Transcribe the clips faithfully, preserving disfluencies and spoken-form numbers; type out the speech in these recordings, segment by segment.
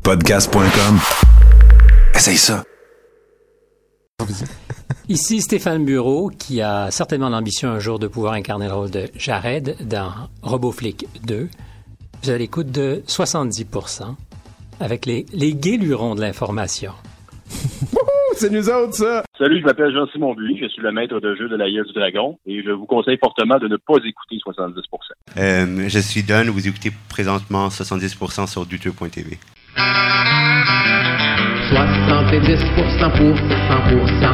podcast point com. Essaye ça. Ici Stéphane Bureau, qui a certainement l'ambition un jour de pouvoir incarner le rôle de Jared dans RoboFlick deux. Vous avez l'écoute de soixante-dix pour cent avec les, les guélurons de l'information. C'est nous autres, ça! Salut, je m'appelle Jean-Simon Buis, je suis le maître de jeu de la Gueule du Dragon et je vous conseille fortement de ne pas écouter soixante-dix pour cent. Euh, je suis Don, vous écoutez présentement soixante-dix pour cent sur douteux point t v. soixante-dix pour cent pour cent pour cent.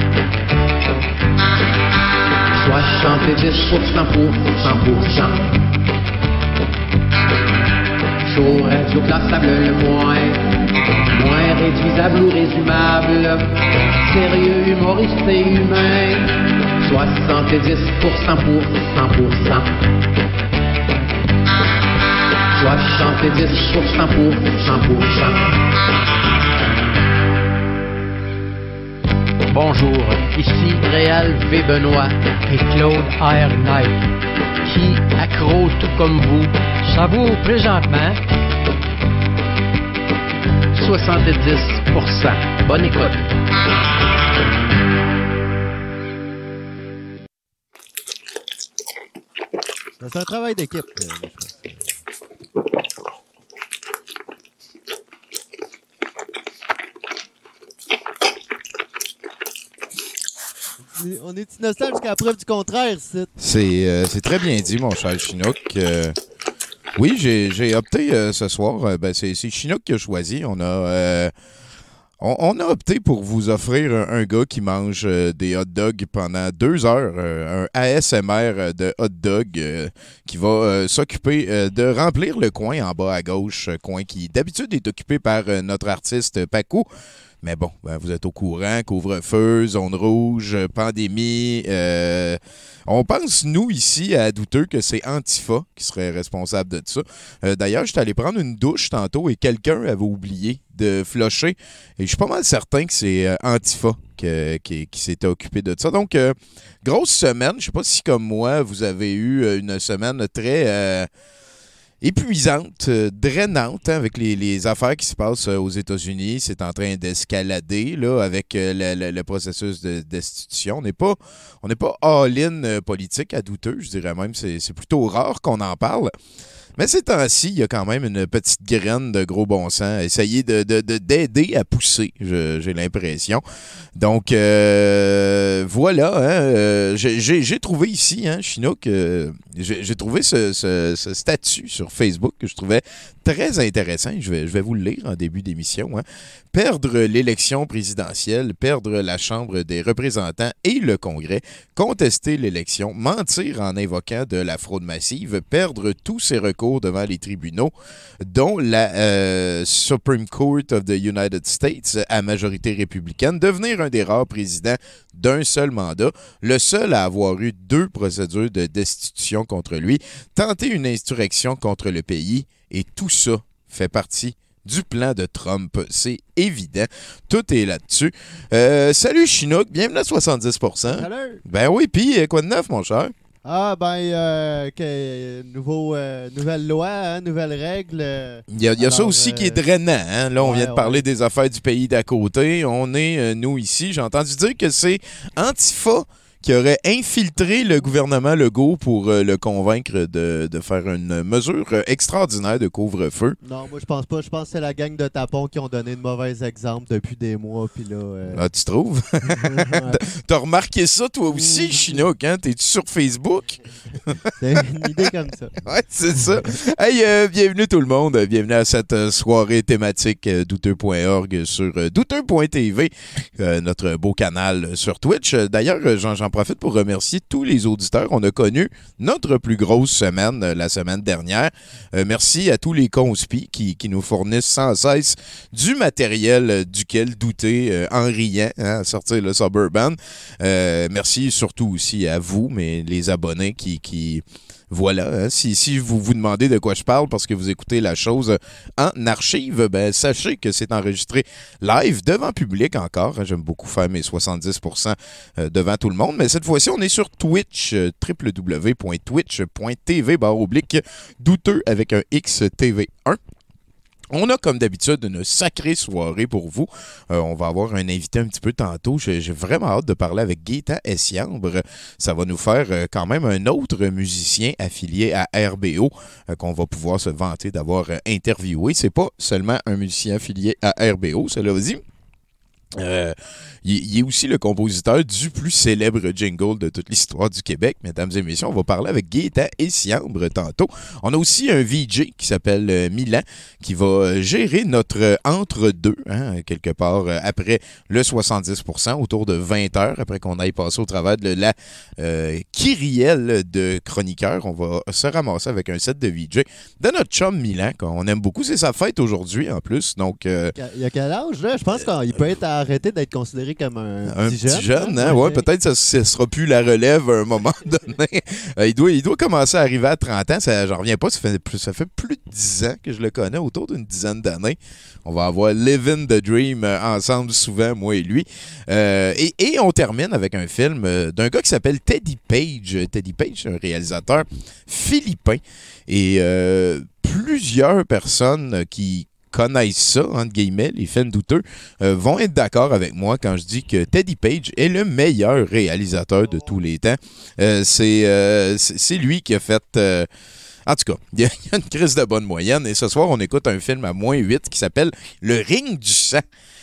soixante-dix pour cent pour cent pour cent. Show radio classable le moins, moins réduisable ou résumable. Sérieux, humoriste et humain. soixante-dix pour cent pour cent pour cent. soixante-dix pour cent pour cent pour cent. Bonjour, ici Réal V. Benoît et Claude R. Knight, qui, accro tout comme vous, savoure présentement soixante-dix pour cent. Bonne écoute. C'est un travail d'équipe. On est innocent jusqu'à la preuve du contraire, c'est. C'est, euh, c'est très bien dit, mon cher Chinook. Euh, oui, j'ai, j'ai opté euh, ce soir. Euh, ben, c'est, c'est Chinook qui a choisi. On a, euh, on, on a opté pour vous offrir un, un gars qui mange euh, des hot dogs pendant deux heures. Euh, un A S M R de hot dog euh, qui va euh, s'occuper euh, de remplir le coin en bas à gauche. Coin qui d'habitude est occupé par euh, notre artiste Paco. Mais bon, ben vous êtes au courant, couvre-feu, zone rouge, pandémie. Euh, on pense, nous, ici, à Douteux, que c'est Antifa qui serait responsable de ça. Euh, d'ailleurs, j'étais allé prendre une douche tantôt et quelqu'un avait oublié de flusher. Et je suis pas mal certain que c'est euh, Antifa que, qui, qui s'était occupé de ça. Donc, euh, grosse semaine. Je sais pas si, comme moi, vous avez eu une semaine très... Euh, épuisante, euh, drainante, hein, avec les, les affaires qui se passent euh, aux États-Unis. C'est en train d'escalader là, avec euh, le, le, le processus de destitution. On n'est pas, on n'est pas all-in euh, politique à Douteux, je dirais même. C'est, c'est plutôt rare qu'on en parle. Mais ces temps-ci, il y a quand même une petite graine de gros bon sens. Essayer de, de, de, d'aider à pousser, je, j'ai l'impression. Donc, euh, voilà. Hein, euh, j'ai, j'ai, j'ai trouvé ici, hein, Chinook, euh, j'ai, j'ai trouvé ce, ce, ce statut sur Facebook que je trouvais très intéressant. Je vais, je vais vous le lire en début d'émission. Hein. Perdre l'élection présidentielle, perdre la Chambre des représentants et le Congrès, contester l'élection, mentir en invoquant de la fraude massive, perdre tous ses recours devant les tribunaux, dont la euh, Supreme Court of the United States à majorité républicaine, devenir un des rares présidents d'un seul mandat, le seul à avoir eu deux procédures de destitution contre lui, tenter une insurrection contre le pays, et tout ça fait partie du plan de Trump. C'est évident. Tout est là-dessus. Euh, salut Chinook, bienvenue à soixante-dix pour cent. Salut! Ben oui, puis quoi de neuf, mon cher? Ah, ben, euh, que, nouveau, euh, nouvelle loi, hein, nouvelles règles. Euh, il y a, il y a alors, ça aussi euh, qui est drainant. Hein? Là, on ouais, vient de parler ouais. des affaires du pays d'à côté. On est, euh, nous, ici. J'ai entendu dire que c'est Antifa qui aurait infiltré le gouvernement Legault pour euh, le convaincre de, de faire une mesure extraordinaire de couvre-feu. Non, moi, je pense pas. Je pense que c'est la gang de tapons qui ont donné de mauvais exemples depuis des mois. Puis là, euh... ah, tu trouves? Ouais. T'as remarqué ça, toi aussi, Chinook? Hein? T'es-tu sur Facebook? C'est une idée comme ça. Ouais, c'est ça. Hey, euh, bienvenue tout le monde. Bienvenue à cette euh, soirée thématique euh, douteux point org sur euh, douteux point t v, euh, notre beau canal sur Twitch. D'ailleurs, j'en, j'en profite pour remercier tous les auditeurs. On a connu notre plus grosse semaine euh, la semaine dernière. Euh, merci à tous les conspis qui, qui nous fournissent sans cesse du matériel euh, duquel douter euh, en riant, hein, à sortir le Suburban. Euh, merci surtout aussi à vous, mais les abonnés qui... qui Voilà, hein, si, si vous vous demandez de quoi je parle parce que vous écoutez la chose en archive, ben sachez que c'est enregistré live devant public encore. Hein, j'aime beaucoup faire mes soixante-dix pour cent devant tout le monde, mais cette fois-ci, on est sur Twitch, w w w point twitch point t v barre oblique douteux avec un X T V un. On a, comme d'habitude, une sacrée soirée pour vous. Euh, on va avoir un invité un petit peu tantôt. J'ai, j'ai vraiment hâte de parler avec Gaétan Essiambre. Ça va nous faire euh, quand même un autre musicien affilié à R B O euh, qu'on va pouvoir se vanter d'avoir euh, interviewé. C'est pas seulement un musicien affilié à R B O, cela dit. Euh, il, il est aussi le compositeur du plus célèbre jingle de toute l'histoire du Québec. Mesdames et messieurs, on va parler avec Gaétan Essiambre tantôt. On a aussi un V J qui s'appelle euh, Milan qui va gérer notre euh, entre-deux, hein, quelque part euh, après le soixante-dix pour cent, autour de vingt heures, après qu'on aille passer au travers de la euh, kyrielle de chroniqueurs. On va se ramasser avec un set de V J de notre chum Milan, qu'on aime beaucoup. C'est sa fête aujourd'hui, en plus. Donc, euh, il y a quel âge, là? Je pense qu'il peut être arrêté d'être considéré comme un, un petit, petit jeune. jeune hein? Ouais, peut-être que ce ne sera plus la relève à un moment donné. Euh, il, doit, il doit commencer à arriver à trente ans. Ça, j'en reviens pas. Ça fait, plus, ça fait plus de dix ans que je le connais, autour d'une dizaine d'années. On va avoir Living the Dream euh, ensemble souvent, moi et lui. Euh, et, et on termine avec un film euh, d'un gars qui s'appelle Teddy Page. Teddy Page, un réalisateur philippin. Et euh, plusieurs personnes qui connaissent ça, entre guillemets, les fans douteux, euh, vont être d'accord avec moi quand je dis que Teddy Page est le meilleur réalisateur de tous les temps. Euh, c'est, euh, c'est, c'est lui qui a fait... Euh, en tout cas, il y, y a une crise de bonne moyenne. Et ce soir, on écoute un film à moins huit qui s'appelle Le Ring du sang.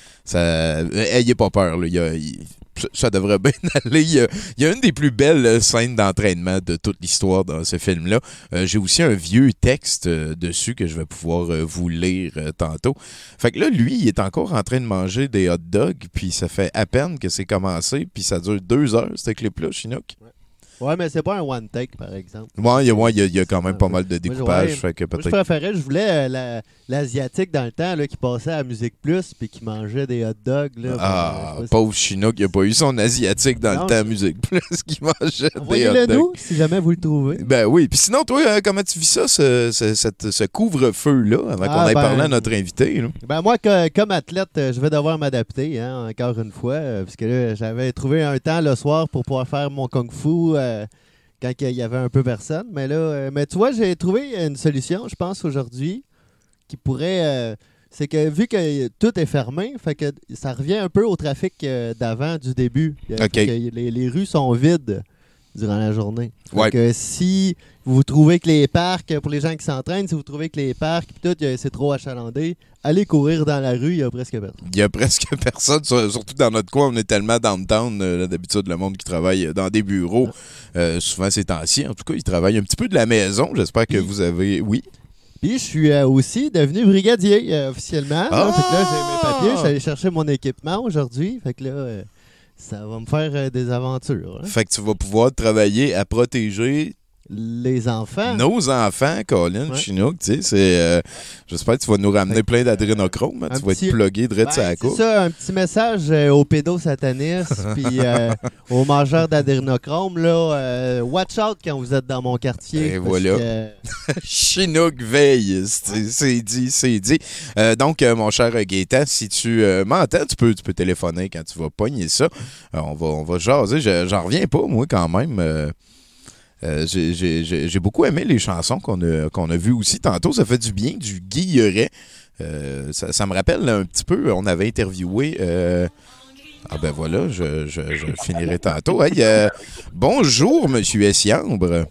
Ça, ayez pas peur, là. Il y a... Il, ça devrait bien aller. Il y, a, il y a une des plus belles scènes d'entraînement de toute l'histoire dans ce film-là. Euh, j'ai aussi un vieux texte euh, dessus que je vais pouvoir euh, vous lire euh, tantôt. Fait que là, lui, il est encore en train de manger des hot dogs, puis ça fait à peine que c'est commencé, puis ça dure deux heures, ce clip-là, Chinook. Ouais. Ouais, mais c'est pas un one take, par exemple. Ouais, il y a, ouais, il y a, il y a quand même pas mal de découpage. Moi, je, ouais, fait que peut-être... moi, je préférais, je voulais euh, la, l'Asiatique dans le temps là, qui passait à Musique Plus puis qui mangeait des hot dogs. Là, ah, pour, euh, pauvre Chinook, il n'a pas eu son Asiatique dans non, le temps à Musique Plus qui mangeait des hot dogs. Nous, si jamais vous le trouvez. Ben oui. Puis sinon, toi, euh, comment tu vis ça, ce, ce, ce, ce couvre-feu-là, avant ah, qu'on aille ben, parler à notre invité? Là? Ben moi, que, comme athlète, je vais devoir m'adapter, hein, encore une fois, euh, parce que là, j'avais trouvé un temps le soir pour pouvoir faire mon kung-fu. Euh, quand il y avait un peu personne. Mais là, euh, mais tu vois, j'ai trouvé une solution, je pense, aujourd'hui, qui pourrait... Euh, c'est que vu que tout est fermé, fait que ça revient un peu au trafic euh, d'avant, du début. Okay. Que les, les rues sont vides durant la journée. Ouais. Fait que si vous trouvez que les parcs, pour les gens qui s'entraînent, si vous trouvez que les parcs, pis tout, c'est trop achalandé, allez courir dans la rue, il y a presque personne. Il y a presque personne, surtout dans notre coin, on est tellement downtown, euh, d'habitude, le monde qui travaille dans des bureaux, euh, souvent ces temps-ci, en tout cas, ils travaillent un petit peu de la maison, j'espère que vous avez... Oui? Puis je suis euh, aussi devenu brigadier euh, officiellement. Ah! Là, fait que là, j'ai mes papiers, je suis allé chercher mon équipement aujourd'hui, fait que là... Euh, ça va me faire euh, des aventures. Hein? Fait que tu vas pouvoir travailler à protéger les enfants. Nos enfants, Colin, ouais. Chinook, tu sais, c'est... Euh, j'espère que tu vas nous ramener fait plein d'adrénochrome. Hein, tu vas petit, être plugué direct sur la cour. C'est ça, un petit message euh, aux pédosatanistes puis euh, aux mangeurs d'adrénochrome, là. Euh, watch out quand vous êtes dans mon quartier. Et voilà. Que, euh... Chinook veille. C'est, c'est dit, c'est dit. Euh, donc, euh, mon cher Gaétan, si tu euh, m'entends, tu peux, tu peux téléphoner quand tu vas pogner ça. Euh, on va, on va jaser. Je, j'en reviens pas, moi, quand même. Euh, Euh, j'ai, j'ai, j'ai beaucoup aimé les chansons qu'on a, qu'on a vues aussi tantôt. Ça fait du bien, du Guilleret. Euh, ça, ça me rappelle un petit peu, on avait interviewé... Euh... Ah ben voilà, je, je, je finirai tantôt. Hey, euh, bonjour, M. Essiambre.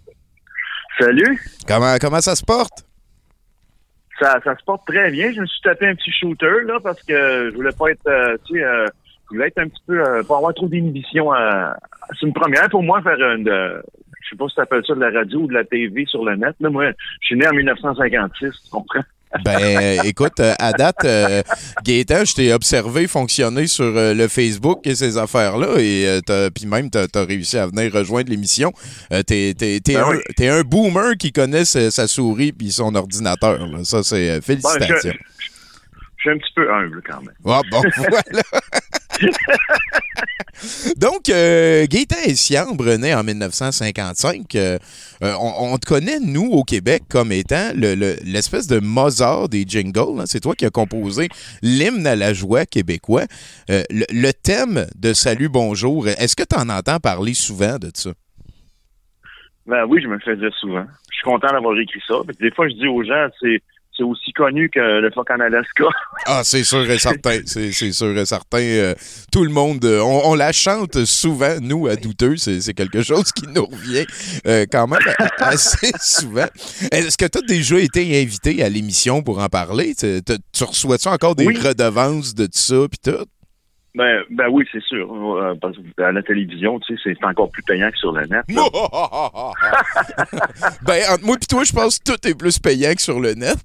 Salut. Comment, comment ça se porte? Ça, ça se porte très bien. Je me suis tapé un petit shooter là parce que je voulais pas être... Euh, tu sais, euh, je voulais être un petit peu... Euh, pas avoir trop d'inhibition. À... C'est une première pour moi faire une... Euh, je sais pas si tu appelles ça de la radio ou de la T V sur le net. Là, moi, je suis né en dix-neuf cent cinquante-six, tu comprends? Ben, écoute, à date, euh, Gaétan, je t'ai observé fonctionner sur euh, le Facebook et ces affaires-là, et euh, puis même, t'as, t'as réussi à venir rejoindre l'émission. Euh, t'es, t'es, t'es, ben un, oui. t'es un boomer qui connaît sa, sa souris puis son ordinateur. Là. Ça, c'est euh, félicitations. Ben, je, je suis un petit peu humble, quand même. Ah, bon, voilà. Donc, euh, Gaétan Essiambre, né en dix-neuf cent cinquante-cinq, euh, euh, on, on te connaît, nous, au Québec, comme étant le, le, l'espèce de Mozart des jingles. Hein. C'est toi qui as composé l'hymne à la joie québécois. Euh, le, le thème de Salut, bonjour, est-ce que tu en entends parler souvent de ça? Ben oui, je me le fais dire souvent. Je suis content d'avoir écrit ça. Des fois, je dis aux gens, c'est, c'est aussi connu que le phoque en Alaska. Ah, c'est sûr et certain. C'est, c'est sûr et certain. Euh, tout le monde, euh, on, on la chante souvent, nous, à Douteux. C'est, c'est quelque chose qui nous revient euh, quand même assez souvent. Est-ce que tu as déjà été invité à l'émission pour en parler? Tu, tu reçois-tu encore des oui. redevances de ça puis tout? Ben, ben oui, c'est sûr. Euh, parce que à la télévision, tu sais, c'est encore plus payant que sur le net. Ben, entre moi et toi, je pense que tout est plus payant que sur le net.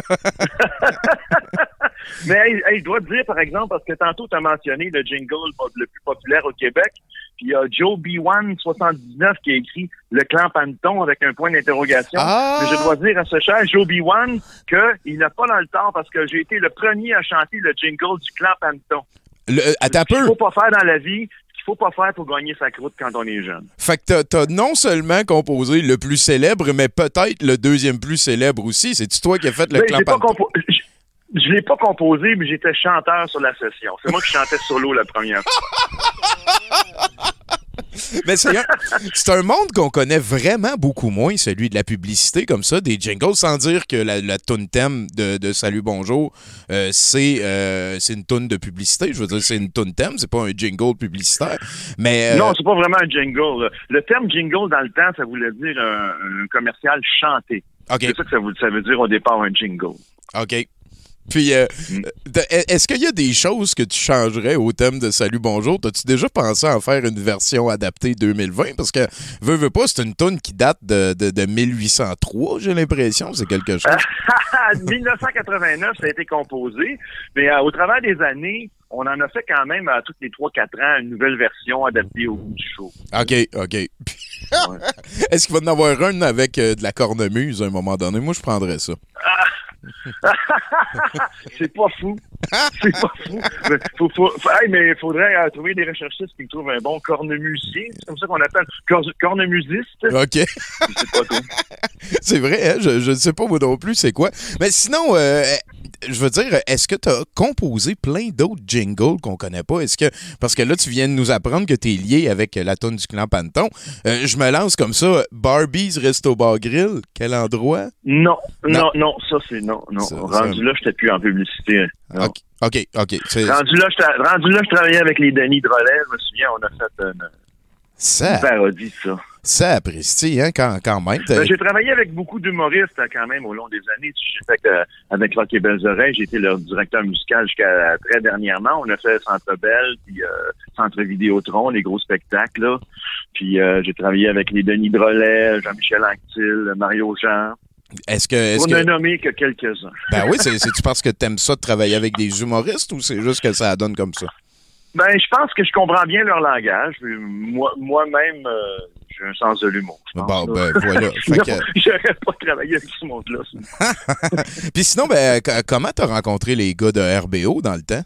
Mais hey, hey, je dois te dire, par exemple, parce que tantôt, tu as mentionné le jingle le plus populaire au Québec, puis il y a Joe B un soixante-dix-neuf qui a écrit Le Clan Panton avec un point d'interrogation. Ah! Mais je dois dire à ce cher Joe B un qu'il n'a pas dans le temps parce que j'ai été le premier à chanter le jingle du Clan Panton. Le, attends un peu. Ce qu'il faut pas faire dans la vie, ce qu'il faut pas faire pour gagner sa croûte quand on est jeune. Fait que t'as, t'as non seulement composé le plus célèbre, mais peut-être le deuxième plus célèbre aussi. C'est-tu toi qui as fait le ben, Clan j'ai pas Panton? compo- je, je l'ai pas composé, mais j'étais chanteur sur la session. C'est moi qui chantais solo la première fois. Mais c'est un, c'est un monde qu'on connaît vraiment beaucoup moins, celui de la publicité comme ça, des jingles, sans dire que la, la toune thème de, de Salut Bonjour, euh, c'est, euh, c'est une toune de publicité. Je veux dire, c'est une toune thème, c'est pas un jingle publicitaire. Mais, euh... Non, c'est pas vraiment un jingle. Le terme jingle, dans le temps, ça voulait dire un, un commercial chanté. Okay. C'est ça que ça, ça veut dire au départ, un jingle. OK. Puis, euh, Mm. est-ce qu'il y a des choses que tu changerais au thème de Salut Bonjour? T'as-tu déjà pensé à en faire une version adaptée deux mille vingt? Parce que, veux, veux pas, c'est une toune qui date de, de, de mille huit cent trois, j'ai l'impression. C'est quelque chose. dix-neuf cent quatre-vingt-neuf, ça a été composé. Mais euh, au travers des années, on en a fait quand même à toutes les trois quatre ans une nouvelle version adaptée au goût du show. OK, OK. Ouais. Est-ce qu'il va en avoir un avec euh, de la cornemuse à un moment donné? Moi, je prendrais ça. C'est pas fou. C'est pas fou. Mais faut, faut, faut, hey, mais il faudrait euh, trouver des recherchistes qui trouvent un bon cornemusicien. C'est comme ça qu'on appelle cor- cornemusiste. OK. C'est pas cool. C'est vrai, hein? je ne sais pas moi non plus c'est quoi. Mais sinon, euh, je veux dire, est-ce que tu as composé plein d'autres jingles qu'on connaît pas? Est-ce que parce que là, tu viens de nous apprendre que tu es lié avec la toune du Clan Panton. Euh, je me lance comme ça. Barbie's Resto Bar Grill, quel endroit? Non, non, non, non ça c'est non. non. Ça, rendu ça... là, j'étais plus en publicité. Non. OK, OK. OK. C'est... Rendu, là, rendu là, je travaillais avec les Denis Drolet. Je me souviens, on a fait une, ça... une parodie de ça. Ça apprécie, hein, quand, quand même. Ben, j'ai travaillé avec beaucoup d'humoristes quand même au long des années. J'ai fait euh, avec Rock et Belles Oreilles, j'ai été leur directeur musical jusqu'à très dernièrement. On a fait Centre Bell, puis euh, Centre Vidéotron, les gros spectacles. Là. Puis euh, j'ai travaillé avec les Denis Drolet, Jean-Michel Anctil, Mario Jean. Est-ce que, est-ce on que... n'a nommé que quelques-uns. Ben oui, c'est, c'est-tu parce que t'aimes ça de travailler avec des humoristes ou c'est juste que ça donne comme ça? Ben, je pense que je comprends bien leur langage. Moi, moi-même, euh, j'ai un sens de l'humour. Bon, ben voilà. Fait non, que... j'aurais pas travaillé avec ce monde-là. Puis sinon, ben, c- comment t'as rencontré les gars de R B O dans le temps?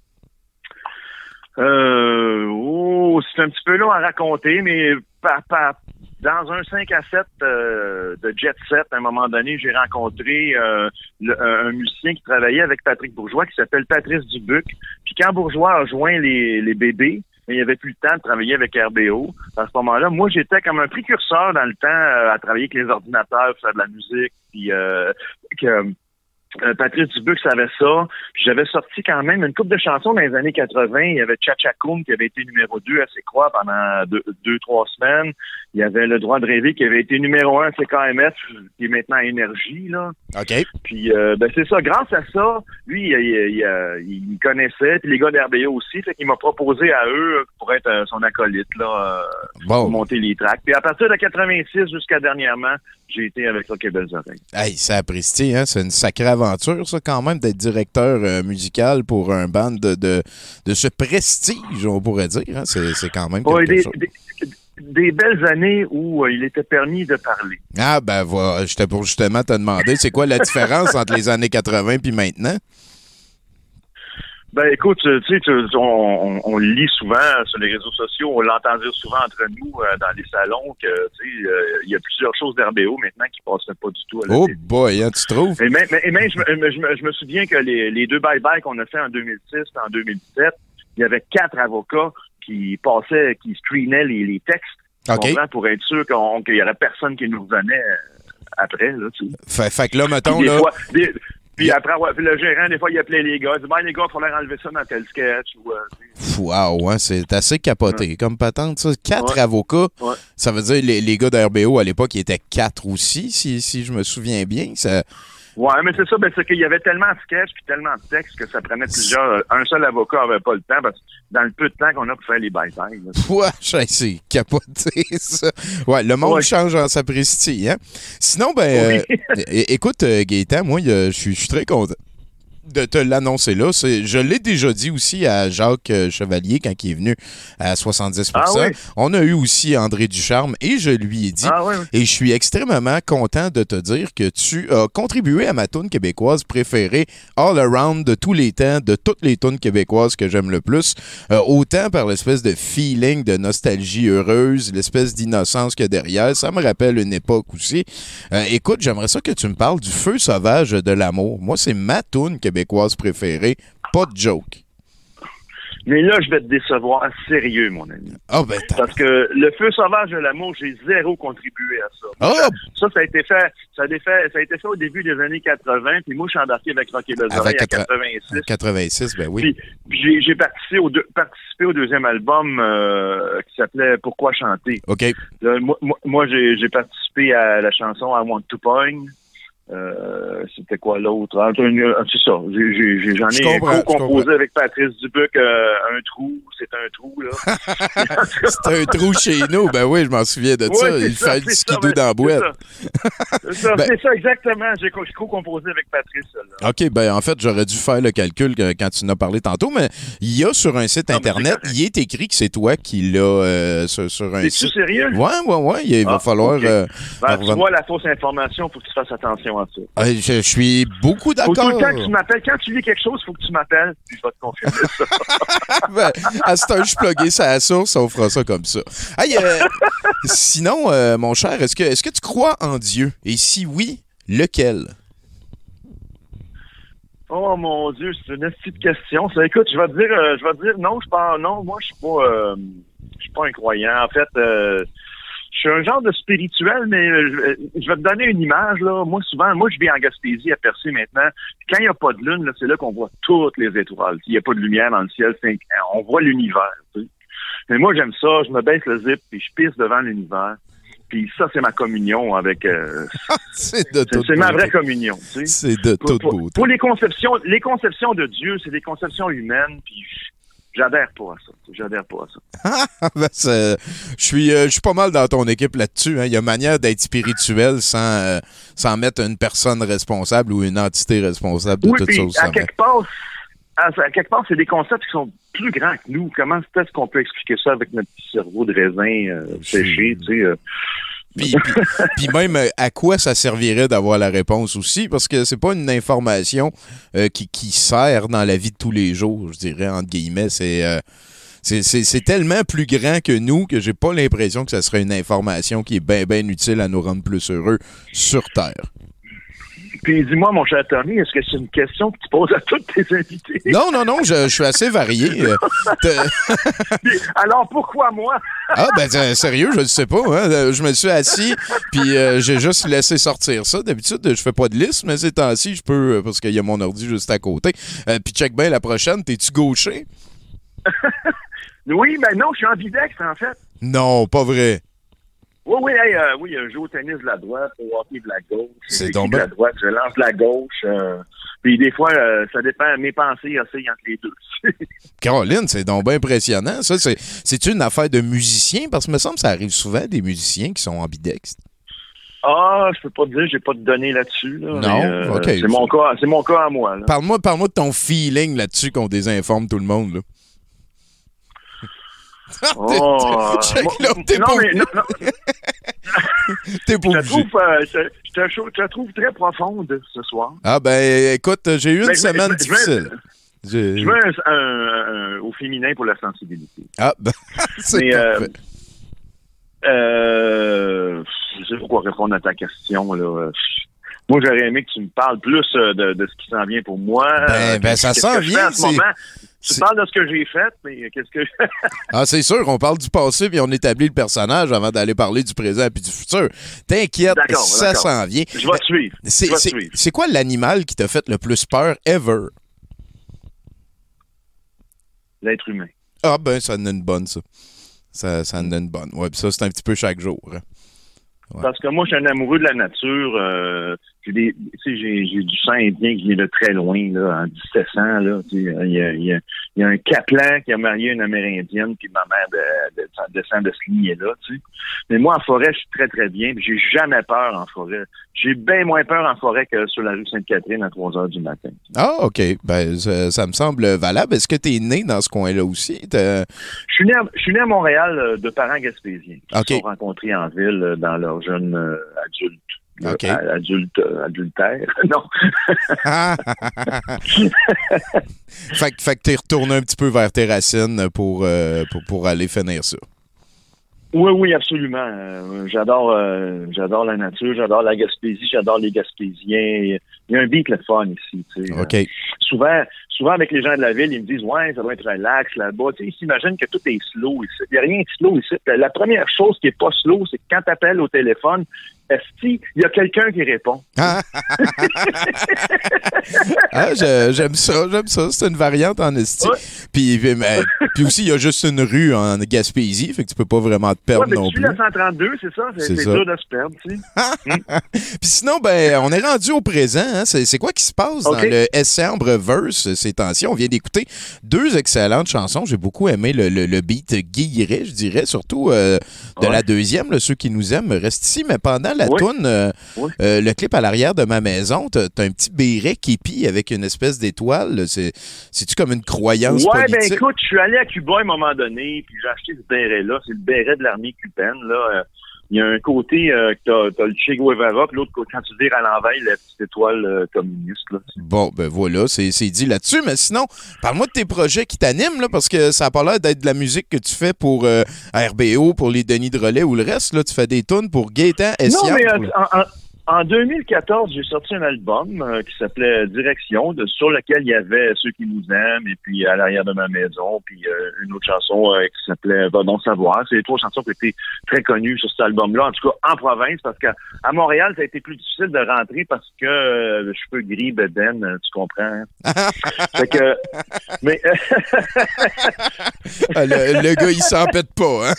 Euh, oh, c'est un petit peu long à raconter, mais par, par, dans un cinq à sept euh, de Jet Set, à un moment donné, j'ai rencontré euh, le, un musicien qui travaillait avec Patrick Bourgeois, qui s'appelle Patrice Dubuc. Puis quand Bourgeois a joint les, les bébés, il n'y avait plus le temps de travailler avec R B O. À ce moment-là, moi, j'étais comme un précurseur dans le temps euh, à travailler avec les ordinateurs, faire de la musique, puis euh, que... Euh, Patrice Dubuc savait ça. Puis j'avais sorti quand même une couple de chansons dans les années quatre-vingts. Il y avait Tchatchakoum qui avait été numéro deux à C'est quoi pendant deux, deux, trois semaines. Il y avait Le Droit de rêver qui avait été numéro un à C K M F, qui est maintenant à Énergie, là. OK. Puis, euh, ben c'est ça. Grâce à ça, lui, il, il, il, il me connaissait. Puis les gars d'R B O aussi. Fait qu'il m'a proposé à eux pour être euh, son acolyte, là, euh, bon. pour monter les tracks. Puis à partir de quatre-vingt-six jusqu'à dernièrement, j'ai été avec Rock et Belles Oreilles. Hey, ça apprécie, hein? C'est une sacrée aventure, ça, quand même, d'être directeur euh, musical pour un band de, de, de ce prestige, on pourrait dire. Hein? C'est, c'est quand même quelque ouais, des, chose. Des, des belles années où euh, il était permis de parler. Ah, ben voilà, j'étais pour justement te demander, c'est quoi la différence entre les années quatre-vingts puis maintenant? Ben écoute, tu sais, tu, on, on, on le lit souvent sur les réseaux sociaux, on l'entend dire souvent entre nous euh, dans les salons que tu sais, euh, il y a plusieurs choses d'R B O maintenant qui passeraient pas du tout à la Oh télé. boy, hein, tu trouves? Et même, et même je, me, je, me, je me souviens que les, les deux bye-bye qu'on a fait en deux mille six et en deux mille sept, il y avait quatre avocats qui passaient, qui screenaient les, les textes, OK. pour être sûr qu'on, qu'il y aurait personne qui nous revenait après, là, tu sais. Fait, fait que là, mettons, Puis des là... fois, des- Puis après, ouais, puis le gérant, des fois, il appelait les gars. Il dit, ben, les gars, il faut leur enlever ça dans tel sketch. Ou, euh, Wow, hein, c'est assez capoté ouais. comme patente, ça. Quatre Ouais. avocats, Ouais. ça veut dire les, les gars d'R B O à l'époque, ils étaient quatre aussi, si, si je me souviens bien. Ça... Ouais, mais c'est ça, ben, c'est qu'il y avait tellement de sketchs puis tellement de textes que ça prenait plusieurs. Un seul avocat avait pas le temps parce que dans le peu de temps qu'on a pour faire les batailles. Ouais, c'est capoté, ça. Ouais, le monde Ouais. change en sapristi, hein. Sinon, ben, Oui. euh, é- écoute, euh, Gaétan, moi, euh, je suis je suis très content de te l'annoncer là. C'est, je l'ai déjà dit aussi à Jacques euh, Chevalier quand il est venu à soixante-dix pour cent. Ah oui? On a eu aussi André Ducharme et je lui ai dit, Ah, ouais, ouais. et je suis extrêmement content de te dire que tu as contribué à ma toune québécoise préférée all around de tous les temps, de toutes les tounes québécoises que j'aime le plus. Euh, autant par l'espèce de feeling de nostalgie heureuse, l'espèce d'innocence qu'il y a derrière. Ça me rappelle une époque aussi. Euh, écoute, j'aimerais ça que tu me parles du Feu sauvage de l'amour. Moi, c'est ma toune québécoise préférée. Pas de joke. Mais là, je vais te décevoir sérieux, mon ami. Ah, ben, t'as... Parce que le Feu sauvage de l'amour, j'ai zéro contribué à ça. Ah! Ça, ça a été fait, ça a été fait, ça a été fait au début des années quatre-vingts, puis moi, je suis embarqué avec Rock et les oreilles Avec en quatre- quatre-vingt-six. quatre-vingt-six, ben oui. Puis, puis j'ai, j'ai participé, au deux, participé au deuxième album euh, qui s'appelait Pourquoi chanter. OK. Là, moi, moi, moi, j'ai, j'ai participé à la chanson I Want to Point. Euh, c'était quoi l'autre? Ah, une- ah, c'est ça. J'ai, j'ai, j'ai- j'en Je ai comprends, je co-composé comprends. avec Patrice Dubuc euh, un trou. C'est un trou, là. C'est un trou chez nous. Ben oui, je m'en souviens de ça. Ouais, c'est Il ça, fait du c'est ça, skidoo ben, dans la boîte. C'est ça, c'est ça, Ben- c'est ça, exactement. J'ai co- j'ai co-composé avec Patrice, là. OK, ben en fait, j'aurais dû faire le calcul que- quand tu en as parlé tantôt, mais il y a sur un site Non, mais Internet, c'est il est écrit que c'est toi qui l'as euh, sur, sur un Es-tu site. sérieux? Ouais, ouais, ouais. Il va Ah, falloir... OK. euh, Ben, tu revenir- vois la fausse information, faut que tu fasses attention à ça. euh, je, je suis beaucoup Faut tout d'accord. le temps que tu m'appelles. Quand tu lis quelque chose, faut que tu m'appelles, puis je vais te confirmer ça. Ben, à ce temps, je suis plugué sur la source, on fera ça comme ça. Hey, euh, sinon, euh, mon cher, est-ce que, est-ce que tu crois en Dieu? Et si oui, lequel? Oh mon Dieu, c'est une petite question. Ça, écoute, je vais te dire, euh, je vais te dire non, je pense non. Moi, je suis pas, euh, je suis pas un croyant. En fait, euh, je suis un genre de spirituel, mais euh, je, je vais te donner une image là. Moi, souvent, moi, je vis en Gaspésie à Percé maintenant. Puis quand il n'y a pas de lune, là, c'est là qu'on voit toutes les étoiles. Il n'y a pas de lumière dans le ciel, c'est, on voit l'univers. Tu sais. Mais moi, j'aime ça. Je me baisse le zip puis je pisse devant l'univers. Puis ça, c'est ma communion avec. Euh, C'est de c'est, toute c'est ma beauté. vraie communion. Tu sais. C'est de Pour, toute pour- beauté. pour les conceptions, les conceptions de Dieu, c'est des conceptions humaines, puis j'adhère pas à ça. J'adhère pas à ça. Ben, c'est- je suis euh, je suis pas mal dans ton équipe là-dessus. Hein. Il y a manière d'être spirituel sans, euh, sans mettre une personne responsable ou une entité responsable de Oui, tout puis ça au à sommet. quelque part, à, à quelque part, c'est des concepts qui sont plus grands que nous. Comment est-ce qu'on peut expliquer ça avec notre petit cerveau de raisin euh, séché, tu sais? Euh, Puis, puis- puis même euh, à quoi ça servirait d'avoir la réponse aussi, parce que c'est pas une information euh, qui, qui sert dans la vie de tous les jours, je dirais, entre guillemets. C'est euh, c'est- c'est- c'est tellement plus grand que nous que j'ai pas l'impression que ça serait une information qui est bien, bien utile à nous rendre plus heureux sur Terre. Puis dis-moi, mon cher Tony, est-ce que c'est une question que tu poses à tous tes invités? Non, non, non, je, je suis assez varié. Euh, te- Puis, alors pourquoi moi? Ah, ben, euh, sérieux, je ne sais pas. Hein. Euh, Je me suis assis, puis euh, j'ai juste laissé sortir ça. D'habitude, je fais pas de liste, mais ces temps-ci, je peux, euh, parce qu'il y a mon ordi juste à côté. Euh, puis check bien la prochaine, t'es-tu gaucher? Oui, ben non, je suis ambidextre, en fait. Non, pas vrai. Oui, oui, hey, euh, oui, je joue au tennis de la droite, au hockey de la gauche. C'est j'écris donc de bien. la droite, je lance de la gauche. euh, puis des fois, euh, ça dépend, mes pensées oscillent entre les deux. Caroline, c'est donc bien impressionnant. Ça, c'est, c'est-tu une affaire de musicien? Parce que me semble que ça arrive souvent des musiciens qui sont ambidextres. Ah, je peux pas te dire, j'ai pas de données là-dessus. Là, Non? mais, euh, OK. C'est mon cas, c'est mon cas à moi. Là. Parle-moi, parle-moi de ton feeling là-dessus qu'on désinforme tout le monde. Là. Oh, Check moi- là, t'es non, pas mais obligé. non, non, T'es pas je te obligé. trouve, euh, je, je te chou- je te trouve très profonde ce soir. Ah ben, écoute, j'ai eu une Ben, je vais- semaine je vais- difficile. J'ai- Je veux un, un- un- au féminin pour la sensibilité. Ah, ben, c'est Mais, euh, parfait. Euh, je sais pas quoi répondre à ta question, là. Moi, j'aurais aimé que tu me parles plus euh, de, de ce qui s'en vient pour moi. Ben, Euh, ben, ça qu'est-ce s'en que je fais vient, en ce c'est- moment. Tu C'est- parles de ce que j'ai fait, mais qu'est-ce que... Ah, c'est sûr, on parle du passé puis on établit le personnage avant d'aller parler du présent puis du futur. T'inquiète, D'accord, ça d'accord. s'en vient. Je vais te suivre. C'est, Je vais te c'est, suivre. c'est quoi l'animal qui t'a fait le plus peur ever? L'être humain. Ah, ben, ça en a une bonne, ça. Ça, ça en a une bonne. Ouais, puis ça, c'est un petit peu chaque jour. hein. Ouais. Parce que moi, je suis un amoureux de la nature. Euh, j'ai, des, tu sais, j'ai, j'ai du sang indien qui vient de très loin, là, en dix-sept cents. Là, tu sais, il, y a, il, y a, il y a un Kaplan qui a marié une Amérindienne, puis ma mère de, de, de, descend de ce lignée-là. Tu sais. Mais moi, en forêt, je suis très, très bien. Puis j'ai jamais peur en forêt. J'ai bien moins peur en forêt que sur la rue Sainte-Catherine à trois heures du matin. Ah, OK. Ben, ça, ça me semble valable. Est-ce que tu es né dans ce coin-là aussi? T'as- Je suis né à, je suis né à Montréal euh, de parents gaspésiens qui OK. se sont rencontrés en ville euh, dans leur jeune euh, adulte. euh, OK. a- adulte, euh, adultère. Non. fait, que- fait que t'es retourné un petit peu vers tes racines pour, euh, pour, pour aller finir ça. Oui, oui, absolument. Euh, j'adore euh, j'adore la nature, j'adore la Gaspésie, j'adore les Gaspésiens. Il y a un beat le fun ici. Tu sais. OK. Euh, souvent, souvent avec les gens de la ville, ils me disent ouais, ça doit être relax là-bas. Tu sais, ils s'imaginent que tout est slow ici. Il n'y a rien de slow ici. La première chose qui est pas slow, c'est que quand tu appelles au téléphone, est-ce qu'il y a quelqu'un qui répond? Ah, Ah, je- j'aime ça, j'aime ça. C'est une variante en esti. Ouais. Puis, puis, mais- puis aussi, il y a juste une rue en Gaspésie, fait que tu peux pas vraiment te perdre Ouais, mais non tu plus. suis la cent trente-deux, c'est ça? C'est, C'est c'est ça. dur de se perdre, tu sais. Puis sinon, ben, on est rendu au présent. Hein. C'est, c'est quoi qui se passe OK. dans le Essembre Verse ces temps-ci? On vient d'écouter deux excellentes chansons. J'ai beaucoup aimé le, le, le beat guilleret, je dirais, surtout euh, de Ouais. la deuxième. Là, ceux qui nous aiment restent ici. Mais pendant la Oui. toune, euh, Oui. euh, le clip à l'arrière de ma maison, t'as, t'as un petit béret képi avec une espèce d'étoile. là. C'est, c'est-tu comme une croyance Ouais, ben politique? écoute, je suis allé à Cuba à un moment donné, puis j'ai acheté ce béret-là. C'est le béret de l'armée cubaine, là. Euh, Il y a un côté euh, que t'as, t'as le Che Guevara, puis l'autre côté, quand tu vires à l'envers, la petite étoile euh, communiste, là. Bon, ben voilà, c'est, c'est dit là-dessus. Mais sinon, parle-moi de tes projets qui t'animent, là, parce que ça a pas l'air d'être de la musique que tu fais pour euh, R B O, pour les Denis de Relais ou le reste. Là, tu fais des tunes pour Gaétan Non, Essiam. mais pour euh, le- en, en, en deux mille quatorze, j'ai sorti un album euh, qui s'appelait Direction, de, sur lequel il y avait Ceux qui nous aiment, et puis À l'arrière de ma maison, puis euh, une autre chanson euh, qui s'appelait Va donc savoir. C'est les trois chansons qui étaient très connues sur cet album-là, en tout cas en province, parce qu'à à Montréal, ça a été plus difficile de rentrer parce que euh, le cheveu gris, Beden, euh, tu comprends. Hein? Fait que, mais Ah, le, le gars, il s'en pète pas, hein?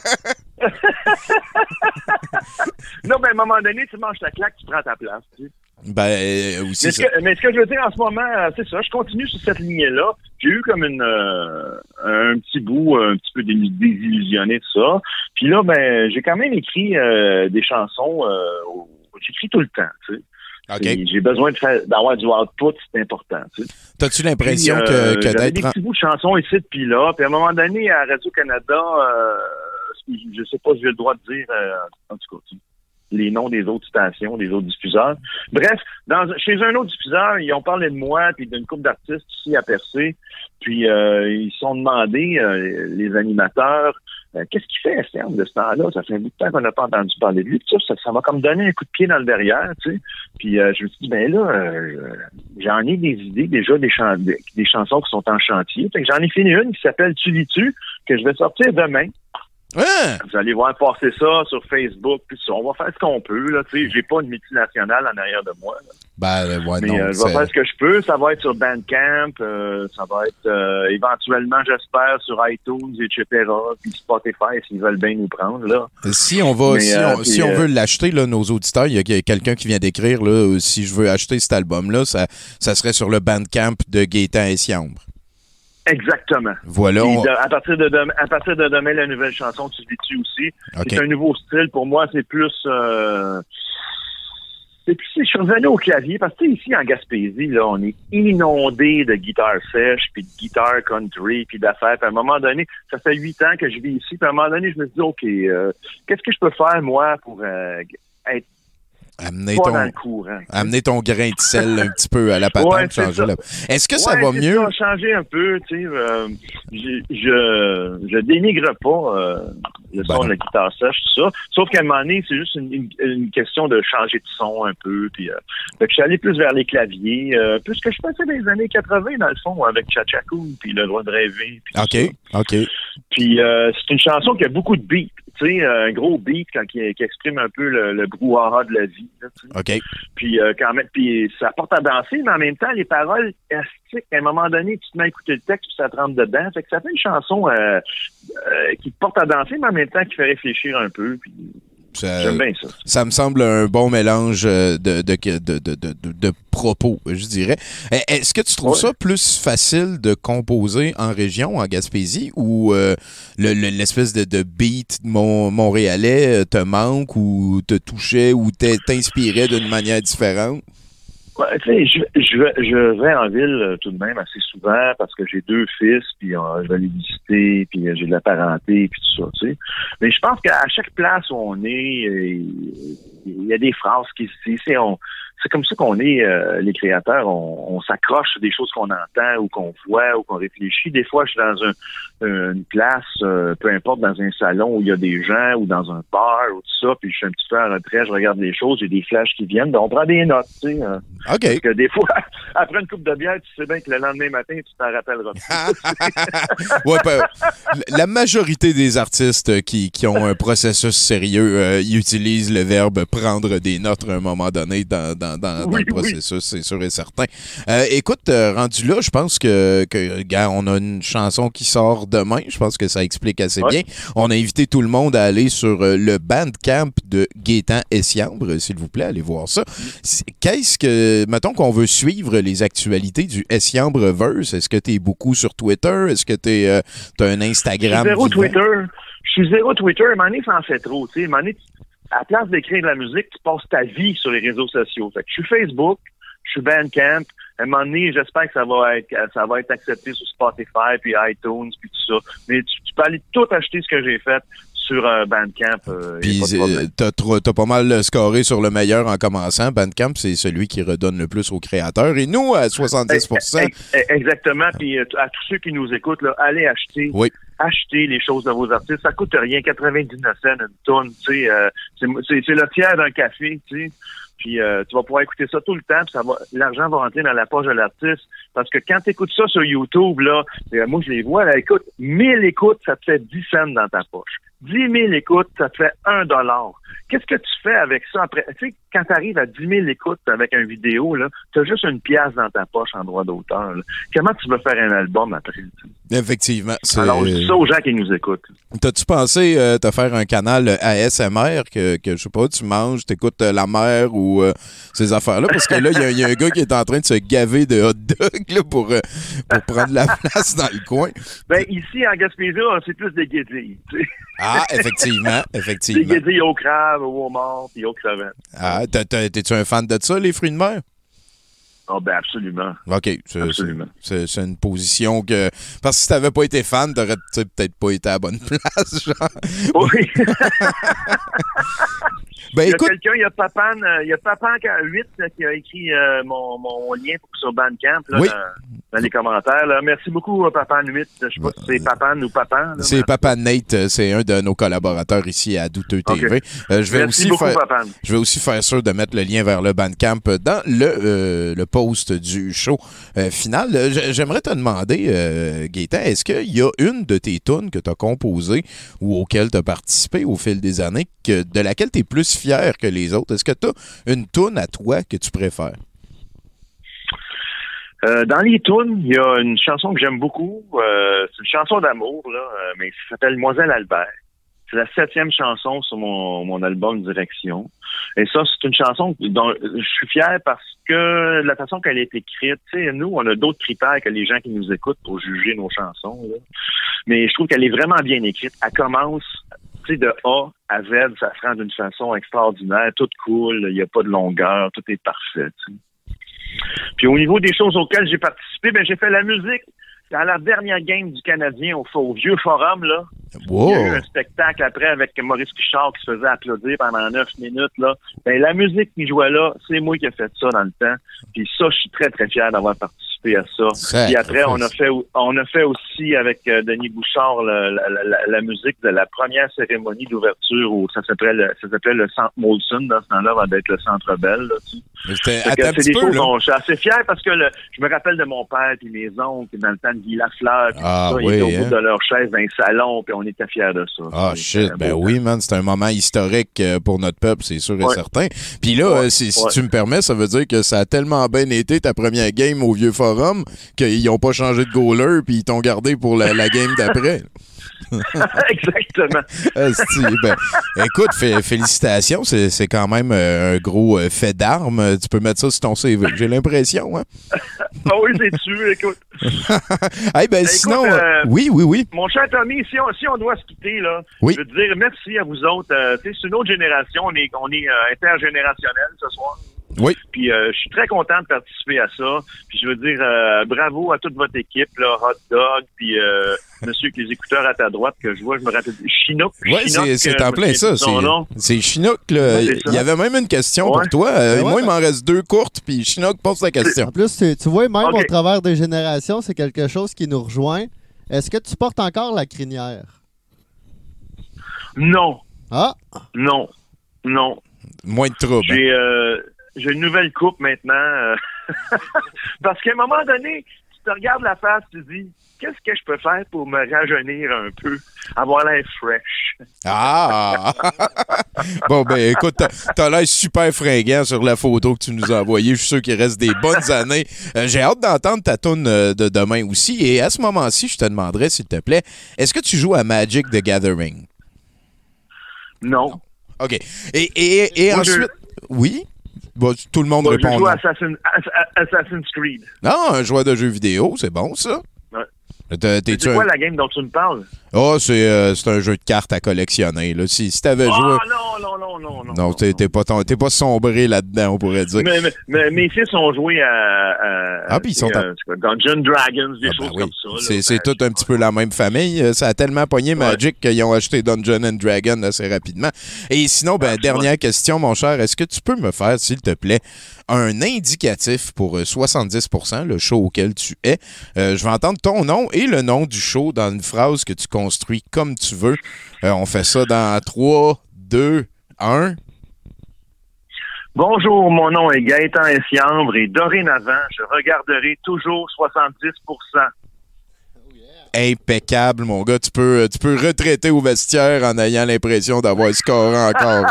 non, ben à un moment donné, tu manges ta claque, tu prends ta place. Tu sais. Ben, euh, aussi Mais ce, ça. que, mais ce que je veux dire en ce moment, euh, c'est ça, je continue sur cette lignée-là. J'ai eu comme une euh, un petit bout, un petit peu dé- désillusionné de ça. Puis là, ben, j'ai quand même écrit euh, des chansons. Euh, au- j'écris tout le temps, tu sais. OK. Et j'ai besoin de faire, d'avoir du output, c'est important, tu sais. T'as-tu l'impression Puis, que, euh, que j'avais d'être... des en- petits bouts de chansons ici puis là. Puis à un moment donné, à Radio-Canada, euh, je sais pas si j'ai le droit de dire, euh, en tout cas, tu sais, les noms des autres stations, des autres diffuseurs. Bref, dans, chez un autre diffuseur, ils ont parlé de moi puis d'une couple d'artistes ici à Percé. Puis euh, ils se sont demandé, euh, les animateurs, euh, qu'est-ce qu'il fait S M de ce temps-là? Ça fait un bout de temps qu'on n'a pas entendu parler de lui. Puis ça, ça, ça m'a comme donné un coup de pied dans le derrière, tu sais. Puis euh, je me suis dit, ben là, euh, j'en ai des idées déjà, des, chan- des, des chansons qui sont en chantier. Fait que j'en ai fini une qui s'appelle Tu vis-tu, que je vais sortir demain. Hein? Vous allez voir passer ça sur Facebook, puis ça, on va faire ce qu'on peut, là, tu sais. J'ai pas une multinationale en arrière de moi, là. Ben, euh, ouais, Mais non. euh, je c'est- vais faire ce que je peux. Ça va être sur Bandcamp, euh, ça va être euh, éventuellement, j'espère, sur iTunes, et cetera. Puis Spotify, s'ils veulent bien nous prendre, là. Si on va, Mais, si, euh, on, puis, si on euh, veut l'acheter, là, nos auditeurs, il y a que- quelqu'un qui vient d'écrire, là, euh, si je veux acheter cet album-là, ça, ça serait sur le Bandcamp de Gaétan Essiambre. Exactement. Voilà. Puis on- de- à partir de demain, à partir de demain, la nouvelle chanson, Tu vis-tu aussi. OK. C'est un nouveau style. Pour moi, c'est plus... Euh, c'est plus, je suis revenu au clavier, parce que tu sais, ici, en Gaspésie, là, on est inondé de guitares sèches, puis de guitares country, puis d'affaires. Puis à un moment donné, ça fait huit ans que je vis ici, puis à un moment donné, je me suis dit, OK, euh, qu'est-ce que je peux faire, moi, pour euh, être Amener pas ton, dans le courant. amener ton grain de sel un petit peu à la patente, Ouais, c'est changer ça. la... Est-ce que ça Ouais, va c'est mieux? Ça a changé un peu, tu sais. Euh, je, je je dénigre pas euh, le Ben son non. de la guitare sèche, tout ça. Sauf qu'à un moment donné, c'est juste une, une, une question de changer de son un peu. Puis, euh, fait que je suis allé plus vers les claviers, euh, plus que je passais dans les années quatre-vingts, dans le fond, avec Chachakou, puis Le Droit de rêver. Puis tout ça. OK, OK. Puis euh, c'est une chanson qui a beaucoup de beats. Tu sais, un gros beat quand qui, qui exprime un peu le, le brouhaha de la vie. Là, tu sais. OK. Puis euh, quand même, puis ça porte à danser, mais en même temps, les paroles estiques, à un moment donné, tu te mets à écouter le texte, puis ça te rentre dedans. Fait que ça fait une chanson euh, euh, qui te porte à danser, mais en même temps qui fait réfléchir un peu. Puis Ça, j'aime bien ça. ça me semble un bon mélange de, de, de, de, de, de, de propos, je dirais. Est-ce que tu trouves Ouais. ça plus facile de composer en région, en Gaspésie, ou euh, le- le- l'espèce de, de beat mon, montréalais te manque ou te touchait ou t'es- t'inspirait d'une manière différente? Ouais, tu sais, je, je, vais- je vais en ville euh, tout de même assez souvent parce que j'ai deux fils, puis euh, je vais les visiter, puis euh, j'ai de la parenté, puis tout ça, tu sais. Mais je pense qu'à chaque place où on est, euh, il y a des phrases qui se disent. C'est, on, c'est comme ça qu'on est, euh, les créateurs. On, on s'accroche sur des choses qu'on entend ou qu'on voit ou qu'on réfléchit. Des fois, je suis dans un, une place, euh, peu importe, dans un salon où il y a des gens ou dans un bar ou tout ça, puis je suis un petit peu en retrait, je regarde les choses, j'ai des flashs qui viennent, donc on prend des notes, tu sais. euh. OK. Parce que des fois, après une coupe de bière, tu sais bien que le lendemain matin, tu t'en rappelleras. Ouais, ben, la majorité des artistes qui, qui ont un processus sérieux, euh, ils utilisent le verbe prendre des notes à un moment donné dans, dans, dans, dans Oui, le processus, c'est sûr et certain. Euh, écoute, euh, rendu là, je pense que, que gars, on a une chanson qui sort demain. Je pense que ça explique assez Ouais. bien. On a invité tout le monde à aller sur euh, le Bandcamp de Gaétan Essiambre, s'il vous plaît, allez voir ça. C'est- Qu'est-ce que, mettons qu'on veut suivre les actualités du Essiambre-verse, est-ce que tu es beaucoup sur Twitter? Est-ce que tu as un Je Instagram? suis zéro vivant? Twitter. Je suis zéro Twitter. À un moment donné, ça en fait trop. Tu sais, à un moment donné, tu- à la place d'écrire de la musique, tu passes ta vie sur les réseaux sociaux. Fait que je suis Facebook, je suis Bandcamp. À un moment donné, j'espère que ça va être ça va être accepté sur Spotify, puis iTunes, puis tout ça. Mais tu, tu peux aller tout acheter ce que j'ai fait sur euh, Bandcamp. Euh, y a Puis pas de problème. euh, t'as, tro- t'as pas mal scoré sur le meilleur en commençant. Bandcamp, c'est celui qui redonne le plus aux créateurs. Et nous, à soixante-dix pour cent, Eh, eh, Exactement. Puis euh, à tous ceux qui nous écoutent, là, allez acheter. oui. Achetez les choses de vos artistes. Ça coûte rien, quatre-vingt-dix-neuf cents une tonne. Tu sais, euh, c'est, c'est, c'est le tiers d'un café. Tu sais. Puis euh, tu vas pouvoir écouter ça tout le temps. Puis ça va, l'argent va rentrer dans la poche de l'artiste. Parce que quand tu écoutes ça sur YouTube, là, euh, moi je les vois, là, écoute, mille écoutes, ça te fait dix cents dans ta poche. dix mille écoutes, ça te fait un dollar. Qu'est-ce que tu fais avec ça après? Tu sais, quand tu arrives à dix mille écoutes avec une vidéo, là, tu as juste une pièce dans ta poche en droit d'auteur. Là. Comment tu veux faire un album après? Tu sais? Effectivement. C'est... Alors, je dis ça aux gens qui nous écoutent. T'as-tu pensé euh, te faire un canal A S M R que, que je sais pas, tu manges, t'écoutes euh, la mer ou euh, ces affaires-là? Parce que là, il y, a- y a un gars qui est en train de se gaver de hot dog là, pour, euh, pour prendre la place dans le coin. Ben, ici, en Gaspésie, c'est plus des guédilles. Tu sais. Ah, effectivement, Des effectivement. guédilles au crabe, au homard, puis aux crevettes. Ah, t'as- t'as- t'es-tu un fan de ça, les fruits de mer? Ah, ben, absolument. OK. C'est, Absolument. c'est, c'est une position que... Parce que si t'avais pas été fan, t'aurais tu sais, peut-être pas été à la bonne place, genre. Oui. Ben Il y a écoute, quelqu'un, il y a Papan, euh, il y a Papan huit là, qui a écrit euh, mon, mon lien pour, sur Bandcamp là, Oui. dans, dans les commentaires. Là. Merci beaucoup, euh, Papan huit. Je sais pas si c'est Papan ou Papan. Là, c'est mais- Papa Nate, euh, c'est un de nos collaborateurs ici à Douteux T V. Ok. Euh, je vais Merci aussi beaucoup, faire... Papan. Je vais aussi faire sûr de mettre le lien vers le Bandcamp dans le, euh, le post du show euh, final. Euh, j- J'aimerais te demander, euh, Gaétan, est-ce qu'il y a une de tes tunes que tu as composées ou auxquelles tu as participé au fil des années que, de laquelle tu es plus fier que les autres? Est-ce que tu as une tune à toi que tu préfères? Euh, dans les tunes, il y a une chanson que j'aime beaucoup. Euh, c'est une chanson d'amour, là, euh, mais ça s'appelle Moselle Albert. C'est la septième chanson sur mon, mon album Direction. Et ça, c'est une chanson dont je suis fier parce que de la façon qu'elle est écrite, tu sais, nous, on a d'autres critères que les gens qui nous écoutent pour juger nos chansons, là. Mais je trouve qu'elle est vraiment bien écrite. Elle commence, tu sais, de A à Z, ça se rend d'une façon extraordinaire, tout cool, il n'y a pas de longueur, tout est parfait, tu sais. Puis au niveau des choses auxquelles j'ai participé, ben j'ai fait la musique. dans la dernière game du Canadien au, au Vieux Forum, là, Wow. il y a eu un spectacle après avec Maurice Richard qui se faisait applaudir pendant neuf minutes. Là. Ben, la musique qui jouait là, c'est moi qui ai fait ça dans le temps. Puis ça, je suis très, très fier d'avoir participé à ça. Sacre Puis après, on a fesse. fait on a fait aussi avec euh, Denis Bouchard le- la, la, la, la musique de la première cérémonie d'ouverture où ça s'appelait le, ça s'appelait le Centre Molson. Dans ce temps-là, va être le Centre Bell. Là, tu sais. C'était- Fait que Attends un c'est petit des peu, choses là. dont je suis assez fier parce que le, je me rappelle de mon père et mes oncles dans le temps de Guy Lafleur. Puis Ah tout ça, oui, ils étaient au hein? bout de leur chaise dans les salons puis on était fiers de ça. Ah, C'est shit. un Ben beau oui, man. C'est un moment historique euh, pour notre peuple, c'est sûr et Ouais. certain. Puis là, Ouais. euh, si, si Ouais. tu me permets, ça veut dire que ça a tellement bien été ta première game au Vieux Forum qu'ils n'ont pas changé de goaler puis ils t'ont gardé pour la, la game d'après. Exactement. Asti, ben, écoute, fé- félicitations. C'est, c'est quand même euh, un gros euh, fait d'armes. Tu peux mettre ça sur ton C V. J'ai l'impression, hein? Ah oui, c'est sûr, écoute. Hey, ben, Écoute, sinon... euh, euh, oui, oui, oui. Mon cher Tommy, si on, si on doit se quitter, là, Oui. je veux te dire merci à vous autres. Euh, tu sais, c'est une autre génération. On est, on est euh, intergénérationnel ce soir. Oui. Puis euh, je suis très content de participer à ça. Puis je veux dire euh, bravo à toute votre équipe, là, Hot Dog, puis euh, monsieur qui les écouteurs à ta droite que je vois, je me rappelle, Chinook. Oui, Chinook, c'est, c'est euh, en je me plein souviens ça. de son C'est, nom. c'est Chinook. Là. Ouais, c'est ça. Il y avait même une question Ouais. pour toi. Euh, Ben ouais, moi, il ben- m'en reste deux courtes, puis Chinook pose la question. En plus, tu, tu vois, même Ok. au travers des générations, c'est quelque chose qui nous rejoint. Est-ce que tu portes encore la crinière? Non, Ah! non, non. Moins de trouble. hein. J'ai euh, j'ai une nouvelle coupe maintenant. euh, Parce qu'à un moment donné, tu te regardes la face, tu te dis, qu'est-ce que je peux faire pour me rajeunir un peu, avoir l'air fresh? Ah! Bon, ben, écoute, t'as, t'as l'air super fringant sur la photo que tu nous as envoyée. Je suis sûr qu'il reste des bonnes années. Euh, j'ai hâte d'entendre ta toune euh, de demain aussi. Et à ce moment-ci, je te demanderais, s'il te plaît, est-ce que tu joues à Magic the Gathering? Non. OK. Et, et, et Moi, je- ensuite... Oui? Bon, tout le monde Moi, je répond joue non. à Assassin- Ass- Assassin's Creed. Non, un joueur de jeux vidéo, c'est bon, ça? Ouais. T'es- t'es-tu C'est quoi un- la game dont tu me parles? Ah, c'est, euh, c'est un jeu de cartes à collectionner. Là. Si, si t'avais Ah joué... non, non, non, non, non. Non, t'es, t'es pas, ton- t'es pas sombré là-dedans, on pourrait dire. Mais, mais- mais mes fils ont joué à, à- Ah, puis ils sont à- c'est quoi, Dungeons Dragons, des Ah, ben choses oui. comme ça. là. C'est, c'est Ben, tout un petit peu la même famille. Euh, Ça a tellement pogné Magic qu'ils ont acheté Dungeons and Dragons assez rapidement. Et sinon, ben, Absolument. dernière question, mon cher. Est-ce que tu peux me faire, s'il te plaît, un indicatif pour euh, soixante-dix pour cent, le show auquel tu es? Euh, je vais entendre ton nom et le nom du show dans une phrase que tu construis comme tu veux. Euh, on fait ça dans trois, deux, un. Bonjour, mon nom est Gaëtan Essiambre et dorénavant, je regarderai toujours soixante-dix pour cent. Impeccable, mon gars. Tu peux, tu peux retraiter au vestiaire en ayant l'impression d'avoir scoré encore.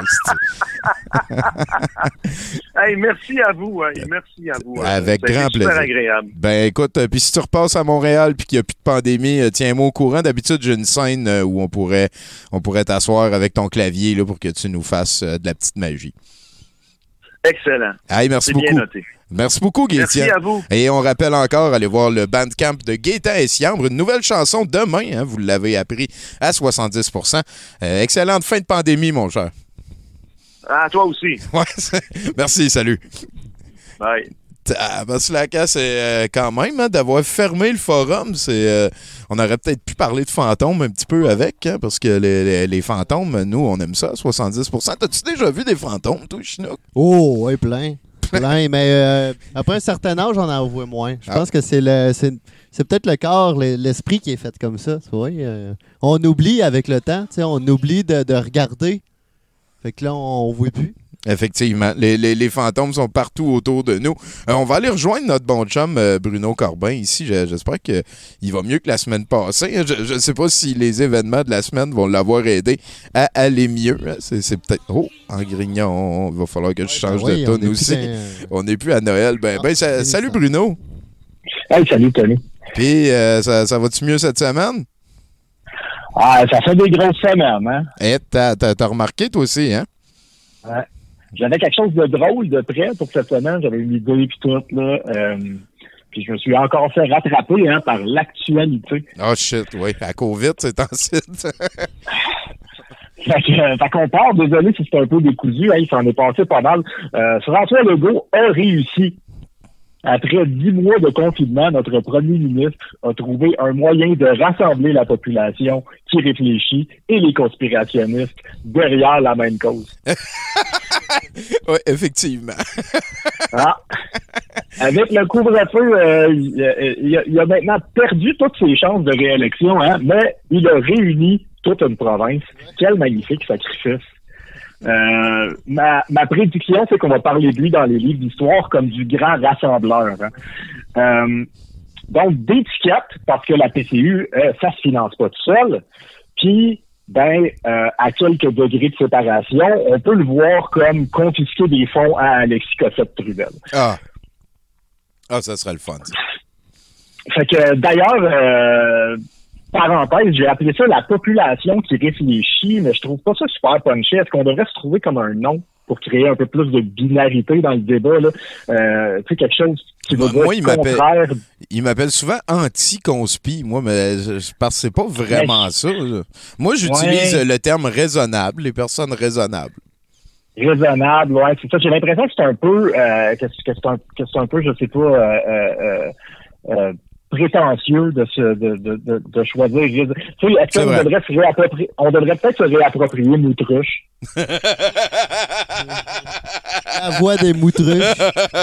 Hey, merci à vous, hein, merci à vous. Avec Ça a été grand super plaisir. agréable. Ben écoute, euh, puis si tu repasses à Montréal puis qu'il n'y a plus de pandémie, euh, tiens-moi au courant. D'habitude, j'ai une scène euh, où on pourrait on pourrait t'asseoir avec ton clavier là, pour que tu nous fasses euh, de la petite magie. Excellent. Hey, merci C'est beaucoup. bien noté. Merci beaucoup, Merci Gaétien. à vous. Et on rappelle encore, allez voir le Bandcamp de Gaétan Essiambre, une nouvelle chanson demain, hein, vous l'avez appris, à soixante-dix pour cent. Euh, excellente fin de pandémie, mon cher. À toi aussi. Ouais, c'est- merci, salut. Bye. Ah, ben, Slacka, c'est euh, quand même hein, d'avoir fermé le forum. C'est, euh, on aurait peut-être pu parler de fantômes un petit peu avec, hein, parce que les, les- les fantômes, nous, on aime ça, soixante-dix pour cent. T'as-tu déjà vu des fantômes, toi, Chinook? Oh, oui, plein. Plein, mais euh, après un certain âge, on en voit moins. Je Ah. pense que c'est le c'est, c'est peut-être le corps, le- l'esprit qui est fait comme ça. Tu vois, euh, on oublie avec le temps, tu sais, on oublie de, de regarder. Fait que là, on ne voit plus. Effectivement, les, les- les fantômes sont partout autour de nous. Euh, on va aller rejoindre notre bon chum euh, Bruno Corbin ici. Je- j'espère qu'il va mieux que la semaine passée. Je ne sais pas si les événements de la semaine vont l'avoir aidé à aller mieux. hein. C'est, c'est peut-être... Oh, en grignant, il va falloir que je change Oui, de on tune est aussi. plus dans- On n'est plus à Noël. Ben, Ah, ben, ça- c'est salut ça. Bruno. Hey, salut, Tony. Puis, euh, ça, ça va-tu mieux cette semaine? Ah, ça fait des grosses semaines, hein? Eh, t'as, t'as- t'as remarqué toi aussi, hein? Ouais. J'avais quelque chose de drôle de près pour cette semaine. J'avais une idée puis tout, là. Euh, puis je me suis encore fait rattraper, hein, par l'actualité. Oh shit, oui. À COVID, c'est en site. Fait que, euh, fait qu'on part, désolé si c'est un peu décousu, hein, il s'en est passé pas mal. Euh, François Legault a réussi Après dix mois de confinement, notre premier ministre a trouvé un moyen de rassembler la population qui réfléchit et les conspirationnistes derrière la même cause. Oui, effectivement. Ah. Avec le couvre-feu, euh, il, il, il a maintenant perdu toutes ses chances de réélection, hein, mais il a réuni toute une province. Quel magnifique sacrifice. Euh, ma, ma prédiction, c'est qu'on va parler de lui dans les livres d'histoire comme du grand rassembleur. Hein. Euh, donc, d'étiquette, parce que la P C U, euh, ça se finance pas tout seul. Puis, ben, euh, à quelques degrés de séparation, on peut le voir comme confisquer des fonds à Alexis Cossette-Trudel. Ah. Ah, ça serait le fun. Ça. Fait que, d'ailleurs, euh, parenthèse, j'ai appelé ça la population qui réfléchit, mais je trouve pas ça super punché. Est-ce qu'on devrait se trouver comme un nom pour créer un peu plus de binarité dans le débat, là? Euh, tu sais, quelque chose qui va moi, dire moi, contraire. Il m'appelle souvent anti-conspi, moi, mais je, je pense que c'est pas vraiment mais, ça. Là. Moi, j'utilise ouais. le terme raisonnable, les personnes raisonnables. Raisonnable, ouais, c'est ça. J'ai l'impression que c'est un peu, euh, que, que, c'est un, que c'est un peu, je sais pas, euh, euh, euh, prétentieux de se de, de, de, de choisir. Tu sais, est-ce qu'on devrait se réapproprier, on devrait peut-être se réapproprier Moutruche. La voix des Moutruches.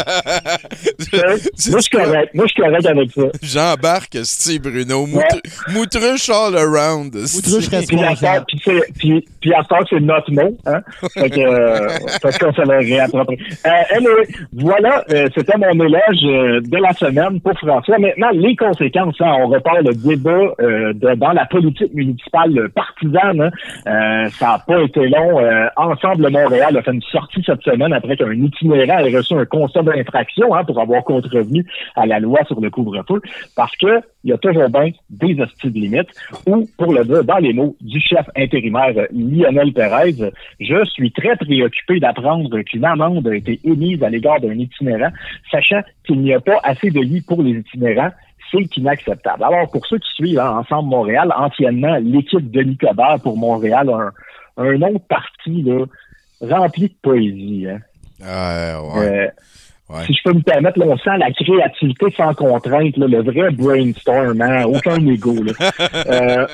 Moi, je suis correct. Moi, je suis correct avec ça. J'embarque, Steve Bruno. Moutru... Ouais. Moutruche all around. Moutruche responsable. Puis, puis, puis, puis à ce temps, c'est notre mot. Hein? Fait que, euh, parce qu'on se le réapproprie. Euh, anyway, voilà, euh, c'était mon éloge euh, de la semaine pour François. Maintenant, les conséquences, hein, on repart le débat euh, de, dans la politique municipale partisane. Hein. Euh, ça n'a pas été long. Euh, Ensemble Montréal a fait une sortie cette semaine après qu'un itinérant ait reçu un constat d'infraction hein, pour avoir contrevenu à la loi sur le couvre-feu, parce que il y a toujours bien des hosties de limite, ou, pour le dire dans les mots du chef intérimaire Lionel Pérez, je suis très préoccupé d'apprendre qu'une amende a été émise à l'égard d'un itinérant, sachant qu'il n'y a pas assez de lits pour les itinérants. C'est inacceptable. Alors, pour ceux qui suivent hein, Ensemble Montréal, anciennement, l'équipe de Denis Coderre pour Montréal, un, un autre parti là, rempli de poésie. Hein. Euh, ouais. Euh, ouais. Si je peux me permettre, là, on sent la créativité sans contrainte, là, le vrai brainstorm, hein, aucun ego. Là. Euh,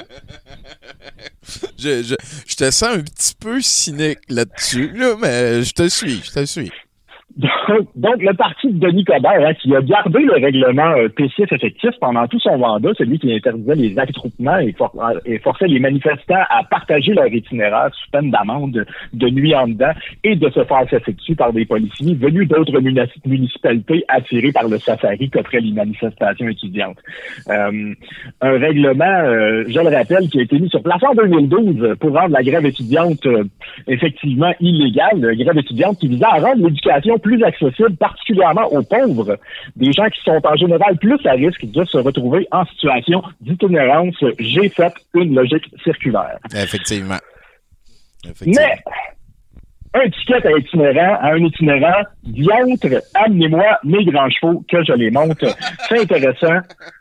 je, je, je te sens un petit peu cynique là-dessus, là, mais je te suis, je te suis. Donc, donc, le parti de Denis Coderre, hein, qui a gardé le règlement euh, P six effectif pendant tout son mandat, celui qui interdisait les attroupements et, for- et forçait les manifestants à partager leur itinéraire sous peine d'amende de nuit en dedans et de se faire s'effectuer par des policiers venus d'autres munici- municipalités attirés par le safari qu'offraient les manifestations étudiantes. Euh, un règlement, euh, je le rappelle, qui a été mis sur place en deux mille douze pour rendre la grève étudiante euh, effectivement illégale, la grève étudiante qui visait à rendre l'éducation plus accessible, particulièrement aux pauvres, des gens qui sont en général plus à risque de se retrouver en situation d'itinérance. J'ai fait une logique circulaire. Effectivement. Effectivement. Mais un ticket à itinérant, à un itinérant, diantre, amenez-moi mes grands chevaux que je les monte. C'est intéressant.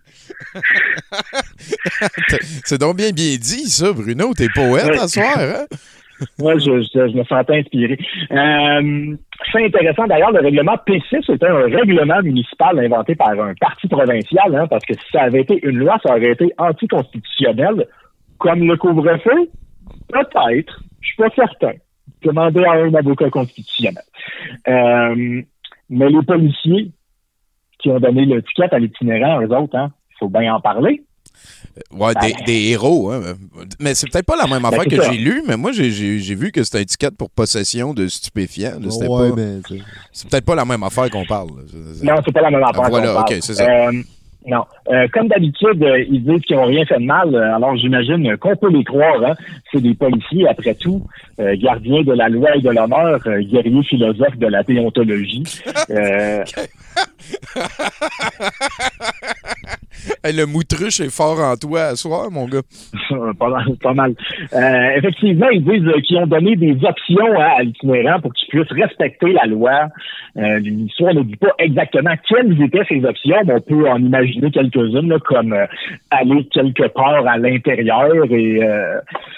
C'est donc bien bien dit, ça, Bruno. T'es poète ouais. à soir, hein? Moi, je, je, je me sentais inspiré. Euh, c'est intéressant, d'ailleurs, le règlement P six était un règlement municipal inventé par un parti provincial, hein, parce que si ça avait été une loi, ça aurait été anticonstitutionnel. Comme le couvre-feu, peut-être, je suis pas certain. Demandez à un avocat constitutionnel. Euh, mais les policiers qui ont donné le ticket à l'itinérant, eux autres, hein, il faut bien en parler. Ouais, des, des héros. Hein. Mais c'est peut-être pas la même affaire ben, que ça. J'ai lu, mais moi, j'ai, j'ai, j'ai vu que c'était un ticket pour possession de stupéfiants. Là, c'était ouais, pas... mais c'est... c'est peut-être pas la même affaire qu'on parle. Non, c'est pas la même affaire ah, voilà, qu'on parle. OK, c'est ça. Euh, non. Euh, comme d'habitude, euh, ils disent qu'ils n'ont rien fait de mal. Alors, j'imagine qu'on peut les croire. Hein. C'est des policiers, après tout, euh, gardiens de la loi et de l'honneur, euh, guerriers philosophes de la déontologie. Euh... Hey, le moutruche est fort en toi à soir, mon gars. pas mal. Pas mal. Euh, effectivement, ils disent euh, qu'ils ont donné des options hein, à l'itinérant pour qu'il puisse respecter la loi. Euh, l'histoire ne dit pas exactement quelles étaient ces options, mais on peut en imaginer quelques-unes, là, comme euh, aller quelque part à l'intérieur et... Euh,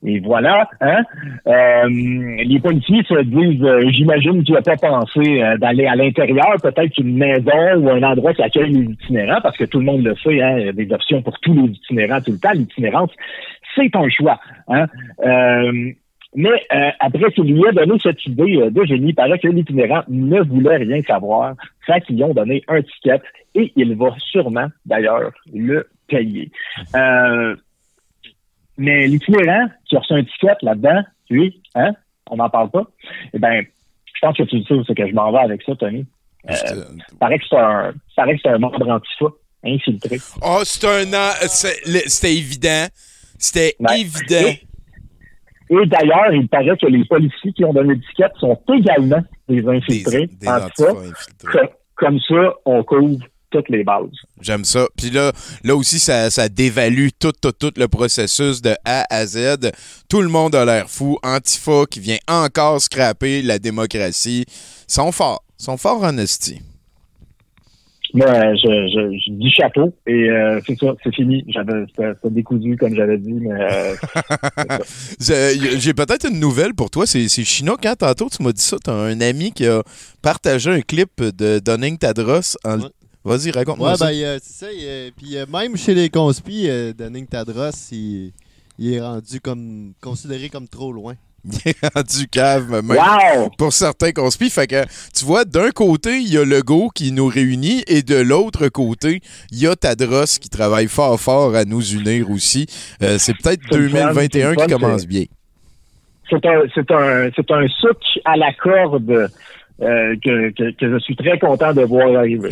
Et voilà, hein. Euh, les policiers se disent, euh, j'imagine qu'il n'a pas pensé euh, d'aller à l'intérieur, peut-être une maison ou un endroit qui accueille les itinérants, parce que tout le monde le sait, hein, il y a des options pour tous les itinérants tout le temps. L'itinérance, c'est un choix, hein. Euh, mais euh, après qu'il lui a donné cette idée euh, de génie, il paraît que l'itinérant ne voulait rien savoir, fait qu'ils lui ont donné un ticket et il va sûrement, d'ailleurs, le payer. Euh, Mais l'itinérant qui a reçu un ticket là-dedans, lui, hein, on n'en parle pas, eh bien, je pense que tu le sais où c'est que je m'en vais avec ça, Tony. Euh, paraît que c'est un, paraît que c'est un membre antifa infiltré. Oh, c'est un... C'est, c'était évident. C'était ben, évident. Et, et d'ailleurs, il paraît que les policiers qui ont donné le ticket sont également des infiltrés. Des, des antifa infiltrés. Comme, comme ça, on couvre toutes les bases. J'aime ça. Puis là, là aussi, ça, ça dévalue tout, tout, tout le processus de A à Z. Tout le monde a l'air fou. Antifa qui vient encore scraper la démocratie. Ils sont forts. Ils sont forts en esti. Moi, je, je, je dis chapeau et euh, c'est ça, c'est fini. J'avais c'était, c'était décousu comme j'avais dit, mais euh, j'ai, j'ai peut-être une nouvelle pour toi. C'est, c'est Chinook, hein? Tantôt, tu m'as dit ça. T'as un ami qui a partagé un clip de Donning Tadros en... Ouais. Vas-y, raconte-moi ouais, ça. Ben, euh, c'est ça. Euh, puis euh, même chez les conspis, euh, Donning Tadros, il, il est rendu comme considéré comme trop loin. Il est rendu cave, même wow! Pour certains conspis. Fait que, tu vois, d'un côté, il y a le go qui nous réunit et de l'autre côté, il y a Tadros qui travaille fort, fort à nous unir aussi. Euh, c'est peut-être c'est deux mille vingt et un qui commence bien. C'est un, c'est un, c'est un souk à la corde. Euh, que, que, que je suis très content de voir arriver.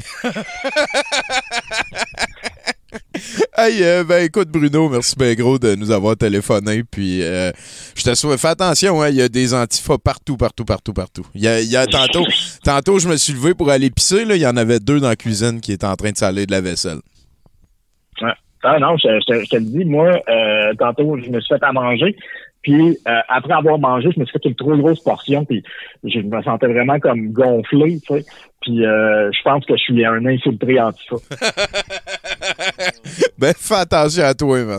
Hey, euh, ben écoute Bruno, merci ben gros de nous avoir téléphoné. Puis euh, je te souhaite, fais attention, hein, il y a des antifas partout, partout, partout, partout. Il y a, il y a tantôt, tantôt je me suis levé pour aller pisser, là, il y en avait deux dans la cuisine qui étaient en train de saler de la vaisselle. Ouais. Ah non, je, je, je te le dis, moi, euh, tantôt je me suis fait à manger. Puis euh, après avoir mangé, je me suis fait une trop grosse portion, puis je me sentais vraiment comme gonflé, tu sais. Puis euh, je pense que je suis un infiltré antifa. Ben fais attention à toi, man.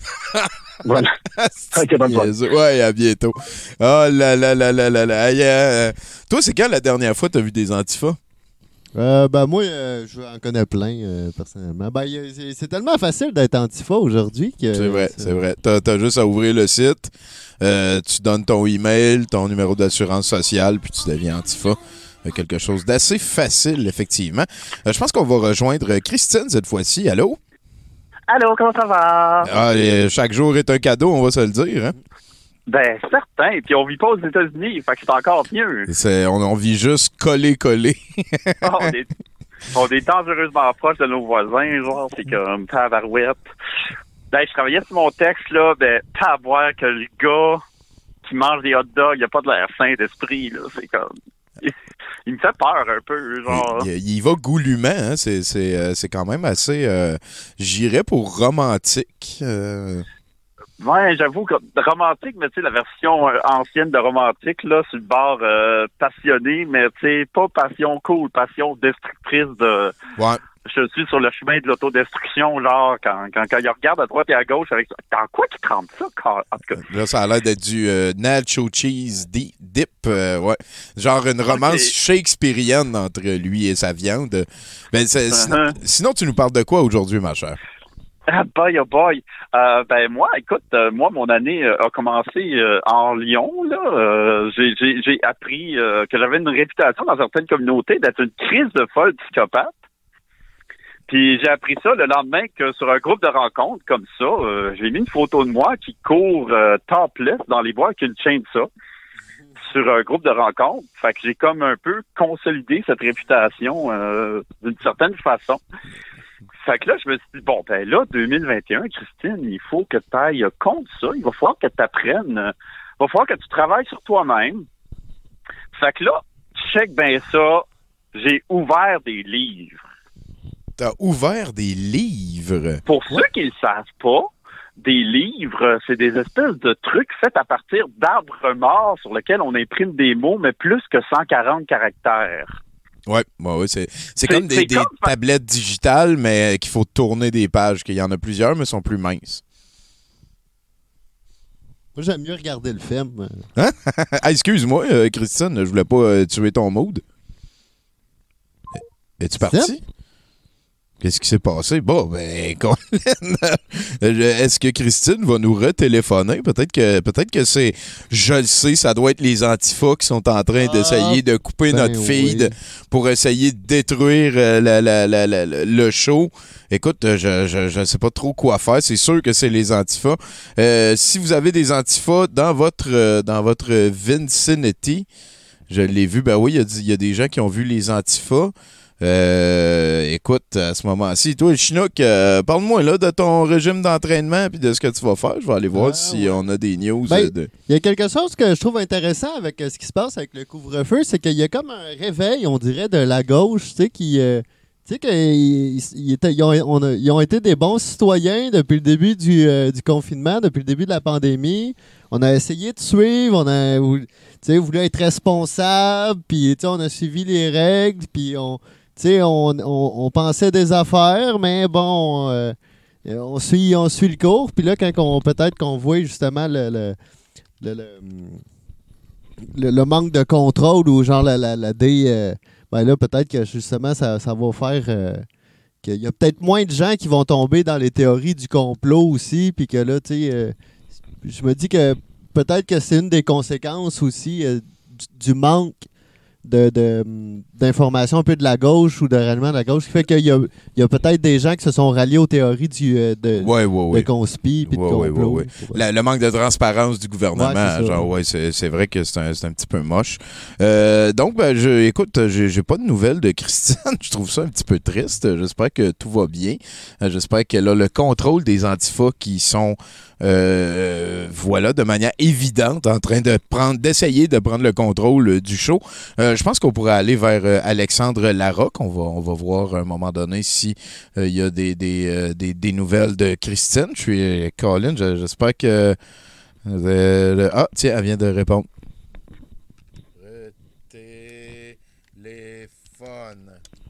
Voilà. Okay, bonne ouais, à bientôt. Oh là là là là là là. Yeah. Toi, c'est quand la dernière fois que tu as vu des antifas? Euh, ben moi, euh, je en connais plein, euh, personnellement. Ben, y a, c'est, c'est tellement facile d'être antifa aujourd'hui que... C'est vrai, c'est, c'est vrai. T'as, t'as juste à ouvrir le site, euh, tu donnes ton email, ton numéro d'assurance sociale, puis tu deviens antifa. Euh, quelque chose d'assez facile, effectivement. Euh, je pense qu'on va rejoindre Christine cette fois-ci. Allô? Allô, comment ça va? Ah, et chaque jour est un cadeau, on va se le dire, hein? Ben, certain. Puis on vit pas aux États-Unis, fait que c'est encore mieux. C'est, on, on vit juste collé-collé. oh, on, est, on est dangereusement proches de nos voisins, genre, c'est comme tabarouette. Ben, je travaillais sur mon texte, là, ben, taboire que le gars qui mange des hot dogs, il a pas de l'air sain d'esprit, là, c'est comme... Il, il me fait peur un peu, genre... Il, il, il va goulûment, hein, c'est, c'est, euh, c'est quand même assez... Euh, j'irais pour romantique, euh... Ouais, j'avoue que romantique, mais tu sais, la version euh, ancienne de romantique, là, sur le bord euh, passionné, mais tu sais, pas passion cool, passion destructrice de... Ouais. Je suis sur le chemin de l'autodestruction, genre, quand, quand, quand il regarde à droite et à gauche avec... Dans quoi qu'il trempe ça, car... en tout cas? Là, ça a l'air d'être du euh, nacho cheese dip, euh, ouais. Genre une romance okay. shakespearienne entre lui et sa viande. Ben, c'est, uh-huh. sinon, sinon, tu nous parles de quoi aujourd'hui, ma chère? Ah boy, oh boy. Euh, ben moi, écoute, euh, moi, mon année euh, a commencé euh, en Lyon, là. Euh, j'ai, j'ai, j'ai appris euh, que j'avais une réputation dans certaines communautés d'être une crise de folle psychopathe. Puis j'ai appris ça le lendemain que sur un groupe de rencontres comme ça, euh, j'ai mis une photo de moi qui court euh, topless dans les bois avec une chaîne de ça sur un groupe de rencontres. Fait que j'ai comme un peu consolidé cette réputation euh, d'une certaine façon. Fait que là, je me suis dit, bon, ben là, deux mille vingt et un, Christine, il faut que tu ailles contre ça. Il va falloir que tu apprennes. Il va falloir que tu travailles sur toi-même. Fait que là, check bien ça. J'ai ouvert des livres. T'as ouvert des livres? Pour ouais. ceux qui ne le savent pas, des livres, c'est des espèces de trucs faits à partir d'arbres morts sur lesquels on imprime des mots, mais plus que cent quarante caractères. Oui, ouais, ouais, c'est, c'est, c'est comme des, c'est des comme... tablettes digitales, mais qu'il faut tourner des pages, qu'il y en a plusieurs, mais sont plus minces. Moi, j'aime mieux regarder le film. Hein? Ah, excuse-moi, euh, Christine, je voulais pas euh, tuer ton mood. Es-tu parti? Qu'est-ce qui s'est passé? Bon, ben, Colin, est-ce que Christine va nous retéléphoner? Peut-être que peut-être que c'est, je le sais, ça doit être les Antifas qui sont en train ah, d'essayer de couper ben notre feed oui. pour essayer de détruire euh, la, la, la, la, le show. Écoute, je ne sais pas trop quoi faire. C'est sûr que c'est les Antifas. Euh, si vous avez des Antifas dans votre, euh, dans votre Vicinity, je l'ai vu, ben oui, il y, y a des gens qui ont vu les Antifas. Euh, écoute, à ce moment-ci, toi, Chinook, euh, parle-moi là de ton régime d'entraînement et de ce que tu vas faire. Je vais aller voir ah, si ouais. on a des news. Ben, euh, de... Il y a quelque chose que je trouve intéressant avec euh, ce qui se passe avec le couvre-feu, c'est qu'il y a comme un réveil, on dirait, de la gauche, tu sais, qui... Euh, tu sais qu'ils ils, ils, ont, on a, ils ont été des bons citoyens depuis le début du, euh, du confinement, depuis le début de la pandémie. On a essayé de suivre, on a voulu être responsable, puis on a suivi les règles, puis on... Tu sais, on, on, on pensait des affaires, mais bon, euh, on, suit, on suit le cours. Puis là, quand on, peut-être qu'on voit justement le, le, le, le, le, le manque de contrôle ou genre la, la, la D, euh, ben là, peut-être que justement, ça, ça va faire euh, qu'il y a peut-être moins de gens qui vont tomber dans les théories du complot aussi. Puis que là, tu sais, euh, je me dis que peut-être que c'est une des conséquences aussi euh, du, du manque De, de, d'informations un peu de la gauche ou de réellement de la gauche, qui fait qu'il y a, il y a peut-être des gens qui se sont ralliés aux théories du, de, ouais, ouais, ouais. de conspi puis ouais, de complot. Ouais, ouais, ouais. La, le manque de transparence du gouvernement, ouais, c'est genre, ouais, c'est, c'est vrai que c'est un, c'est un petit peu moche. Euh, donc, ben, je, écoute, j'ai, j'ai pas de nouvelles de Christine. Je trouve ça un petit peu triste. J'espère que tout va bien. J'espère qu'elle a le contrôle des Antifas qui sont Euh, voilà, de manière évidente, en train de prendre, d'essayer de prendre le contrôle euh, du show. Euh, je pense qu'on pourrait aller vers euh, Alexandre Larocque. On va, on va voir à un moment donné si il euh, y a des, des, euh, des, des nouvelles de Christine. Je suis euh, Colin, je, j'espère que... Euh, le, ah, tiens, elle vient de répondre. Téléphone.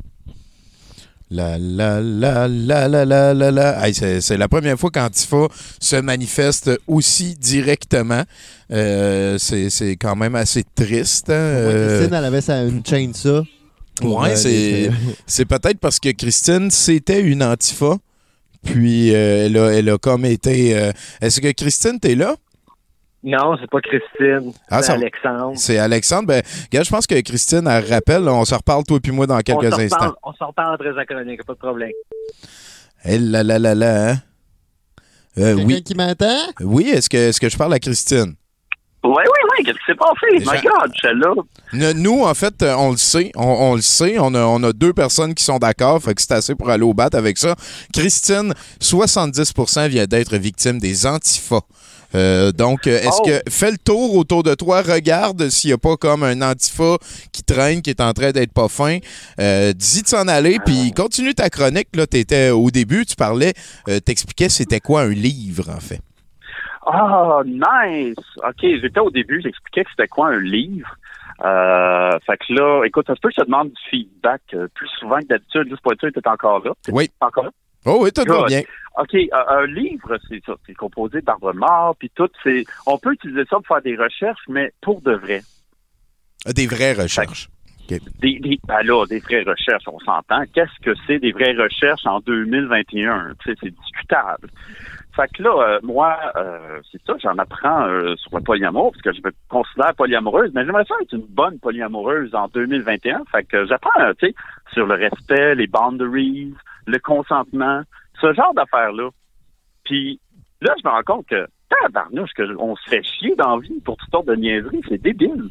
La la la la la la la la. Hey, c'est, c'est la première fois qu'Antifa se manifeste aussi directement. Euh, c'est, c'est quand même assez triste. Hein? Ouais, Christine, elle avait sa, une chaîne ça. Oui, euh, c'est, c'est peut-être parce que Christine, c'était une Antifa. Puis euh, elle, a, elle a comme été... Euh, est-ce que Christine, t'es là? Non, c'est pas Christine, ah, c'est ça, Alexandre. C'est Alexandre. Ben, regarde, je pense que Christine, elle rappelle, on se reparle, toi et moi, dans quelques on instants. Reparle, on se reparle très acronyque, pas de problème. Eh là là là là, hein? Euh, Quelqu'un oui. qui m'entend? Oui, est-ce que, est-ce que je parle à Christine? Oui, oui, oui, qu'est-ce qui s'est passé? My God, celle-là. Nous, en fait, on le sait. On, on le sait. On a, on a deux personnes qui sont d'accord. Fait que c'est assez pour aller au bat avec ça. Christine, soixante-dix pour cent vient d'être victime des Antifas. Euh, donc, est-ce oh. que fais le tour autour de toi, regarde s'il n'y a pas comme un Antifa qui traîne, qui est en train d'être pas fin. Euh, dis de s'en aller, puis continue ta chronique. Là, t'étais au début, tu parlais, euh, t'expliquais c'était quoi un livre, en fait. Ah, oh, nice! OK, j'étais au début, j'expliquais que c'était quoi un livre. Euh, fait que là, écoute, ça se peut que je te demande du feedback euh, plus souvent que d'habitude, juste pour être sûr que t'es encore là. T'es oui. encore là? Oh oui, tout va bien. OK, euh, un livre, c'est ça, c'est composé d'arbres morts, puis tout, c'est... On peut utiliser ça pour faire des recherches, mais pour de vrai. Des vraies recherches. Okay. Des, des, ben là, des vraies recherches, on s'entend. Qu'est-ce que c'est des vraies recherches en deux mille vingt et un? Tu sais, c'est discutable. Fait que là, euh, moi, euh, c'est ça, j'en apprends euh, sur le polyamour, parce que je me considère polyamoureuse, mais j'aimerais ça être une bonne polyamoureuse en deux mille vingt et un. Fait que j'apprends, euh, tu sais, sur le respect, les boundaries, le consentement, ce genre d'affaires-là. Puis là, je me rends compte que, tabarnouche, qu'on se fait chier dans la vie pour toutes sortes de niaiseries, c'est débile.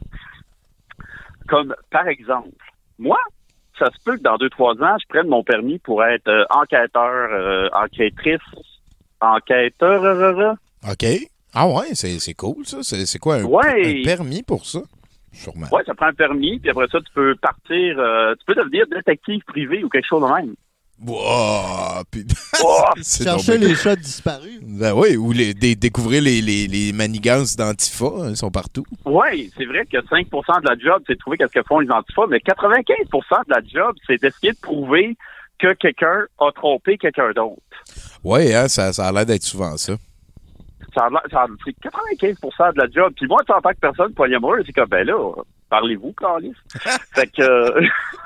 Comme, par exemple, moi, ça se peut que dans deux, trois ans, je prenne mon permis pour être euh, enquêteur, euh, enquêtrice, enquêteur. Euh, euh. OK. Ah ouais, c'est, c'est cool, ça. C'est, c'est quoi, un, ouais. un permis pour ça? Sûrement. Ouais, ça prend un permis, puis après ça, tu peux partir, euh, tu peux devenir détective privé ou quelque chose de même. Wow, puis... oh, chercher les chats disparus. Ben oui, ou les, des, découvrir les, les, les manigances d'Antifa, hein, ils sont partout. Oui, c'est vrai que cinq pour cent de la job, c'est de trouver qu'est-ce que font les Antifa, mais quatre-vingt-quinze pour cent de la job, c'est d'essayer de prouver que quelqu'un a trompé quelqu'un d'autre. Oui, hein, ça, ça a l'air d'être souvent ça. ça a l'air- ça a- c'est quatre-vingt-quinze pour cent de la job. Puis moi, en tant que personne polyamoreuse, c'est comme, ben là, parlez-vous, Carlis? Fait que... euh,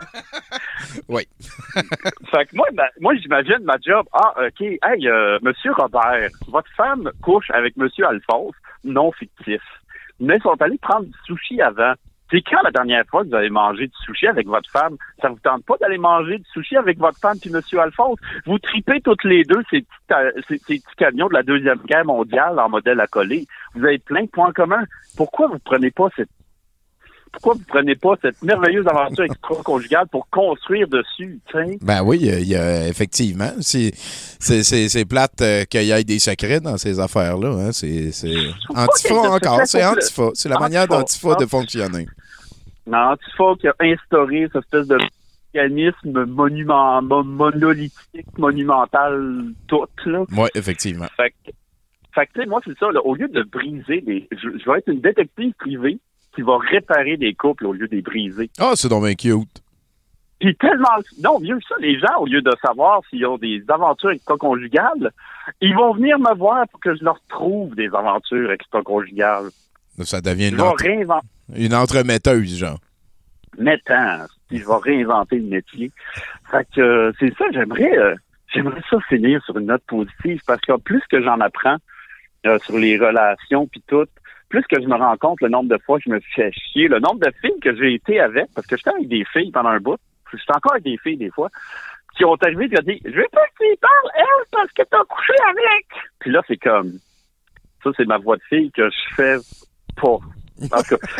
Oui. fait que moi, ma- moi j'imagine ma job. Ah, OK. Hey, euh, Monsieur Robert, votre femme couche avec Monsieur Alphonse, non fictif. Mais ils sont allés prendre du sushi avant. C'est quand la dernière fois que vous avez mangé du sushi avec votre femme? Ça vous tente pas d'aller manger du sushi avec votre femme puis Monsieur Alphonse? Vous tripez toutes les deux ces petits, ta- ces, ces petits camions de la Deuxième Guerre mondiale en modèle à coller. Vous avez plein de points communs. Pourquoi vous prenez pas cette Pourquoi vous prenez pas cette merveilleuse aventure extra-conjugale pour construire dessus, tu sais? Ben oui, il y a, il y a- effectivement. C'est, c'est, c'est, c'est plate euh, qu'il y ait des secrets dans ces affaires-là. Hein. C'est, c'est pas Antifa qu'il y ait de encore. secrets, C'est faut que- Antifa. C'est la manière Antifa. d'Antifa de fonctionner. Non, Antifa qui a instauré cette espèce de mécanisme monument, mo- monolithique, monumental, tout, là. Oui, effectivement. Fait que, fait que, tu sais, moi, c'est ça, là, au lieu de briser des... Je, je vais être une détective privée qui va réparer des couples au lieu de les briser. Ah, c'est donc bien cute. Puis tellement... Non, mieux que ça, les gens, au lieu de savoir s'ils ont des aventures extra-conjugales, ils vont venir me voir pour que je leur trouve des aventures extra-conjugales. Ça devient Je une, vais entre... réinventer... une entremetteuse, genre. mettant, puis je vais réinventer le métier. Fait que euh, c'est ça, j'aimerais euh, j'aimerais ça finir sur une note positive parce que plus que j'en apprends euh, sur les relations puis tout, plus que je me rends compte le nombre de fois que je me fais chier, le nombre de filles que j'ai été avec, parce que j'étais avec des filles pendant un bout, j'étais encore avec des filles des fois, qui ont arrivé et qui ont dit « Je veux pas que tu y parles, elle, parce que t'as couché avec! » Puis là, c'est comme, ça, c'est ma voix de fille que je fais pas. En tout cas,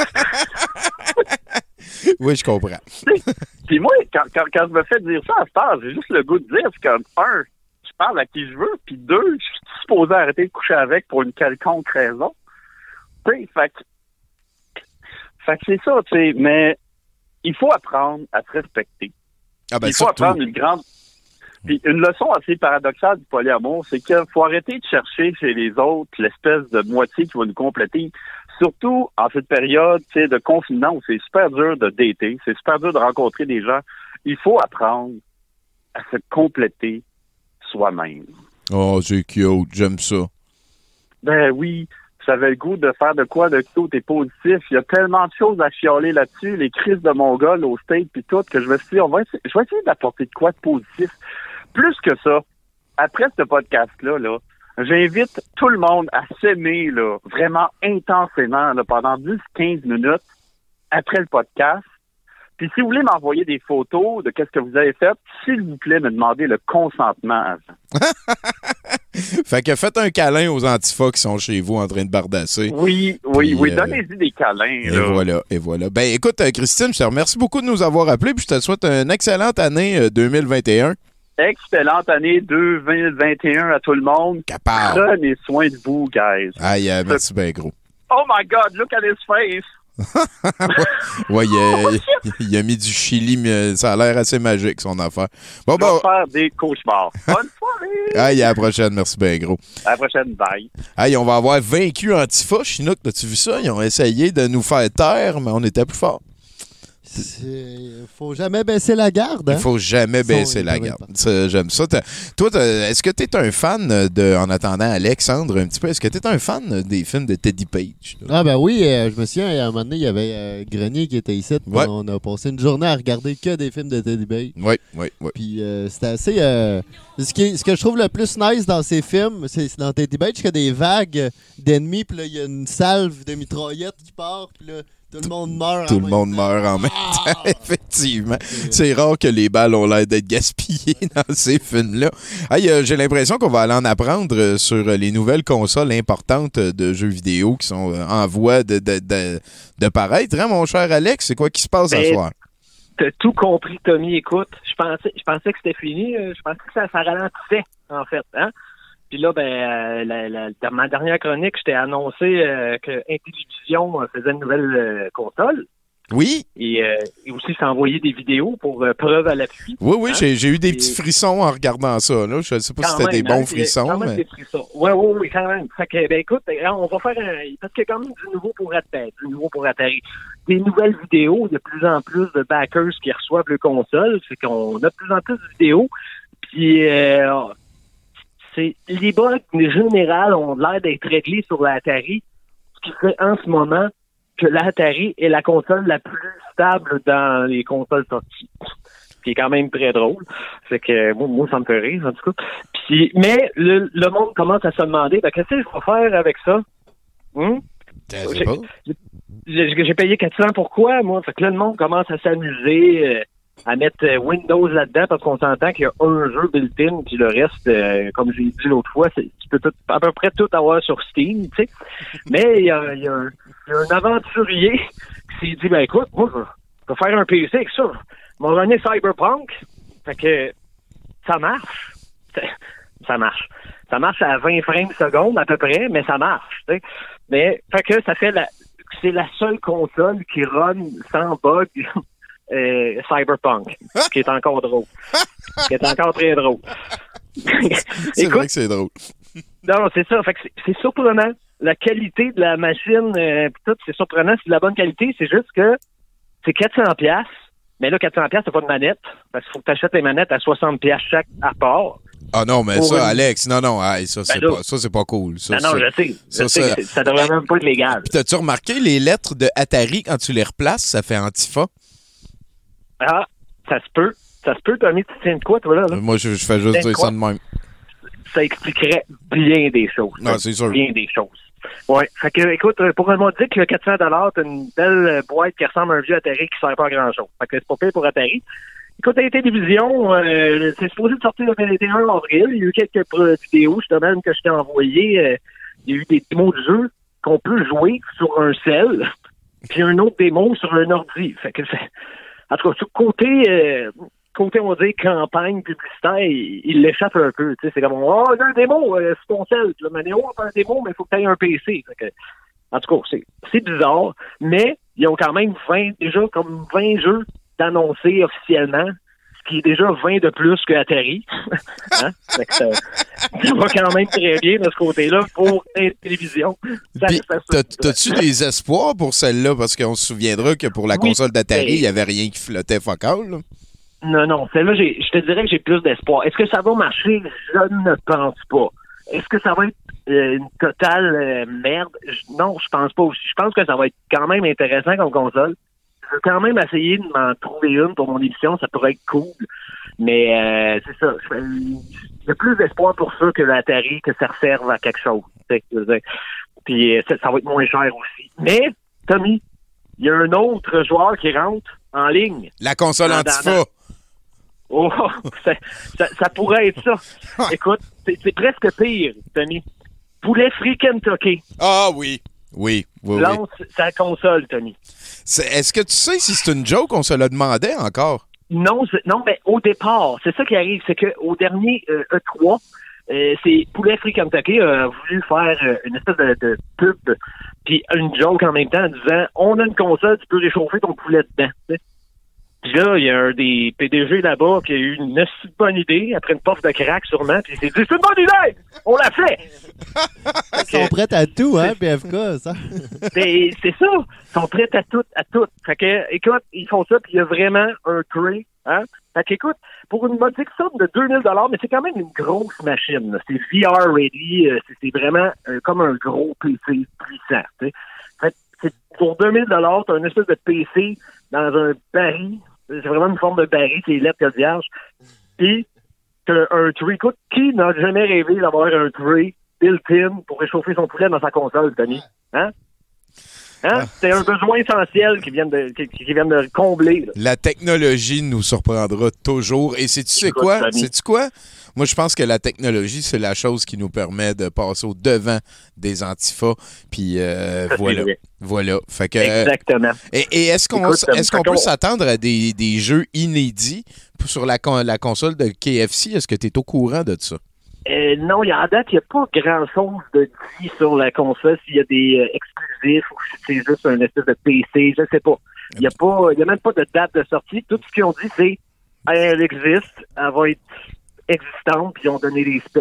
Oui, je comprends. puis moi, quand, quand, quand je me fais dire ça à cette heure, j'ai juste le goût de dire, c'est comme, un, je parle à qui je veux, puis deux, je suis supposé arrêter de coucher avec pour une quelconque raison. Tu sais, fait que, fait que c'est ça, tu sais, mais il faut apprendre à se respecter. Ah ben, il faut surtout. apprendre une grande... Puis une leçon assez paradoxale du polyamour, c'est qu'il faut arrêter de chercher chez les autres l'espèce de moitié qui va nous compléter. Surtout en cette période, tu sais, de confinement où c'est super dur de dater, c'est super dur de rencontrer des gens. Il faut apprendre à se compléter soi-même. Oh, c'est cute. J'aime ça. Ben oui, j'avais le goût de faire de quoi de cute et positif. Il y a tellement de choses à chialer là-dessus, les crises de Mongol au state puis tout, que je me suis dit, on va essayer, je vais essayer d'apporter de quoi de positif. Plus que ça, après ce podcast-là, là, j'invite tout le monde à s'aimer là, vraiment intensément là, pendant dix à quinze minutes après le podcast. Puis si vous voulez m'envoyer des photos de qu'est-ce que vous avez fait, s'il vous plaît, me demandez le consentement avant. Fait que faites un câlin aux antifas qui sont chez vous en train de bardasser. Oui, oui, Puis, oui, euh, donnez-y des câlins. Et là. voilà, et voilà. Ben écoute, euh, Christine, je te remercie beaucoup de nous avoir appelés, puis je te souhaite une excellente année euh, deux mille vingt et un. Excellente année deux mille vingt et un à tout le monde. Capable. Prenez soin de vous, guys. Aïe, euh, merci bien gros. Oh my God, look at his face. Ouais, il a, il a mis du chili, mais ça a l'air assez magique, son affaire. Bon, Je vais bon. faire des cauchemars. Bonne soirée. Aïe, à la prochaine, merci bien gros. À la prochaine, bye. Aïe, on va avoir vaincu Antifa. Chinook, as-tu vu ça? Ils ont essayé de nous faire taire, mais on était plus fort. Il faut jamais baisser la garde. Hein? Il faut jamais Ils sont- baisser ils la peuvent garde. être Ça, j'aime ça. T'as- Toi, t'as- est-ce que tu es un fan de, en attendant Alexandre un petit peu, est-ce que tu es un fan des films de Teddy Page? là? Ah ben oui, euh, je me souviens, à un moment donné, il y avait euh, Grenier qui était ici. puis Ouais. On a passé une journée à regarder que des films de Teddy Page. Oui, oui, oui. Puis euh, c'était assez... euh, ce, qui est- ce que je trouve le plus nice dans ces films, c'est c'est dans Teddy Page qu'il y a des vagues d'ennemis, puis là, il y a une salve de mitraillettes qui part, puis là, tout le monde meurt. Tout en le même monde temps. meurt en même temps, effectivement. C'est rare que les balles ont l'air d'être gaspillées dans ces films-là. Hey, euh, j'ai l'impression qu'on va aller en apprendre euh, sur euh, les nouvelles consoles importantes euh, de jeux vidéo qui sont euh, en voie de, de, de, de paraître. Hein, mon cher Alex, c'est quoi qui se passe ce Ben, soir? T'as tout compris, Tommy. Écoute, je pensais, je pensais que c'était fini. euh, Je pensais que ça, ça ralentissait, en fait. Hein? Puis là, ben, euh, la, la, dans ma dernière chronique, je t'ai annoncé euh, que Intellivision euh, faisait une nouvelle euh, console. Oui? Et, euh, et aussi s'envoyer des vidéos pour euh, preuve à l'appui. Oui, oui, Hein? j'ai, j'ai eu des Et- petits frissons en regardant ça. Là. Je ne sais pas si Quand c'était des même, hein, bons c'est- frissons. quand même mais... des frissons. Oui, oui, oui, quand même. Fait que, ben écoute, ben, on va faire un... Parce qu'il y a quand même du nouveau pour Atari. Du nouveau pour Atari. Des nouvelles vidéos, de plus en plus de backers qui reçoivent le console. C'est qu'on a de plus en plus de vidéos. Puis, euh, c'est les bugs généraux ont l'air d'être réglés sur l'Atari, ce qui fait en ce moment que l'Atari est la console la plus stable dans les consoles sorties. Ce qui est quand même très drôle. C'est que moi, moi, ça me fait rire, en tout cas. Puis, mais le, le monde commence à se demander, ben, qu'est-ce que je vais faire avec ça? Hum? J'ai, j'ai, j'ai payé quatre cents pourquoi, moi? Fait que là, le monde commence à s'amuser, euh, à mettre euh, Windows là-dedans, parce qu'on s'entend qu'il y a un jeu built-in, puis le reste, euh, comme j'ai dit l'autre fois, c'est, tu peux tout, à peu près tout avoir sur Steam, tu sais. Mais il y a, y, a un, y a un aventurier qui s'est dit, ben écoute, moi, je vais faire un P C avec ça. Mon runner Cyberpunk, fait que ça marche. Ça marche. Ça marche à vingt frames secondes à peu près, mais ça marche, tu sais. Mais, fait que ça fait la, c'est la seule console qui run sans bug euh, Cyberpunk, qui est encore drôle. qui est encore très drôle. c'est Écoute, vrai que c'est drôle. Non, c'est ça. Fait que c'est, c'est surprenant. La qualité de la machine, euh, pis tout, c'est surprenant. C'est de la bonne qualité. C'est juste que c'est quatre cents piastres. Mais là, quatre cents piastres, t'as pas de manette. Parce qu'il faut que t'achètes les manettes à soixante piastres chaque à part. Ah non, mais ça, une... Alex, non, non, hey, ça, ben c'est pas, ça, c'est pas cool. Ça, non, non, ça, je sais. Je ça, sais ça, ça, ça devrait même pas être légal. Puis t'as-tu remarqué les lettres de Atari, quand tu les replaces, ça fait Antifa? Ah, ça se peut. Ça se peut, Tommy, tu tiens de quoi, toi, là? là? Moi, je, je fais juste dire ça de même. Ça expliquerait bien des choses. Non, c'est sûr. Bien des choses. Ouais. Fait que, écoute, pour un modique, le quatre cents dollars, t'as une belle boîte qui ressemble à un vieux Atari qui sert pas à grand-chose. Fait que c'est pas pire pour Atari. Écoute, la télévision, euh, c'est supposé de sortir le vingt et un avril. Il y a eu quelques vidéos, justement, que je t'ai envoyées. Euh, il y a eu des démos de jeu qu'on peut jouer sur un cell, puis un autre démo sur un ordi. Fait que c'est... En tout cas, sur côté, euh, côté, on va dire, campagne publicitaire, il, il l'échappe un peu. Tu sais, c'est comme, oh, il y a un démo euh, sur ton cell. Puis là, mais on fait un démo, mais il faut que tu aies un P C. Fait que, en tout cas, c'est, c'est bizarre, mais ils ont quand même vingt, déjà comme vingt jeux d'annoncer officiellement, ce qui est déjà vingt de plus que Atari. hein? Fait que ça, ça va quand même très bien de ce côté-là pour la télévision. Ça, Puis, ça, t'as, t'as-tu des espoirs pour celle-là? Parce qu'on se souviendra que pour la oui, console d'Atari, il n'y avait rien qui flottait focal. Là. Non, non. Celle-là, j'ai, je te dirais que j'ai plus d'espoir. Est-ce que ça va marcher? Je ne pense pas. Est-ce que ça va être euh, une totale euh, merde? Je, non, je pense pas aussi. Je pense que ça va être quand même intéressant comme console. Je veux quand même essayer de m'en trouver une pour mon émission, ça pourrait être cool. Mais euh, c'est ça. Il y a plus d'espoir pour ça que l'Atari, que ça serve à quelque chose. Puis ça, ça va être moins cher aussi. Mais, Tommy, il y a un autre joueur qui rentre en ligne. La console dans, Antifa. Dans, dans... Oh, ça, ça, ça pourrait être ça. Écoute, c'est, c'est presque pire, Tommy. Poulet Free Kentucky. Ah oui. Oui, oui, Lance oui. sa console, Tommy. C'est, est-ce que tu sais si c'est une joke, on se le demandait encore? Non, c'est, non, mais au départ, c'est ça qui arrive, c'est qu'au dernier euh, E trois, euh, c'est Poulet Free Kentucky a voulu faire euh, une espèce de, de pub, puis une joke en même temps en disant « On a une console, tu peux réchauffer ton poulet dedans. » Puis là, il y a un des P D G là-bas qui a eu une si bonne idée, après une puff de crack sûrement, puis il s'est dit « C'est une bonne idée! On l'a fait! » Ils sont prêts à tout, hein, P F K, ça? c'est, c'est ça! Ils sont prêts à tout, à tout. Fait que, écoute, ils font ça, puis il y a vraiment un tray, hein? Fait qu'écoute, pour une modique somme de deux mille dollars, mais c'est quand même une grosse machine, là. C'est V R ready, c'est, c'est vraiment euh, comme un gros P C puissant, tu sais. Fait que c'est, pour deux mille dollars, t'as une espèce de P C dans un baril. C'est vraiment une forme de baril, c'est lettre que vierge. Puis, t'as un tray. Écoute, qui n'a jamais rêvé d'avoir un tray built-in pour réchauffer son poulet dans sa console, Tony? Hein? Hein? C'est un besoin essentiel qui vient de, qui, qui vient de combler. Là. La technologie nous surprendra toujours. Et sais-tu sais quoi? Sais-tu quoi? Moi, je pense que la technologie, c'est la chose qui nous permet de passer au devant des antifas. Puis euh, voilà. Voilà. Fait que, exactement. Et, et est-ce qu'on, Écoute, est-ce qu'on peut s'attendre à des, des jeux inédits sur la, la console de K F C? Est-ce que tu es au courant de ça? Euh, non, il y a en date, il n'y a pas grand-chose de dit sur la console, s'il y a des euh, exclusifs ou si c'est juste un espèce de P C, je sais pas. Il n'y a pas, il y a même pas de date de sortie. Tout ce qu'ils ont dit, c'est elle existe, elle va être existante, puis ils ont donné des specs.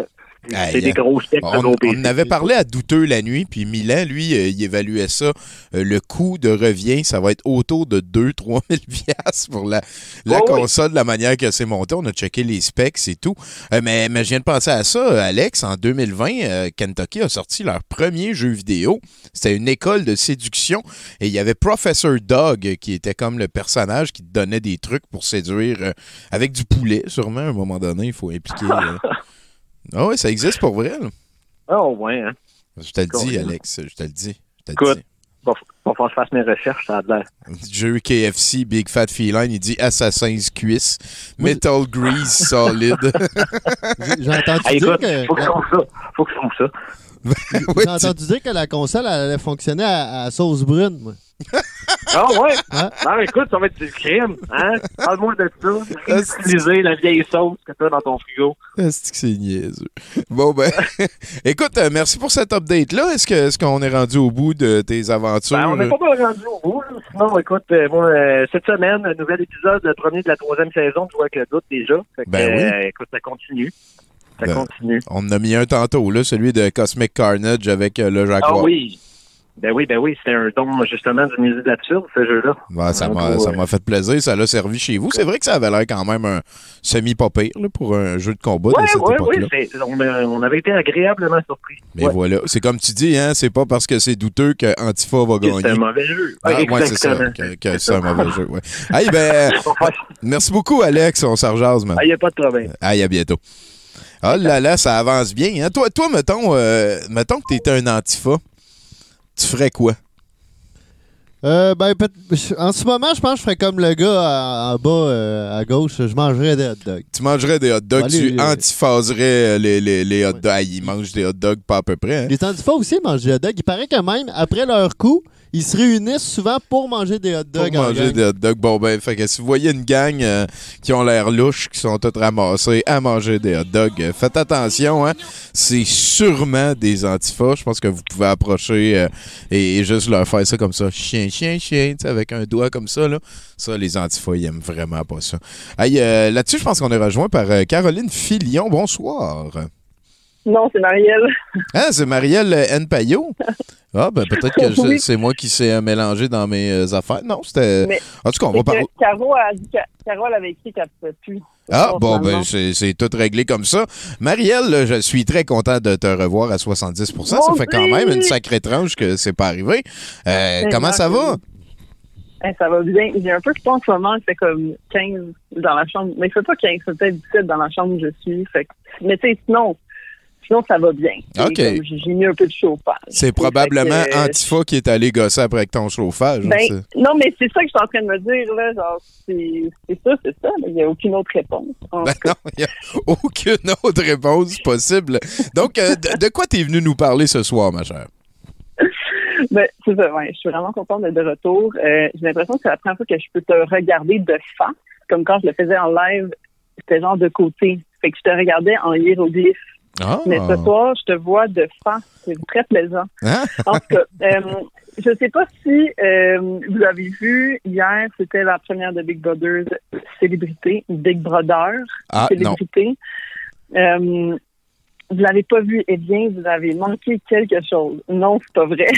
Aïe, c'est des gros specs, on, gros P C. on avait parlé à Douteux la nuit, puis Milan, lui, euh, il évaluait ça. Euh, le coût de revient, ça va être autour de deux à trois mille dollars pour la, la oh, console, oui. La manière que c'est monté. On a checké les specs et tout. Euh, mais, mais je viens de penser à ça, Alex. En deux mille vingt, euh, Kentucky a sorti leur premier jeu vidéo. C'était une école de séduction. Et il y avait Professor Dog, qui était comme le personnage qui te donnait des trucs pour séduire euh, avec du poulet, sûrement, à un moment donné. Il faut impliquer... Euh... Ah oui, ça existe pour vrai, là. Oh, ouais, hein. Je te le dis, Alex, je te le dis. Je te Écoute, le dis. va falloir que je fasse mes recherches, ça a l'air. Jeu K F C, Big Fat Feline, il dit Assassin's Cuisse, Metal Grease Solid. J'ai entendu hey, dire écoute, que... Faut que je trouve ça. Faut que je trouve ça. oui, J'ai entendu tu... dire que la console elle allait fonctionner à, à sauce brune, moi. Ah ouais? Hein? Non, écoute, ça va être du crime. Hein? Parle-moi de ça. Utiliser la vieille sauce que tu as dans ton frigo. Est-ce que c'est niaiseux? Bon, ben, écoute, euh, merci pour cet update-là. Est-ce, que, est-ce qu'on est rendu au bout de tes aventures? Ben, on n'est pas mal rendu au bout. Là. Sinon, écoute, euh, moi, euh, cette semaine, un nouvel épisode, le premier de la troisième saison, tu vois que le doute déjà. Fait que, ben oui. Euh, écoute, ça continue. Ça ben, continue. On en a mis un tantôt, là, celui de Cosmic Carnage avec euh, le Jaguar. Ah oui. Ben oui, ben oui, c'était un don justement du musée de l'absurde, ce jeu-là. Ben, ça, m'a, ça m'a fait plaisir, ça l'a servi chez vous. C'est vrai que ça avait l'air quand même un semi-pas-pire là, pour un jeu de combat ouais, de cette ouais, époque-là. Oui, oui, on, on avait été agréablement surpris. Mais ouais. voilà, c'est comme tu dis, hein, c'est pas parce que c'est douteux que Antifa va que gagner. C'est un mauvais jeu. Ah, ouais, ouais, c'est ça, que, que c'est, c'est un mauvais jeu. Ouais. Hey, ben, merci beaucoup, Alex, on s'en rejase, man. Il n'y a pas de problème. Aïe, à bientôt. Ah là là, ça avance bien. Hein? Toi, toi, mettons, euh, mettons que tu étais un Antifa, tu ferais quoi? Euh, ben, en ce moment, je pense que je ferais comme le gars en bas euh, à gauche. Je mangerais des hot dogs. Tu mangerais des hot dogs, Allez, tu les... antiphaserais les, les, les hot dogs. Ah, ils mangent des hot dogs pas à peu près. Hein? Les Antifas aussi mangent des hot dogs. Il paraît que même, après leur coup, ils se réunissent souvent pour manger des hot dogs. Pour manger des hot dogs. Bon, ben, fait que si vous voyez une gang euh, qui ont l'air louches, qui sont toutes ramassées à manger des hot dogs, euh, faites attention, hein. C'est sûrement des antifas. Je pense que vous pouvez approcher euh, et, et juste leur faire ça comme ça. Chien, chien, chien, avec un doigt comme ça, là. Ça, les antifas, ils aiment vraiment pas ça. Hey, euh, là-dessus, je pense qu'on est rejoint par euh, Caroline Filion. Bonsoir. Non, c'est Marielle. Ah, c'est Marielle N. Payot? Ah, ben peut-être que oui. c'est moi qui s'est mélangé dans mes euh, affaires. Non, c'était... Mais en tout cas, on va parler... Caro a dit Caro avait écrit qu'elle ne pouvait plus. Ah, bon, ben c'est, c'est tout réglé comme ça. Marielle, je suis très content de te revoir à soixante-dix pour cent. Bon, ça fait quand même une sacrée tranche que c'est pas arrivé. Euh, comment ça va? Eh, ça va bien. J'ai un peu de temps en ce moment. Il fait comme quinze dans la chambre. Mais il fait pas quinze, c'est peut-être dix-sept dans la chambre où je suis. Fait que... Mais tu sais, sinon... Sinon, ça va bien. OK. J'ai mis un peu de chauffage. C'est probablement que, euh, Antifa qui est allé gosser après avec ton chauffage. Ben, hein, non, mais c'est ça que je suis en train de me dire. Là, genre, c'est, c'est ça, c'est ça. Il n'y a aucune autre réponse. Ben non, il n'y a aucune autre réponse possible. Donc, euh, de, de quoi tu es venu nous parler ce soir, ma chère? Ben, c'est ça, ouais. Je suis vraiment contente d'être de retour. Euh, j'ai l'impression que c'est la première fois que je peux te regarder de face. Comme quand je le faisais en live, c'était genre de côté. Fait que je te regardais en hiéroglyphe. Ah. Mais ce soir, je te vois de face. C'est très plaisant. Ah. En tout cas, euh, je ne sais pas si euh, vous avez vu, hier, c'était la première de Big Brother Célébrité, Big Brother ah, Célébrité. Euh, vous l'avez pas vu, eh bien, vous avez manqué quelque chose. Non, c'est pas vrai.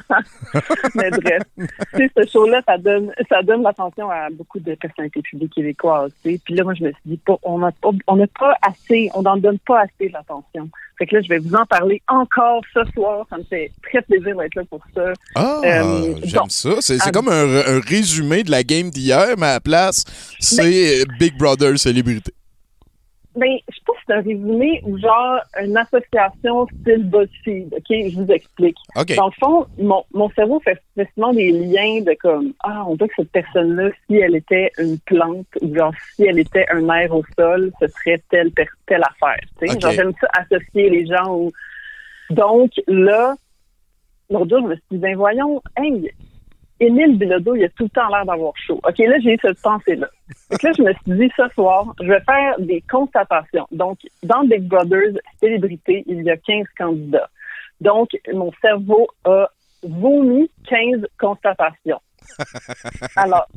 Mais bref, tu sais, ce show-là, ça donne, ça donne l'attention à beaucoup de personnalités publiques québécoises. Puis là, moi, je me suis dit, pas, on n'a pas, on n'a pas assez, on n'en donne pas assez l'attention. Fait que là, je vais vous en parler encore ce soir. Ça me fait très plaisir d'être là pour ça. Ah, euh, j'aime donc, ça. C'est, c'est à... comme un, un résumé de la game d'hier, mais à la place, c'est mais... Big Brother Célébrité. Ben, je sais pas si c'est un résumé ou genre une association style BuzzFeed, OK? Je vous explique. Okay. Dans le fond, mon, mon cerveau fait facilement des liens de comme, ah, on voit que cette personne-là, si elle était une plante ou genre si elle était un air au sol, ce serait telle, telle affaire, tu sais? Okay. Genre, j'aime ça associer les gens au... Donc, là, l'autre jour, je me suis dit, ben voyons, hey, Émile Bilodeau, il a tout le temps l'air d'avoir chaud. OK, là, j'ai eu cette pensée-là. Donc là, je me suis dit, ce soir, je vais faire des constatations. Donc, dans Big Brother Célébrité, il y a quinze candidats. Donc, mon cerveau a vomi quinze constatations. Alors,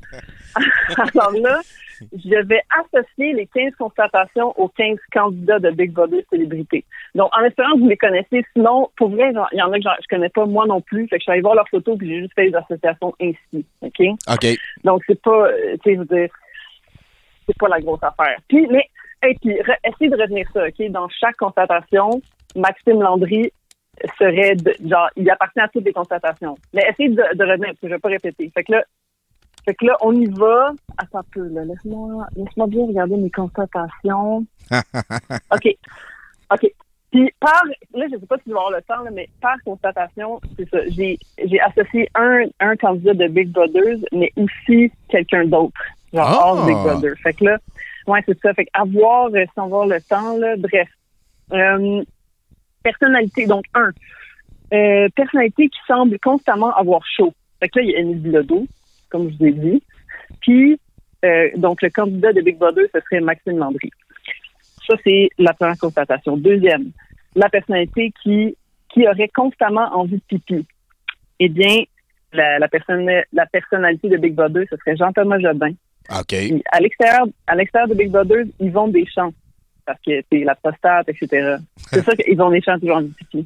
alors là, je vais associer les quinze constatations aux quinze candidats de Big Brother célébrités. Donc, en espérant que vous les connaissez. Sinon, pour vrai, il y en a que je connais pas moi non plus. Fait que je suis allée voir leurs photos puis j'ai juste fait des associations ainsi. OK? OK. Donc, c'est pas, tu sais, je veux dire, c'est pas la grosse affaire. Puis, mais, et puis, re- essayez de retenir ça, OK? Dans chaque constatation, Maxime Landry serait, de, genre, il appartient à toutes les constatations. Mais essayez de, de retenir, parce que je vais pas répéter. Fait que là, Fait que là, on y va. Attends un peu, là. Laisse-moi, laisse-moi bien regarder mes constatations. OK. OK. Puis, par, là, je sais pas si tu vas avoir le temps, là, mais par constatation, c'est ça. J'ai, j'ai associé un, un candidat de Big Brothers, mais aussi quelqu'un d'autre. Genre, Ah! hors Big Brother. Fait que là, ouais, c'est ça. Fait que avoir, euh, sans avoir le temps, là, bref. Euh, personnalité, donc, un. Euh, personnalité qui semble constamment avoir chaud. Fait que là, il y a Émile Bilodeau, comme je vous ai dit. Puis, euh, donc, le candidat de Big Brother, ce serait Maxime Landry. Ça, c'est la première constatation. Deuxième, la personnalité qui, qui aurait constamment envie de pipi. Eh bien, la, la, personne, la personnalité de Big Brother, ce serait Jean-Thomas Jobin. OK. Puis, à l'extérieur, à l'extérieur de Big Brother, Yvon Deschamps. Parce que c'est la prostate, et cetera. C'est ça qu'Yvon Deschamps a toujours envie de pipi.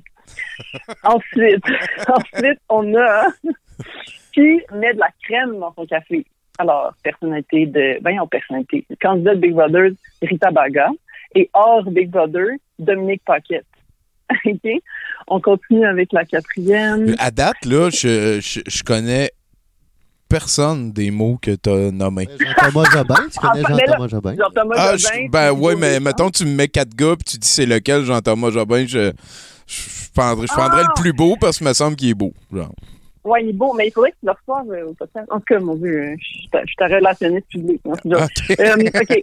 Ensuite, ensuite, on a... qui met de la crème dans son café. Alors, personnalité de... Ben, en personnalité. Candidat de Big Brother, Rita Baga. Et hors Big Brother, Dominique Paquette. OK? On continue avec la quatrième. À date, là, je, je, je connais personne des mots que tu as nommés. Jean-Thomas Jobin, tu connais Ah, mais là, Jean-Thomas Jobin? Jean-Thomas Ah, Jobin. je- ben puis oui, Yvon mais Deschamps. mettons, tu me mets quatre gars puis tu dis c'est lequel, Jean-Thomas Jobin, je, je, je prendrais, je prendrais Ah! le plus beau parce que me semble qu'il est beau. Genre. Ouais, il est beau, mais il faudrait que tu le reçoives euh, au podcast. En tout cas, mon Dieu, euh, je suis ta- je suis ta relationniste publique. Hein, c'est genre. OK. Euh, OK.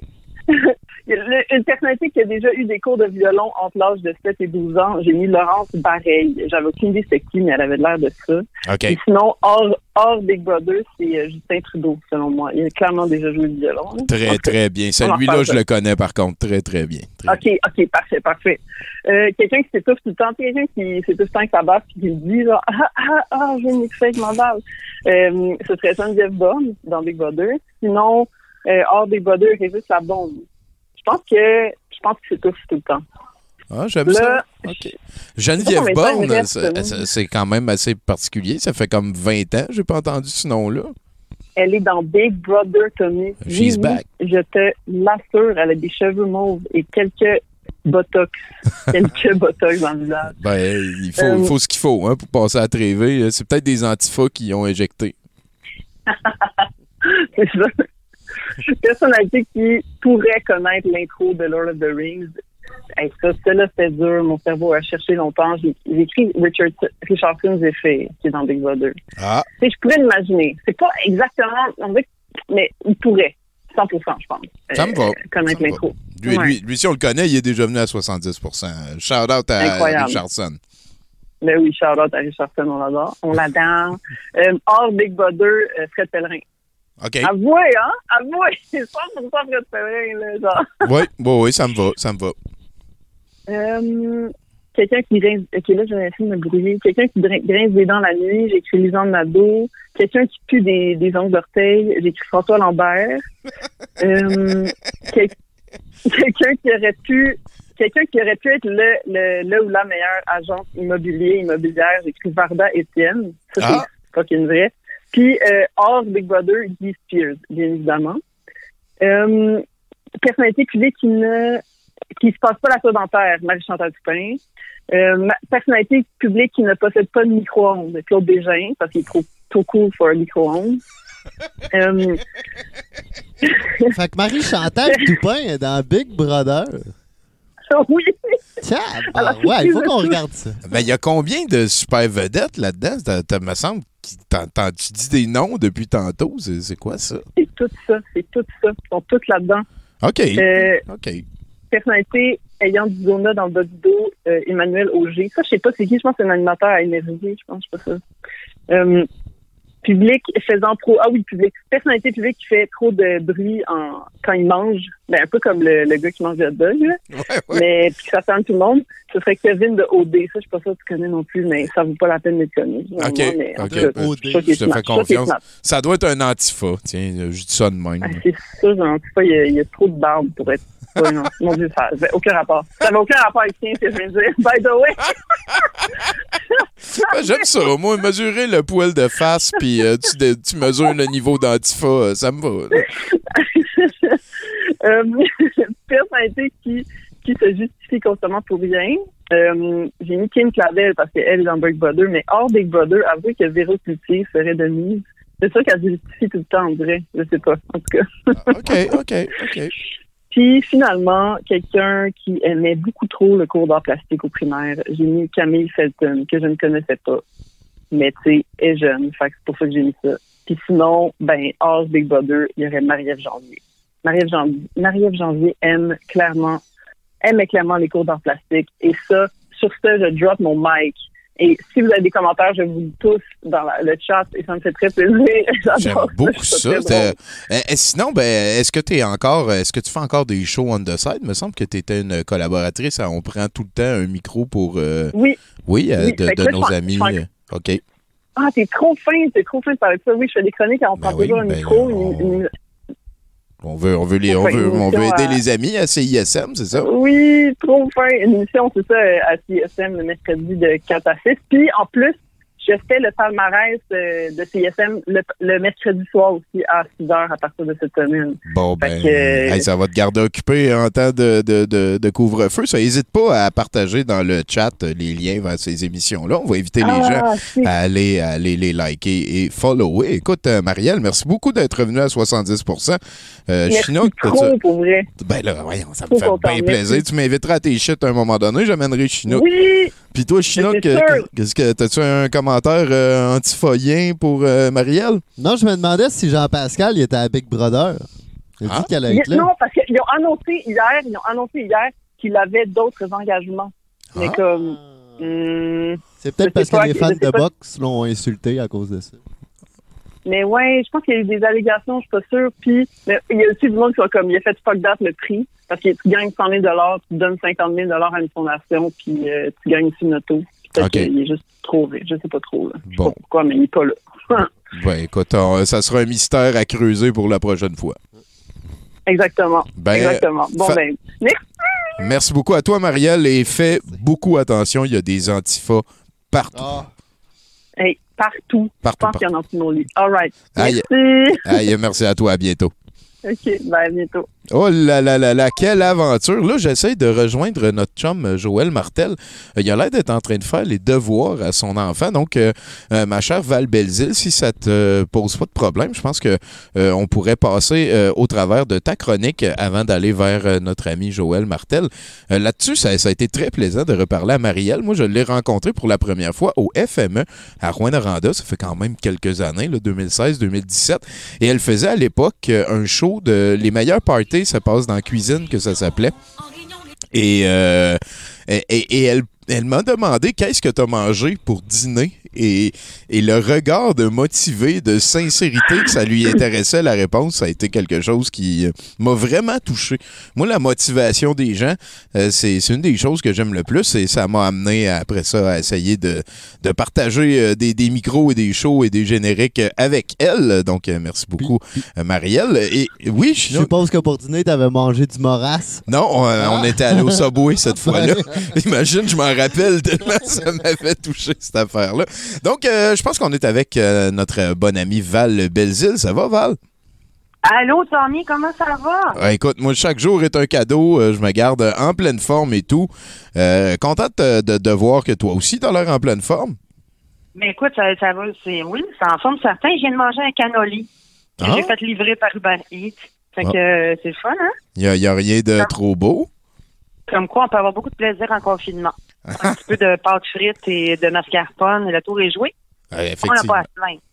Le- une personnalité qui a déjà eu des cours de violon entre l'âge de sept et douze ans, j'ai mis Laurence Bareil. J'avais aucune idée c'était qui, mais elle avait l'air de ça. OK. Et sinon, hors, hors Big Brother, c'est euh, Justin Trudeau, selon moi. Il a clairement déjà joué du violon. hein. Très, très bien. On en Celui-là, reparle je de- le connais par contre. Très, très bien. Très OK, OK, parfait, parfait. Euh, quelqu'un qui s'étouffe tout le temps, quelqu'un qui s'étouffe tout le temps avec sa base puis qui le dit, genre, ah, ah, ah, j'ai une fake mandale. Euh, ce serait Geneviève Borne dans Big Brother. Sinon, euh, hors Big Brother, Régis Labombe. Je pense que, je pense qu'il s'étouffe tout le temps. Ah, j'aime Là, ça. OK. Geneviève je sais pas combien de temps il me Borne, reste, c'est- euh, c'est c'est quand même assez particulier. Ça fait comme vingt ans que j'ai pas entendu ce nom-là. Elle est dans Big Brother, Tommy. She's Oui, oui, back. je te l'assure, elle a des cheveux mauves et quelques botox. quelques botox dans le visage. Ben, il faut, Euh, il faut ce qu'il faut hein, pour passer à la T V. C'est peut-être des antifas qui ont éjecté. C'est ça. Personnalité qui pourrait connaître l'intro de Lord of the Rings. Hey, ça, celle-là, c'était dur. Mon cerveau a cherché longtemps. J'ai, j'ai écrit Richard, Richardson Zephyr, qui est dans Big Brother. Ah. Tu sais, je pourrais l'imaginer. C'est pas exactement, on dirait que- mais il pourrait. cent pour cent, je pense. Ça me va. euh, connaître Ça me l'intro. va. Lui, Ouais. lui, lui, si on le connaît, il est déjà venu à soixante-dix pour cent. Shout-out à Incroyable. Richardson. Ben oui, shout-out à Richardson, on l'adore. On l'adore. euh, hors Big Brother, euh, Fred Pellerin. OK. Avouez, hein? Avouez! C'est cent pour cent Fred Pellerin, là, genre. Oui, oui, oui, ça me va. Ça me va. Euh, quelqu'un qui grince... OK, là, j'ai essayé de me brouiller. Quelqu'un qui grin- grince des dents la nuit, j'ai écrit Lisande Nadeau. Quelqu'un qui pue des, des ongles d'orteil, j'ai écrit François Lambert. euh, quel- quelqu'un qui aurait pu... Quelqu'un qui aurait pu être le, le, le ou la meilleure agence immobilier, immobilière, j'ai écrit Varda Étienne. Ça, Ah. c'est pas qu'une vraie. Puis, euh, hors Big Brother, Guy Spears, bien évidemment. Euh, personnalité publique qui ne qui se passe pas la soie dentaire, Marie-Chantal Toupin. Euh, ma- personnalité publique qui ne possède pas de micro-ondes, Claude Bégin, parce qu'il est trop, trop cool pour un micro-ondes. euh, Fait que Marie-Chantal Toupin est dans Big Brother. oui. Tiens, Alors, ouais, il faut c'est qu'on tout. regarde ça. Ben, il y a combien de super vedettes là-dedans? Ça- ça me semble que t'en- t'en- tu dis des noms depuis tantôt. C'est c'est quoi ça? C'est tout ça, c'est tout ça. Ils sont tous là-dedans. OK. Euh, OK. personnalité ayant du zona dans le bas du dos, euh, Emmanuel Auger. Ça, je sais pas c'est qui. Je pense que c'est un animateur à énergie. Je pense, je sais pas ça. Euh, public faisant trop... Ah oui, public. Personnalité publique qui fait trop de bruit en quand il mange. Ben, un peu comme le, le gars qui mange le hot dog, là. Ouais, ouais. Mais puis que ça tente tout le monde. Ce serait Kevin de O D. Ça, je suis pas sûre que tu connais non plus, mais ça vaut pas la peine d'être connu. OK, Mais, OK. Cas, Ben, je, je te fais confiance. Ça doit être un antifa. Tiens, je dis ça de même. Ah, c'est ça, un antifa, il y, a, il y a trop de barbe pour être... pas un antifa. Mon Dieu, ça n'avait aucun rapport. Ça n'avait aucun rapport avec rien, ce que je viens de dire. By the way. Ben, j'aime ça. Moi, mesurer le poil de face, puis euh, tu, de, tu mesures le niveau d'antifa, euh, ça me va. euh, personnalité qui, qui se justifie constamment pour rien. Euh, j'ai mis Kim Clavel parce qu'elle est dans Big Brother, mais hors Big Brother, avouez que Véro Cloutier serait de mise. C'est sûr qu'elle se justifie tout le temps, on dirait. Je sais pas, en tout cas. OK, OK, OK. Puis finalement, quelqu'un qui aimait beaucoup trop le cours d'art plastique au primaire, j'ai mis Camille Felton, que je ne connaissais pas. Mais tu sais, elle est jeune, fait que c'est pour ça que j'ai mis ça. Puis sinon, ben, hors Big Brother, il y aurait Marie-Ève Janvier. Marie-Ève Janvier, Marie-Ève Janvier aime clairement, aime clairement les cours d'art plastique. Et ça, sur ça, je drop mon mic. Et si vous avez des commentaires, je vous dis tous dans la, le chat et ça me fait très plaisir. J'aime beaucoup ça. ça. Et sinon, ben, est-ce que tu es encore, est-ce que tu fais encore des shows on the side? Il me semble que tu étais une collaboratrice. On prend tout le temps un micro pour. Euh, oui. Oui, euh, oui. de, de là, nos je amis. je OK. Ah, t'es trop fin, t'es trop fin de parler de ça. Oui, je fais des chroniques, on ben prend oui, toujours un ben micro. on... Une, une... On veut, on veut, les, on veut, on veut aider à... les amis à C I S M, c'est ça? Oui, trop fin. Une émission, c'est ça, à C I S M le mercredi de quatre à six. Puis, en plus, je fais le palmarès de C I S M le, le mercredi soir aussi à six heures à partir de cette semaine. Bon, ben, que, hey, ça va te garder occupé en temps de, de, de, de couvre-feu. Ça, n'hésite pas à partager dans le chat les liens vers ces émissions-là. On va inviter ah, les gens si. à aller, à aller les liker et follower. Écoute, euh, Marielle, merci beaucoup d'être venue à soixante-dix pour cent. Euh, merci Chinook, trop, pour vrai. Ben là, voyons, ça me fait bien plaisir. Merci. Tu m'inviteras à tes shit à un moment donné. J'amènerai Chinook. Oui! Puis toi, Chinook, qu'est-ce que t'as-tu un commentaire euh, antifoyen pour euh, Marielle? Non, je me demandais si Jean-Pascal il était à Big Brother. Il a ah? dit qu'elle allait être là. Non, parce qu'ils ont annoncé hier, ils ont annoncé hier qu'il avait d'autres engagements. Mais ah. comme. Hum, c'est peut-être parce que les fans de boxe l'ont insulté à cause de ça. Mais ouais, je pense qu'il y a eu des allégations, je suis pas sûre. Puis, mais il y a aussi du monde qui va comme, il a fait fuck that le prix. Parce que tu gagnes cent mille dollars, tu donnes cinquante mille dollars à une fondation, puis euh, tu gagnes aussi une auto. Peut-être okay. qu'il est juste trop riche, je sais pas trop. Là. Je bon. sais pas pourquoi, mais il est pas là. Ben écoute, on, ça sera un mystère à creuser pour la prochaine fois. Exactement. Ben, Exactement. Bon fa- ben, merci. Merci beaucoup à toi, Marielle, et fais beaucoup attention, il y a des antifas partout. Oh. Hey, partout. Partout. Je pense qu'il y en a dans nos lits. All right. Aïe. Merci. Aïe, merci à toi, à bientôt. OK, ben à bientôt. Oh là là là là, quelle aventure! Là, j'essaie de rejoindre notre chum Joël Martel. Euh, il a l'air d'être en train de faire les devoirs à son enfant. Donc, euh, euh, ma chère Val Belzile, si ça te pose pas de problème, je pense que euh, on pourrait passer euh, au travers de ta chronique avant d'aller vers euh, notre ami Joël Martel. Euh, là-dessus, ça, ça a été très plaisant de reparler à Marielle. Moi, je l'ai rencontré pour la première fois au F M E à Rouyn-Noranda. Ça fait quand même quelques années, là, deux mille seize deux mille dix-sept. Et elle faisait à l'époque un show de Les meilleurs parties se passe dans la cuisine, que ça s'appelait. Et, euh, et, et elle, elle m'a demandé qu'est-ce que tu as mangé pour dîner. Et, et le regard de motivé, de sincérité que ça lui intéressait, la réponse, ça a été quelque chose qui euh, m'a vraiment touché. Moi, la motivation des gens, euh, c'est, c'est une des choses que j'aime le plus et ça m'a amené après ça à essayer de, de partager euh, des, des micros et des shows et des génériques avec elle. Donc, euh, merci beaucoup, euh, Marielle. Et oui, je Je suppose que pour dîner, tu avais mangé du morasse. Non, on, ah. on était allé au Subway cette fois-là. Imagine, je m'en rappelle tellement ça m'avait touché, cette affaire-là. Donc, euh, je pense qu'on est avec euh, notre bonne amie Val Belzile. Ça va, Val? Allô, Tommy, comment ça va? Euh, écoute, moi, chaque jour est un cadeau. Euh, je me garde en pleine forme et tout. Euh, contente de, de, de voir que toi aussi, tu as l'air en pleine forme. Mais écoute, ça, ça va, c'est, oui, c'est en forme certain. Je viens de manger un cannoli. Ah? J'ai fait livrer par Uber Eats. Fait ah. que euh, c'est fun, hein? Il n'y a, a rien de Comme... trop beau. Comme quoi, on peut avoir beaucoup de plaisir en confinement. Un petit peu de pâtes frites et de mascarpone, le tour est joué. Ouais, on n'a pas à se plaindre.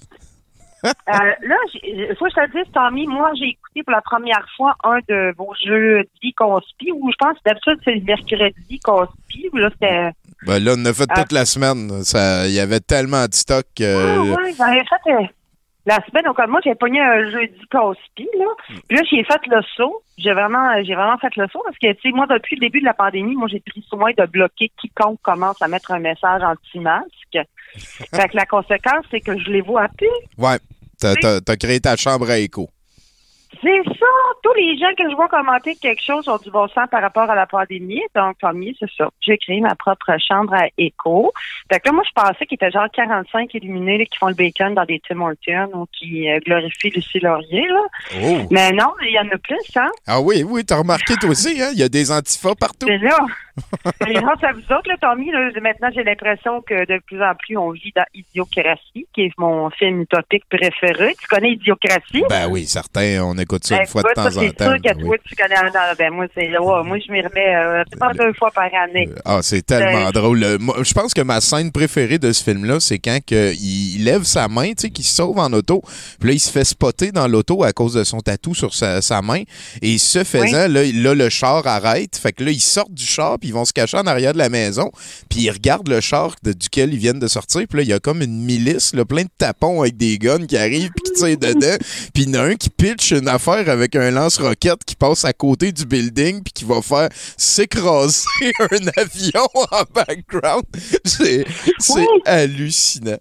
euh, là, il faut que je te dise, Tommy, moi, j'ai écouté pour la première fois un de vos jeux dits conspi, où je pense que d'habitude, c'est le mercredi conspi, où là, c'était Ben là, on a fait Ah. toute la semaine. Ça, il y avait tellement de stock. Euh... Ah ouais, j'avais fait euh, la semaine, donc moi j'ai pogné un jeudi casse-pi, là. Puis là, j'ai fait le saut. J'ai vraiment, j'ai vraiment fait le saut parce que, tu sais, moi, depuis le début de la pandémie, moi, j'ai pris soin de bloquer quiconque commence à mettre un message anti-masque. Fait que la conséquence, c'est que je les vois plus. Ouais, t'as, t'as, t'as créé ta chambre à écho. C'est ça. Tous les gens que je vois commenter quelque chose ont du bon sens par rapport à la pandémie. Donc, tant mieux, c'est ça. J'ai créé ma propre chambre à écho. Fait que là, moi, je pensais qu'il était genre quarante-cinq illuminés là, qui font le bacon dans des Tim Hortons ou qui euh, glorifient Lucie Laurier. Là. Oh. Mais non, il y en a plus, hein? Ah oui, oui, t'as remarqué toi aussi, hein? Il y a des antifas partout. C'est là. Et grâce à vous autres, là, Tommy, là, maintenant, j'ai l'impression que de plus en plus, on vit dans Idiocratie, qui est mon film utopique préféré. Tu connais Idiocratie? Ben oui, certains, on écoute ça Ben, une fois écoute, de temps ça, en c'est temps. sûr que oui. toi, tu connais. Non, ben, moi, c'est, ouais, moi, je m'y remets euh, pas deux fois par année. Ah, c'est tellement Euh, drôle. Le- moi, je pense que ma scène préférée de ce film-là, c'est quand que il lève sa main, tu sais, qu'il se sauve en auto. Puis là, il se fait spotter dans l'auto à cause de son tatou sur sa, sa main. Et ce faisant, là, là, le char arrête. Fait que là, ils sortent du char, puis ils vont se cacher en arrière de la maison. Puis ils regardent le char de- duquel ils viennent de sortir. Puis là, il y a comme une milice, là, plein de tapons avec des guns qui arrivent, puis qui tirent dedans. Puis il y en a un qui pitch une affaire avec un lance-roquette qui passe à côté du building, puis qui va faire s'écraser un avion en background. C'est, c'est Oui. hallucinant.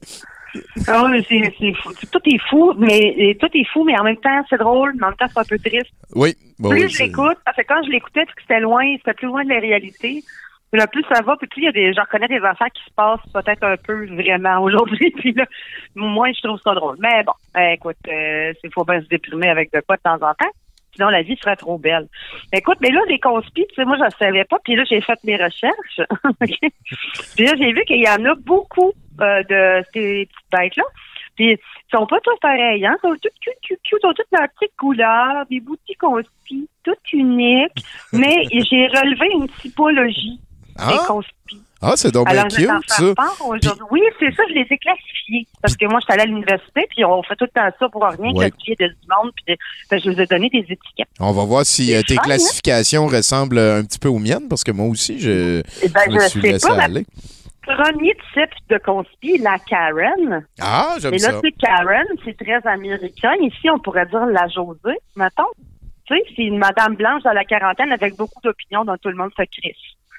Ah oui, c'est, c'est fou. Tout est fou, mais et tout est fou, mais en même temps, c'est drôle, mais en même temps, c'est un peu triste. Oui. Bon, plus oui, je c'est- l'écoute, parce que quand je l'écoutais, puis que c'était loin, c'était plus loin de la réalité. Puis là, plus ça va, puis plus il y a des, j'en connais des affaires qui se passent peut-être un peu vraiment aujourd'hui, puis là, moi, je trouve ça drôle. Mais bon, euh, écoute, euh, c'est faut bien se déprimer avec de quoi de temps en temps. Sinon, la vie serait trop belle. Écoute, mais là, les conspis, tu sais, moi, je ne savais pas. Puis là, j'ai fait mes recherches. OK? Puis là, j'ai vu qu'il y en a beaucoup euh, de ces petites bêtes-là. Puis ils sont pas tous pareils, hein? Ils sont toutes cute, cute, cute. Ils ont toutes leurs petites couleurs, des boutiques conspis, toutes uniques. Mais j'ai relevé une typologie Ah? des conspis. Ah, c'est donc bien Alors, je vais t'en cute, faire ça. part aujourd'hui. Oui, c'est ça, je les ai classifiés. Parce que moi, je suis allée à l'université, puis on fait tout le temps ça pour rien, Ouais. classifier des du monde, puis des- ben, je vous ai donné des étiquettes. On va voir si euh, tes fun, hein? classifications ressemblent un petit peu aux miennes, parce que moi aussi, je, Eh ben, je me je suis sais laissé pas, la- aller. Premier type de conspi, la Karen. Ah, j'aime Mais là, ça. tu sais, Karen, c'est très américain. Ici, on pourrait dire la Josée, mettons. Tu sais, c'est une madame blanche dans la quarantaine avec beaucoup d'opinions dont tout le monde se crisse.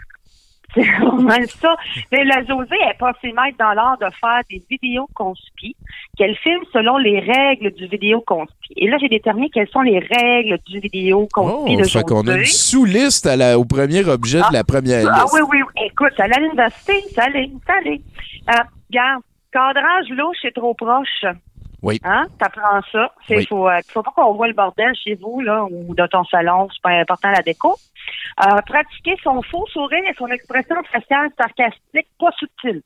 C'est vraiment ça. Mais la Josée est passée maître dans l'art de faire des vidéos conspi qu'elle filme selon les règles du vidéo conspi. Et là, j'ai déterminé quelles sont les règles du vidéo conspi Oh, de fait qu'on a une Josée. sous-liste à la- au premier objet de la première Ah liste. oui, oui, oui. Écoute, ça allait à l'université, ça allait, ça allait. Euh, regarde, cadrage louche, c'est trop proche. Oui. Hein? T'apprends ça. C'est, Oui. faut, euh, faut pas qu'on voit le bordel chez vous, là, ou dans ton salon. C'est pas important, la déco. Euh, pratiquer son faux sourire et son expression faciale sarcastique pas subtile.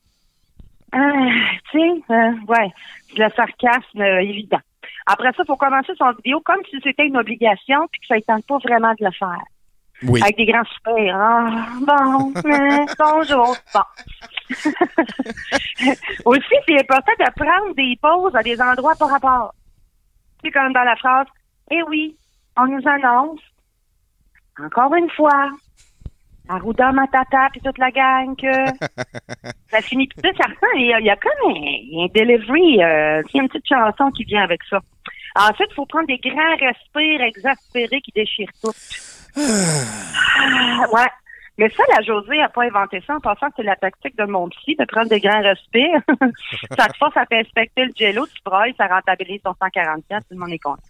Euh, tu sais, euh, ouais, c'est le sarcasme euh, évident. Après ça, il faut commencer son vidéo comme si c'était une obligation puis que ça ne tente pas vraiment de le faire. Oui. Avec des grands soupirs. Ah, bon, euh, bonjour. Bon. Aussi, c'est important de prendre des pauses à des endroits par rapport. C'est comme dans la phrase, eh oui, on nous annonce, encore une fois, Arruda Matata puis toute la gang que ça finit. Puis ça ressemble, il y a, il y a comme un, un delivery, euh, il y a une petite chanson qui vient avec ça. Ensuite, il faut prendre des grands respires exaspérés qui déchirent tout. Ah, ouais. Mais ça, la Josée n'a pas inventé ça. En passant, c'est la tactique de mon psy, de prendre des grands respires. Ça te force à t'inspecter le jello, tu brailles, ça rentabilise ton cent quarante piastres, tout le monde est content.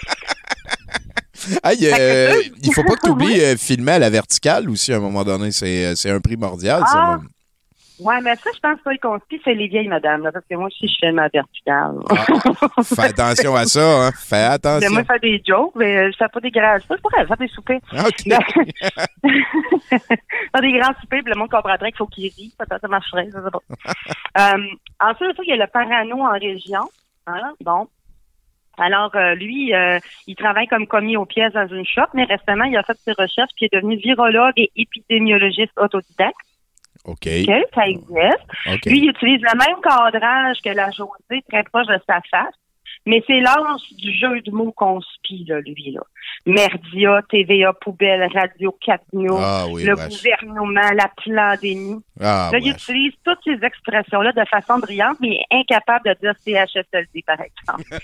Aïe, euh, il faut pas que tu oublies euh, filmer à la verticale aussi à un moment donné. C'est, euh, c'est un primordial, ça. Ah, même. ouais, mais ça, je pense pas le conspi, c'est les vieilles madames, là, parce que moi aussi, je fais ma verticale. Ah, fais attention à ça, hein. Fais Mais attention. moi, je fais des jokes, mais je fais pas des grands soupers. Je pourrais faire des soupers. OK. Faire des grands soupers, puis le monde comprendrait qu'il faut qu'ils rient. Ça, ça marcherait, ça, c'est bon. euh, ensuite, il y a le parano en région. Hein? Bon. Alors, euh, lui, euh, il travaille comme commis aux pièces dans une shop, mais récemment, il a fait ses recherches, puis il est devenu virologue et épidémiologiste autodidacte. OK. OK, ça existe. OK. Lui, il utilise le même cadrage que la Josée, très proche de sa face. Mais c'est l'âge du jeu de mots conspi, là, lui, là. Merdia, T V A Poubelle, Radio Catno, ah, oui, le vache. gouvernement, la pandémie. Ah, là, il utilise toutes ces expressions-là de façon brillante, mais il est incapable de dire C H S L D, par exemple.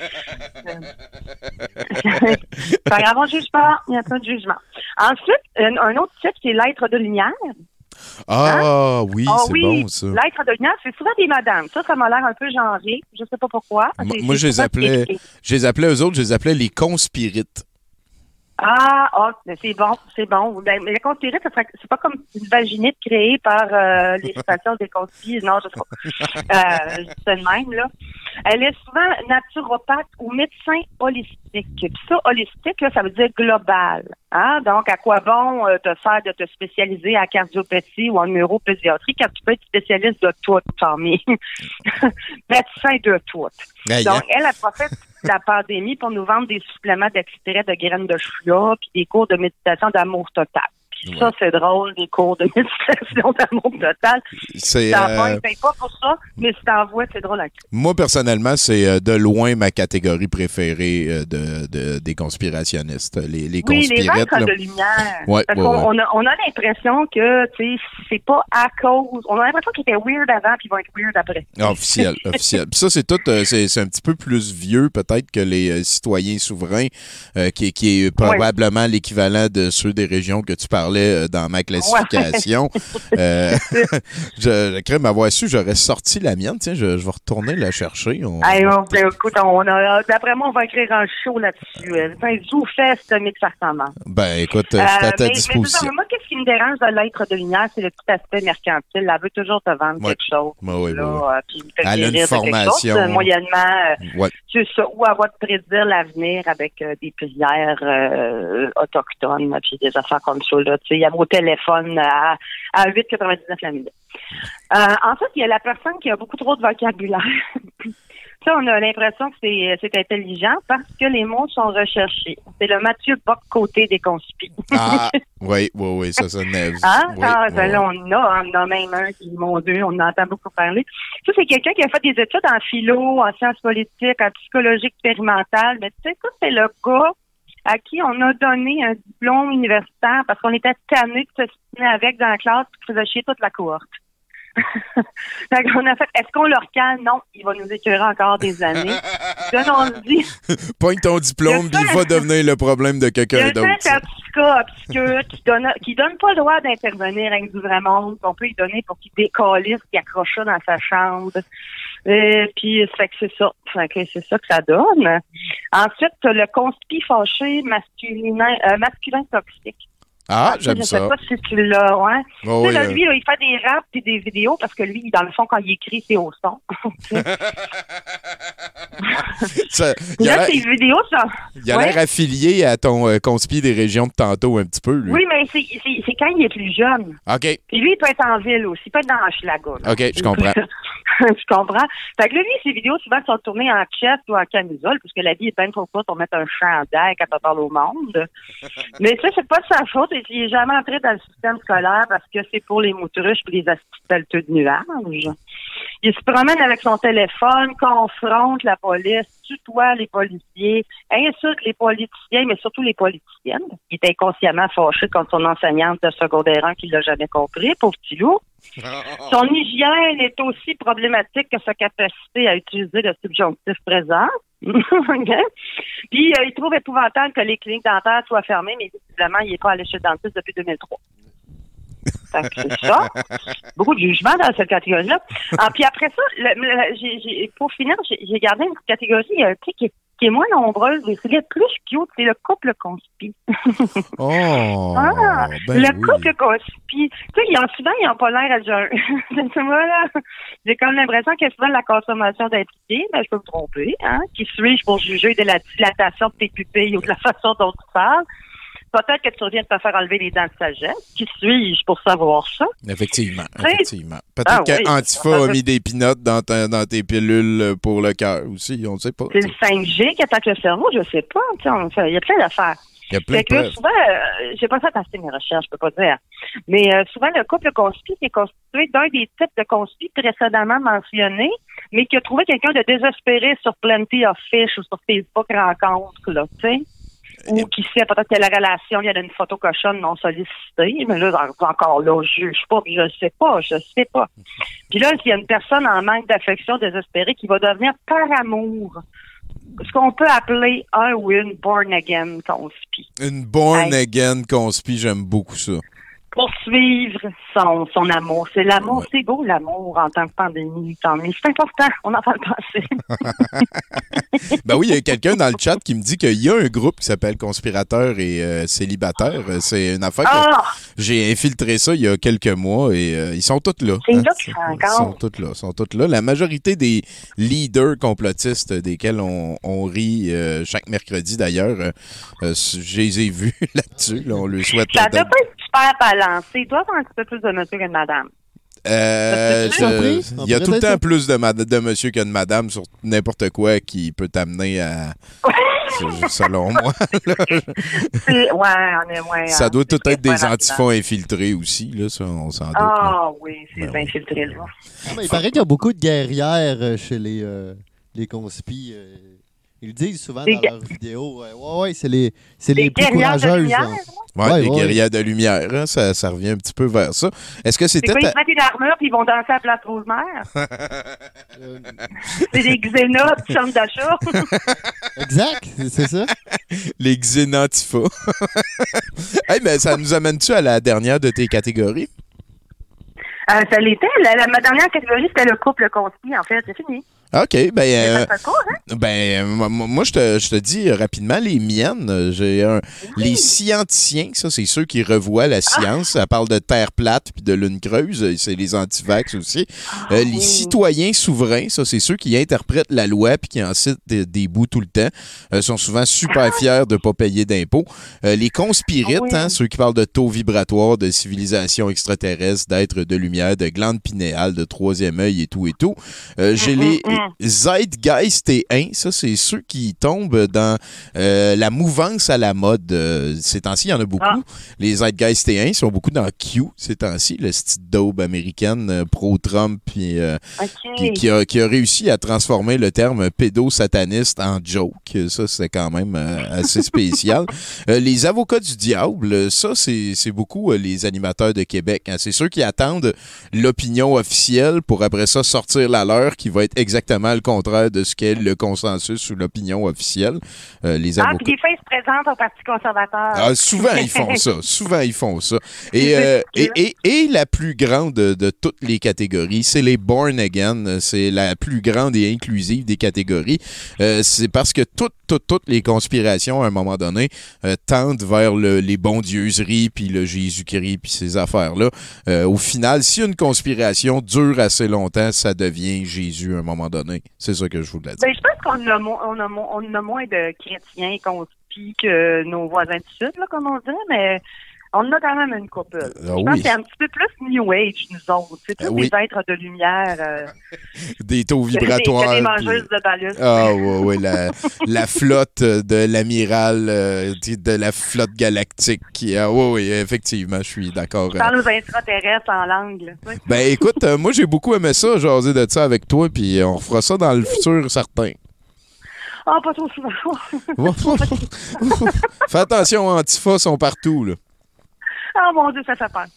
C'est pas grave, on juge pas. Il n'y a pas de jugement. Ensuite, un, un autre type, c'est l'être de lumière. Ah, hein? oui, ah, c'est oui, bon, ça. L'être de lumière, c'est souvent des madames. Ça, ça m'a l'air un peu genré. Je sais pas pourquoi. Moi, C'est, moi c'est je les appelais, écrit. je les appelais eux autres, je les appelais les conspirites. Ah, ah, mais c'est bon, c'est bon. Ben, mais la conspirite, ça serait, c'est pas comme une vaginite créée par euh, les stations des conspires. Non, je sais pas. Euh, je dis ça de même, là. Elle est souvent naturopathe ou médecin holistique. Puis ça, holistique, là, ça veut dire global. Hein? Donc, à quoi bon euh, te faire de te spécialiser en cardiopathie ou en neuropédiatrie quand tu peux être spécialiste de tout, Tommy? Médecin de tout. Aïe, Donc, hein? elle, elle profite de la pandémie pour nous vendre des suppléments d'extrait de graines de chia puis des cours de méditation d'amour total. Puis Ouais. ça, c'est drôle, des cours de méditation d'amour total. C'est, T'en euh, vas, ils payent pas pour ça, mais si t'en vois, c'est drôle à cru. Moi, personnellement, c'est euh, de loin ma catégorie préférée euh, de, de- des conspirationnistes. Les, les Oui, les conspirites. êtres là. de lumière. Ouais, Parce ouais, qu'on ouais. on a, on a l'impression que, tu sais, c'est pas à cause. On a l'impression qu'ils étaient weird avant puis ils vont être weird après. Ah, officiel, officiel. Puis ça, c'est tout, euh, c'est, c'est un petit peu plus vieux peut-être que les euh, citoyens souverains, euh, qui, qui est probablement l'équivalent de ceux des régions que tu parlais euh, dans ma classification. Ouais. Euh, je, je crée m'avoir su, j'aurais sorti la mienne. Tiens, je, je vais retourner la chercher. On- Hey, on, ben, écoute, on a, d'après moi, on va écrire un show là-dessus. Euh, C'est un zoo-fest mix farcement. Ben, écoute, euh, je suis à ta mais, mais disposition. c'est ça, moi, qu'est-ce qui me dérange de l'être de lumière, c'est le petit aspect mercantile. Elle veut toujours te vendre Ouais. quelque chose. Ouais, ouais, là, ouais, ouais. euh, puis te Elle a guérir une de quelque formation. chose, euh, moyennement, euh, Ouais. c'est ça, ou elle va te prédire l'avenir avec euh, des prières euh, autochtones, puis des affaires comme ça. Là, tu sais, il y a mon téléphone à, à huit quatre-vingt-dix-neuf la minute. Euh, ensuite, il y a la personne qui a beaucoup trop de vocabulaire. Ça, on a l'impression que c'est, c'est intelligent parce que les mots sont recherchés. C'est le Mathieu Bock côté des conspis. Ah, oui, oui, oui, ça, ça nerve. Hein? Oui, Ah, oui, ben là, oui. on en a, on en a même un qui, mon Dieu, on en entend beaucoup parler. Ça, c'est quelqu'un qui a fait des études en philo, en sciences politiques, en psychologie expérimentale. Mais tu sais, ça, c'est le gars à qui on a donné un diplôme universitaire parce qu'on était tannés de se tenir avec dans la classe et qui faisait chier toute la cohorte. Fait qu'on a fait, est-ce qu'on le recale? Non, il va nous écœurer encore des années. Là, on se dit, Pogne ton diplôme, puis il va devenir le problème de il y quelqu'un a d'autre. un ça. certificat obscur qui donne, qui donne pas le droit d'intervenir avec du vrai monde, qu'on peut lui donner pour qu'il décalisse, qu'il accroche ça dans sa chambre. Euh, puis, fait que c'est ça. Fait que c'est ça que ça donne. Ensuite, t'as le conspi fâché masculin, euh, masculin toxique. Ah, Je j'aime sais ça. pas si tu l'as, ouais. Oh, tu sais, oui, là, euh. lui, là, il fait des raps et des vidéos parce que lui, dans le fond, quand il écrit, c'est au son. Ça- il a Là, l'air- ses vidéos, ça. il a Ouais. l'air affilié à ton euh, conspi des régions de tantôt un petit peu, lui. Oui, mais c'est, c'est, c'est quand il est plus jeune. OK, Puis lui, il peut être en ville aussi. Il peut être dans Hochelaga. là. OK, je comprends. Je comprends. Fait que là, lui, ses vidéos, souvent, sont tournées en chest ou en camisole, parce que la vie est bien trop courte pour mettre un chandail quand on parle au monde. Mais ça, c'est pas de sa faute. Il est jamais entré dans le système scolaire parce que c'est pour les moutruches et les aspitaliteux de nuages. Il se promène avec son téléphone, confronte la police, tutoie les policiers, insulte les politiciens, mais surtout les politiciennes. Il est inconsciemment fâché contre son enseignante de secondaire un qui l'a jamais compris, pauvre petit loup. Son hygiène est aussi problématique que sa capacité à utiliser le subjonctif présent. OK? Puis, euh, il trouve épouvantable que les cliniques dentaires soient fermées, mais visiblement, il n'est pas allé chez le dentiste depuis deux mille trois. Fait que c'est ça. Beaucoup de jugement dans cette catégorie-là. Ah, puis après ça, le- le- j'ai, j'ai, pour finir, j'ai, j'ai gardé une catégorie euh, tu sais, qui, est- qui est moins nombreuse, mais c'est le plus cute, c'est le couple conspi. Oh, Ah, ben le oui. couple conspi. Tu sais, ils ont souvent, ils n'ont pas l'air à jeun. Voilà. J'ai comme l'impression qu'il y a souvent de la consommation d'impliqués, mais je peux me tromper. Hein? Qui suis-je pour juger de la dilatation de tes pupilles ou de la façon dont tu parles? Peut-être que tu reviens de te faire enlever les dents de sagesse. Qui suis-je pour savoir ça? Effectivement, Tu sais- effectivement. Peut-être Ah oui. qu'Antifa a mis des pinottes dans, ta- dans tes pilules pour le cœur aussi, on ne sait pas. C'est le cinq G qui attaque le cerveau, je sais pas. Tu sais, on fait- Il y a plein d'affaires. Il y a plein Fait de que là, preuves. souvent, euh, j'ai pas fait assez mes recherches, je peux pas dire. Mais euh, souvent, le couple conspi est constitué d'un des types de conspi précédemment mentionnés, mais qui a trouvé quelqu'un de désespéré sur Plenty of Fish ou sur Facebook Rencontre, là, tu sais. Ou qui sait peut-être que la relation, il y a une photo cochonne non sollicitée, mais là, encore là, je juge pas, puis je sais pas, je sais pas. Puis là, il y a une personne en manque d'affection désespérée qui va devenir par amour ce qu'on peut appeler un ou une born-again conspi. Une born-again conspi, j'aime beaucoup ça. Poursuivre son, son amour. C'est l'amour, ouais. C'est beau l'amour en temps de pandémie, tant mieux. C'est important, on en parle passer. Ben oui, il y a quelqu'un dans le chat qui me dit qu'il y a un groupe qui s'appelle Conspirateurs et euh, Célibataires. C'est une affaire ah! que j'ai infiltré ça il y a quelques mois et euh, ils sont tous là. C'est hein? là qu'ils Ils sont tous là, sont tous là. La majorité des leaders complotistes desquels on, on rit euh, chaque mercredi d'ailleurs, euh, euh, je les ai vus là-dessus. Là, on lui souhaite... Ça doit pas être super balancé. Il doit avoir un petit peu plus de monsieur que de madame. Euh, je, il y a tout le temps plus de, de monsieur que de madame sur n'importe quoi qui peut t'amener à... selon moi. ouais, on est, ouais, ça doit tout être des antifas là. Infiltrés aussi, là, ça, on s'en doute. Ah oui, c'est ben, infiltré, là. Ah, mais il paraît qu'il y a beaucoup de guerrières chez les, euh, les conspis. Euh, ils le disent souvent les dans ga- leurs vidéos. Ouais, ouais, ouais c'est les, c'est les, les plus guerrières courageuses. de lumière, ouais, ouais, les ouais. guerrières de lumière, hein, ça, ça revient un petit peu vers ça. Est-ce que c'était... C'est quoi, ta... ils mettent une armure puis ils vont danser à la place Rosemère? C'est des xénotes, chambre d'achat. Exact, c'est ça. Les xénantifas. Hey, mais ça nous amène-tu à la dernière de tes catégories? Euh, ça l'était. La, la, ma dernière catégorie, c'était le couple conspi, en fait. C'est fini. OK, ben, euh, ça court, hein? ben moi, moi je, te, je te dis rapidement les miennes. J'ai un, oui. Les scienticiens, ça c'est ceux qui revoient la science. Ah. Ça parle de terre plate puis de lune creuse. C'est les antivax aussi. Ah, euh, les oui. citoyens souverains, ça c'est ceux qui interprètent la loi puis qui en citent des, des bouts tout le temps. Euh, sont souvent super ah. fiers de ne pas payer d'impôts. Euh, les conspirites, oui. hein, ceux qui parlent de taux vibratoires, de civilisation extraterrestre, d'êtres de lumière, de glandes pinéales, de troisième œil et tout et tout. Euh, j'ai les Zeitgeistéens, ça, c'est ceux qui tombent dans euh, la mouvance à la mode. Euh, ces temps-ci, il y en a beaucoup. Ah. Les Zeitgeistéens sont beaucoup dans Q ces temps-ci, le style d'aube américaine euh, pro-Trump puis, euh, okay. qui, qui, a, qui a réussi à transformer le terme pédosataniste en joke. Ça, c'est quand même euh, assez spécial. euh, les avocats du diable, ça, c'est, c'est beaucoup euh, les animateurs de Québec. Hein. C'est ceux qui attendent l'opinion officielle pour après ça sortir la leur qui va être exactement le contraire de ce qu'est le consensus ou l'opinion officielle. Euh, les avocats... Ah, puis des fois, ils se présentent au Parti conservateur. Ah, souvent, ils font ça. Souvent, ils font ça. Et, euh, et, et, et la plus grande de, de toutes les catégories, c'est les born again. C'est la plus grande et inclusive des catégories. Euh, c'est parce que toutes, toutes, toutes les conspirations, à un moment donné, euh, tendent vers le, les bondieuseries, puis le Jésus-Christ, puis ces affaires-là. Euh, au final, si une conspiration dure assez longtemps, ça devient Jésus à un moment donné. C'est ça que je voulais dire. Ben, je pense qu'on a, mo- on a, mo- on a moins de chrétiens conspis que nos voisins du Sud, là, comme on dit, mais on a quand même une couple. Ah, je oui. pense que c'est un petit peu plus New Age, nous autres. C'est tous ah, oui. des êtres de lumière. Euh, des taux vibratoires. Des, des mangeuses puis... de balus. Ah oui, oui, la, la flotte de l'amiral, euh, de la flotte galactique. Qui, ah oui, oui, effectivement, je suis d'accord. Dans nos extraterrestres en langue. Là, oui. Ben écoute, euh, moi j'ai beaucoup aimé ça, jaser de ça avec toi, puis on refera ça dans le futur certain. Ah, oh, pas trop souvent. Fais attention, Antifa sont partout, là. Ah, oh, mon Dieu, ça fait peur.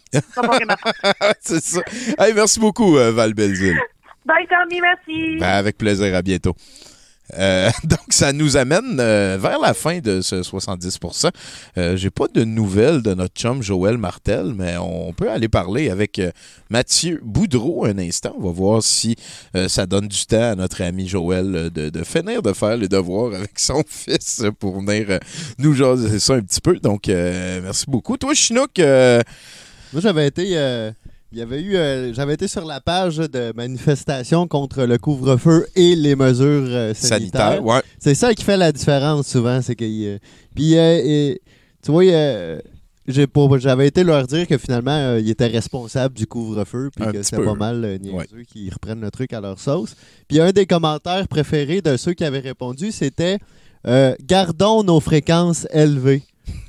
C'est ça. Hey, merci beaucoup, euh, Val Belzile. Bye, Tommy, merci. Ben, avec plaisir, à bientôt. Euh, donc, ça nous amène euh, vers la fin de ce soixante-dix pour cent. Euh, j'ai pas de nouvelles de notre chum Joël Martel, mais on peut aller parler avec euh, Mathieu Boudreau un instant. On va voir si euh, ça donne du temps à notre ami Joël de, de finir de faire les devoirs avec son fils pour venir euh, nous jaser ça un petit peu. Donc, euh, merci beaucoup. Toi, Chinook... Euh... Moi, j'avais été... Euh... Il y avait eu, euh, j'avais été sur la page de manifestation contre le couvre-feu et les mesures euh, sanitaires. Sanitaire, ouais. C'est ça qui fait la différence souvent, c'est que, euh, puis, euh, et, tu vois, euh, j'ai pas, j'avais été leur dire que finalement, euh, ils étaient responsables du couvre-feu, puis que c'était pas mal euh, niaiseux ouais. qu'ils reprennent le truc à leur sauce. Puis un des commentaires préférés de ceux qui avaient répondu, c'était euh, « Gardons nos fréquences élevées ».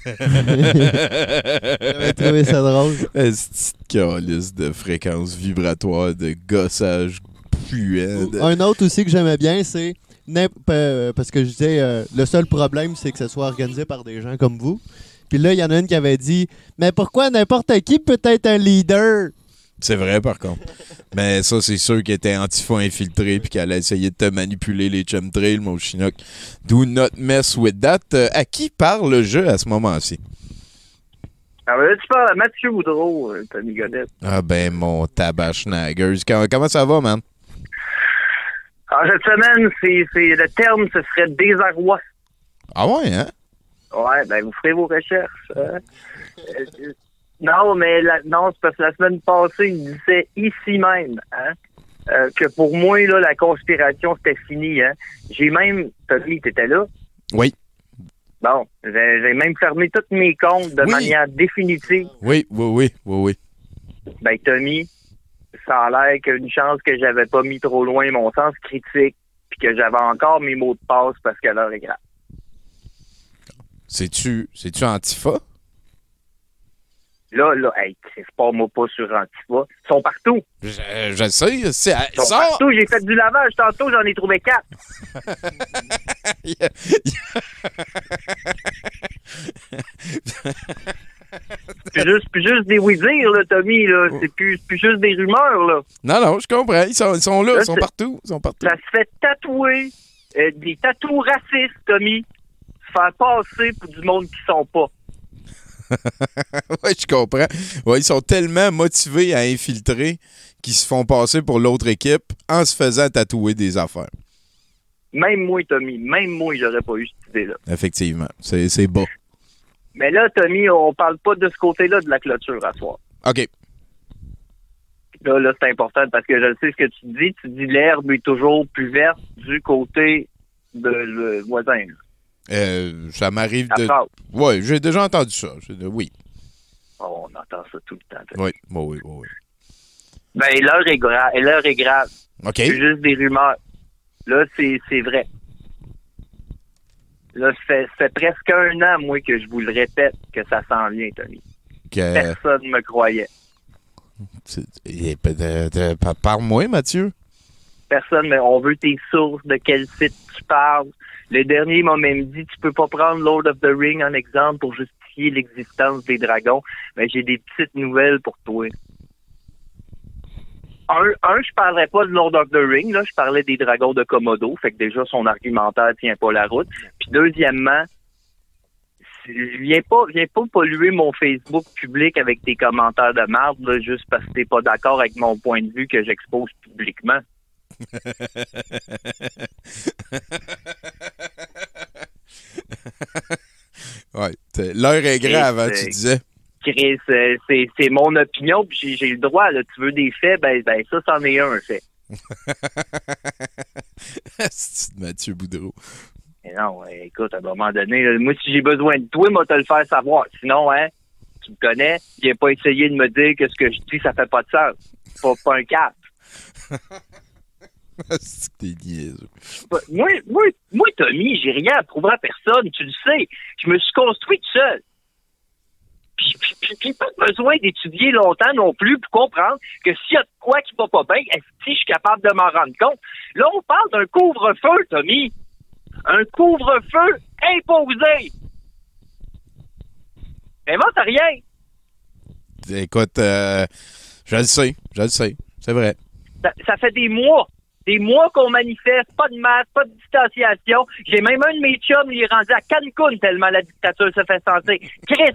J'avais trouvé ça drôle. Une petite calice de fréquences vibratoires, de gossage plus. Hein, de... Un autre aussi que j'aimais bien, c'est... Parce que je disais, euh, le seul problème, c'est que ce soit organisé par des gens comme vous. Puis là, il y en a une qui avait dit, mais pourquoi n'importe qui peut être un leader? C'est vrai, par contre. Mais ça, c'est sûr qu'il était antifa infiltré puis qu'elle a essayé de te manipuler les chemtrails, mon Chinook. Do not mess with that. Euh, à qui parle le jeu à ce moment-ci? Alors là, tu parles à Mathieu Boudreau, euh, Tommy Godette. Ah ben, mon tabac-schnaggers. Comment ça va, man? Alors, cette semaine, c'est, c'est le terme, ce serait désarroi. Ah ouais, hein? Ouais, ben, vous ferez vos recherches. Hein? euh, non, mais la, non, c'est parce que la semaine passée, il disait ici même, hein, euh, que pour moi, là, la conspiration, c'était fini, hein. J'ai même, Tommy, t'étais là? Oui. Bon, j'ai, j'ai même fermé tous mes comptes de oui. manière définitive. Oui, oui, oui, oui, oui. Ben, Tommy, ça a l'air qu'une chance que j'avais pas mis trop loin mon sens critique puis que j'avais encore mes mots de passe parce que l'heure est grave. C'est-tu, c'est-tu Antifa? Là, là, hey, c'est pas moi pas sur Antifa. Ils sont partout. Je, je sais. C'est, Ils sont ça... partout. J'ai fait du lavage tantôt, j'en ai trouvé quatre. yeah, yeah. C'est juste, plus juste des oui-dire, là, Tommy, là. C'est plus, plus juste des rumeurs, là. Non, non, je comprends. Ils sont, ils sont là, là, ils sont partout. Ils sont partout. Ça se fait tatouer euh, des tatous racistes, Tommy. Se faire passer pour du monde qui sont pas. Oui, je comprends. Ouais, ils sont tellement motivés à infiltrer qu'ils se font passer pour l'autre équipe en se faisant tatouer des affaires. Même moi, Tommy, même moi, j'aurais pas eu cette idée-là. Effectivement, c'est, c'est bas. Mais là, Tommy, on parle pas de ce côté-là de la clôture à soir. OK. Là, là, c'est important parce que je sais ce que tu dis. Tu dis l'herbe est toujours plus verte du côté de le voisin. Euh, ça m'arrive de... Oui, j'ai déjà entendu ça. De... Oui. Oh, on entend ça tout le temps. Oui, oui, oui, oui. Ben, l'heure est grave. L'heure est grave. OK. C'est juste des rumeurs. Là, c'est, c'est vrai. Là, ça fait, ça fait presque un an, moi, que je vous le répète, que ça s'en vient, Tommy. Que... Personne ne me croyait. Parle-moi, Mathieu. Personne, mais on veut tes sources, de quel site tu parles. Le dernier m'a même dit, tu peux pas prendre Lord of the Ring en exemple pour justifier l'existence des dragons. Mais j'ai des petites nouvelles pour toi. Un, un, je parlerais pas de Lord of the Ring, là, je parlais des dragons de Komodo, fait que déjà son argumentaire tient pas la route. Puis deuxièmement, viens pas, viens pas polluer mon Facebook public avec tes commentaires de merde, là, juste parce que t'es pas d'accord avec mon point de vue que j'expose publiquement. Ouais, l'heure est grave, hein, tu disais. Chris, c'est, c'est, c'est mon opinion, puis j'ai, j'ai le droit, là. Tu veux des faits, ben, ben ça, c'en est un, un fait. C'est Mathieu Boudreau. Mais non, écoute, à un moment donné, là, moi, si j'ai besoin de toi, moi, te le faire savoir. Sinon, hein, tu me connais, viens pas essayer de me dire que ce que je dis, ça fait pas de sens. Pas, pas un cap. C'est que t'es niaiseux. Moi, moi, moi, Tommy, j'ai rien à prouver à personne, tu le sais. Je me suis construit tout seul. Puis, puis, puis, puis pas besoin d'étudier longtemps non plus pour comprendre que s'il y a de quoi qui va pas bien, est-ce que je suis capable de m'en rendre compte? Là, on parle d'un couvre-feu, Tommy. Un couvre-feu imposé. Invente rien. Écoute, euh, je le sais, je le sais, c'est vrai. Ça, ça fait des mois, des mois qu'on manifeste, pas de masque, pas de distanciation. J'ai même un de mes chums, il est rendu à Cancun tellement la dictature se fait sentir. Chris!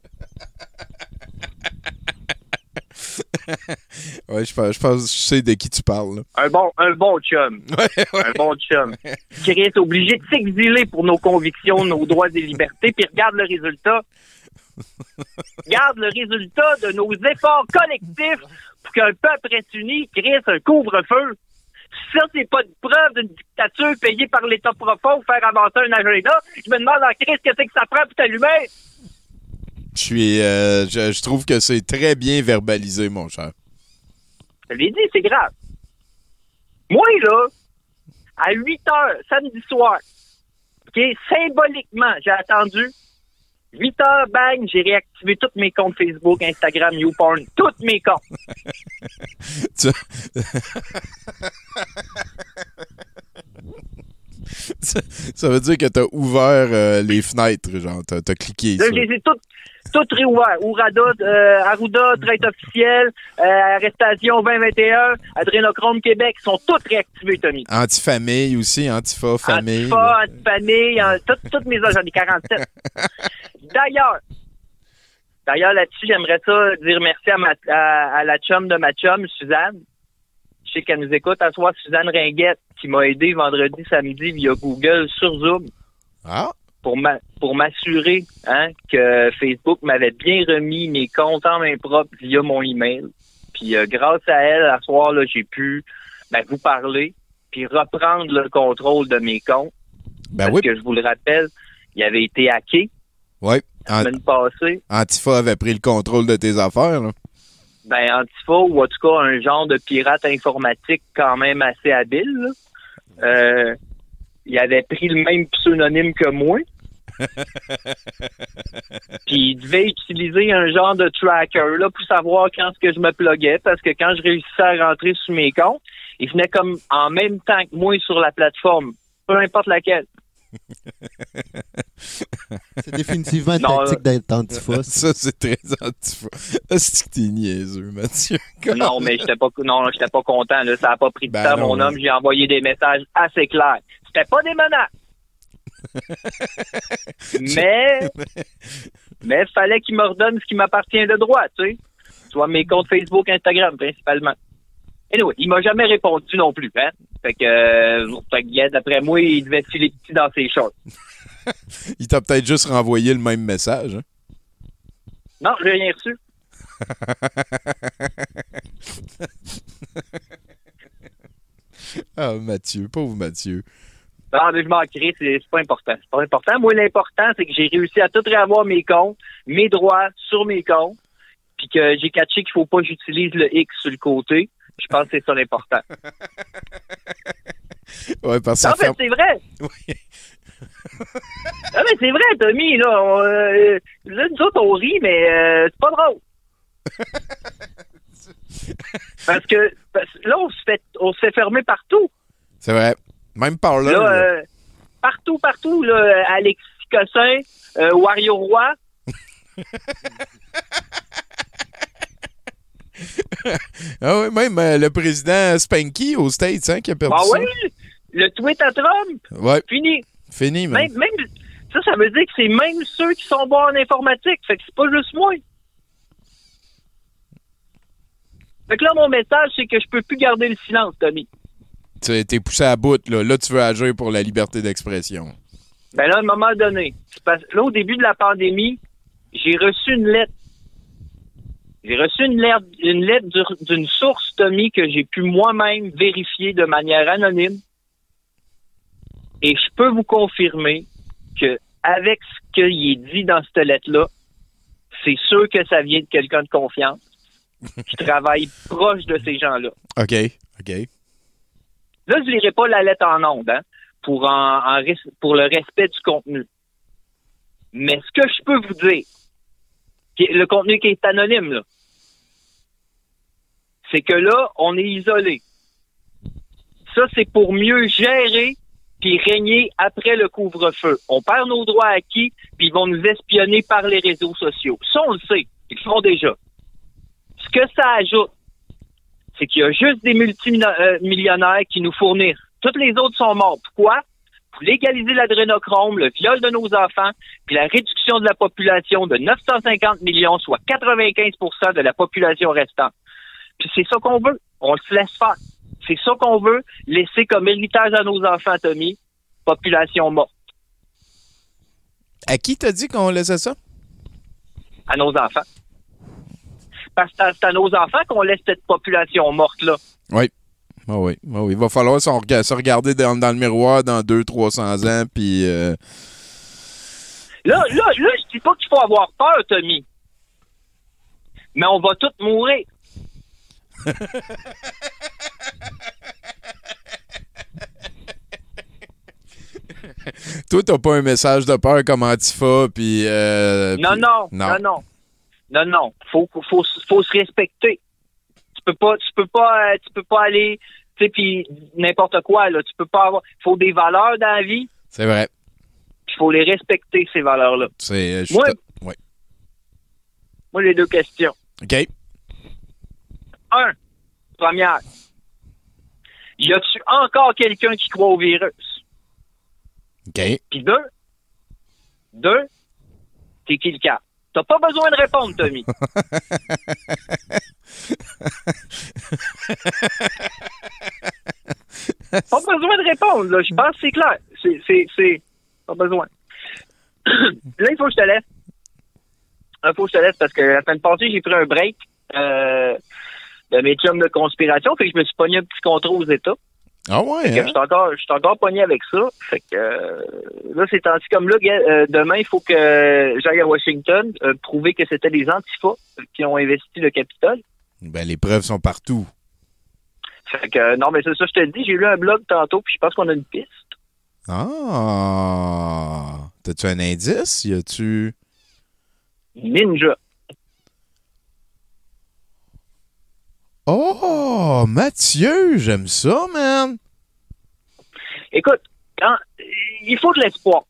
Ouais, je pense, je pense, je sais de qui tu parles. Là. Un bon, un bon chum. Ouais, ouais. Un bon chum. Chris, obligé de s'exiler pour nos convictions, nos droits et libertés, puis regarde le résultat. Regarde le résultat de nos efforts collectifs pour qu'un peuple reste uni. Chris, un couvre-feu. Si ça, c'est pas de preuve d'une dictature payée par l'État profond pour faire avancer un agenda, je me demande en Chris qu'est-ce que ça prend pour t'allumer. Je suis, euh, je, je trouve que c'est très bien verbalisé, mon cher. Je l'ai dit, c'est grave. Moi, là, à huit heures, samedi soir, OK, symboliquement, j'ai attendu huit heures, bang, j'ai réactivé tous mes comptes Facebook, Instagram, YouPorn, tous mes comptes. Tu... ça, ça veut dire que t'as ouvert euh, les fenêtres, genre, t'as, t'as cliqué. Là, je les ai toutes, toutes réouvertes. Ourada, euh, Arruda, traite officielle, euh, arrestation vingt vingt et un, Adrénochrome Québec, sont toutes réactivées, Tommy. Anti-famille aussi, Antifa, famille. Antifa, anti-famille, en, toutes, toutes mes heures, j'en ai quarante-sept. D'ailleurs, d'ailleurs, là-dessus, j'aimerais ça dire merci à, ma, à, à la chum de ma chum, Suzanne. Je sais qu'elle nous écoute à soir, Suzanne Ringuette, qui m'a aidé vendredi, samedi via Google sur Zoom. Ah. Pour, ma, pour m'assurer hein, que Facebook m'avait bien remis mes comptes en main propre via mon email. Puis euh, grâce à elle, à soir, là, j'ai pu ben, vous parler puis reprendre le contrôle de mes comptes. Ben parce oui. que je vous le rappelle, il avait été hacké. Oui. La semaine passée. Antifa avait pris le contrôle de tes affaires, là. Ben, Antifa, ou en tout cas un genre de pirate informatique quand même assez habile, là. Euh, il avait pris le même pseudonyme que moi. Puis il devait utiliser un genre de tracker là pour savoir quand ce que je me pluguais, parce que quand je réussissais à rentrer sur mes comptes, il venait comme en même temps que moi sur la plateforme, peu importe laquelle. C'est définitivement une Non, tactique là. d'être antifa. Ça, c'est très antifa. Est-ce que t'es niaiseux, Mathieu? Non, mais j'étais pas non, j'étais pas content, là. Ça a pas pris de Ben temps, non, mon non. homme. J'ai envoyé des messages assez clairs. C'était pas des menaces. mais mais fallait qu'il me redonne ce qui m'appartient de droit, tu sais. Soit mes comptes Facebook, Instagram, principalement. Anyway, il m'a jamais répondu non plus, hein. Fait que, euh, fait que d'après moi, il devait filer petit dans ses shorts. Il t'a peut-être juste renvoyé le même message, hein? Non, j'ai rien reçu. Ah, Mathieu, pauvre Mathieu. Non, mais je m'en crée, c'est, c'est pas important. C'est pas important. Moi, l'important, c'est que j'ai réussi à tout réavoir mes comptes, mes droits sur mes comptes, puis que j'ai catché qu'il faut pas que j'utilise le X sur le côté. Je pense que c'est ça l'important. Ouais, parce que non, ça mais fait... c'est vrai. Oui. Non, mais c'est vrai, Tommy, là. On, euh, là, nous autres, on rit, mais euh, c'est pas drôle. Parce que, parce que là, on se fait, on se fait fermer partout. C'est vrai. Même par là. Là, là. euh, partout, partout, là, Alexis Cossin, euh, Wario Roy. Ah oui, même euh, le président Spanky aux States, hein, qui a perdu Ah ça. oui, le tweet à Trump. Ouais. Fini. Fini, même. Même, même. Ça, ça veut dire que c'est même ceux qui sont bons en informatique. Fait que c'est pas juste moi. Fait que là, mon message, c'est que je peux plus garder le silence, Tommy. Tu t'es poussé à bout, là. Là, tu veux agir pour la liberté d'expression. Ben là, à un moment donné, c'est parce- là, au début de la pandémie, j'ai reçu une lettre. J'ai reçu une lettre, une lettre dur- d'une source, Tommy, que j'ai pu moi-même vérifier de manière anonyme. Et je peux vous confirmer que avec ce qu'il est dit dans cette lettre-là, c'est sûr que ça vient de quelqu'un de confiance qui travaille proche de ces gens-là. OK, OK. Là, je lirai pas la lettre en ondes, hein, pour, en, en res- pour le respect du contenu. Mais ce que je peux vous dire, qui est- le contenu qui est anonyme, là, c'est que là, on est isolé. Ça, c'est pour mieux gérer puis régner après le couvre-feu. On perd nos droits acquis, puis ils vont nous espionner par les réseaux sociaux. Ça, on le sait. Ils le font déjà. Ce que ça ajoute, c'est qu'il y a juste des multimillionnaires qui nous fournissent. Toutes les autres sont morts. Pourquoi? Pour légaliser l'adrénochrome, le viol de nos enfants, puis la réduction de la population de neuf cent cinquante millions, soit quatre-vingt-quinze pour cent de la population restante. Puis c'est ça qu'on veut. On se laisse faire. C'est ça qu'on veut, laisser comme héritage à nos enfants, Tommy, population morte. À qui t'as dit qu'on laissait ça? À nos enfants. Parce que c'est à nos enfants qu'on laisse cette population morte-là. Oui. Ah oui. Ah oui. Il va falloir se rega- se regarder dans, dans le miroir dans deux cents trois cents ans, puis... Euh... Là, là, là, je dis pas qu'il faut avoir peur, Tommy. Mais on va tous mourir. Toi, t'as pas un message de peur comme Antifa, puis... Euh, non, pis... non, non, non, non, non, non, faut, faut, faut se respecter. Tu peux pas, tu peux pas, euh, tu peux pas aller, tu sais, puis n'importe quoi, là, tu peux pas avoir... faut des valeurs dans la vie. C'est vrai. Il faut les respecter, ces valeurs-là. C'est... Moi, t... ouais. moi, j'ai deux questions. OK. Un, première, y a-tu encore quelqu'un qui croit au virus? OK. Puis deux, deux, t'es qui le cas? T'as pas besoin de répondre, Tommy. Pas besoin de répondre, là. Je pense que c'est clair. C'est, c'est, c'est... Pas besoin. Là, il faut que je te laisse. Il faut que je te laisse parce que la semaine passée, j'ai pris un break euh, de mes chums de conspiration. Fait que je me suis pogné un petit contrat aux États. Ah ouais, hein? Je suis encore, je suis encore pogné avec ça. Fait que euh, là, c'est ainsi comme là, euh, demain, il faut que j'aille à Washington euh, prouver que c'était les Antifas qui ont investi le Capitole. Ben, les preuves sont partout. Fait que euh, non, mais c'est ça, je te le dis, j'ai lu un blog tantôt, puis je pense qu'on a une piste. Ah! T'as-tu un indice? Y a-tu... Ninja. Oh! Mathieu! J'aime ça, man! Écoute, quand, il faut de l'espoir.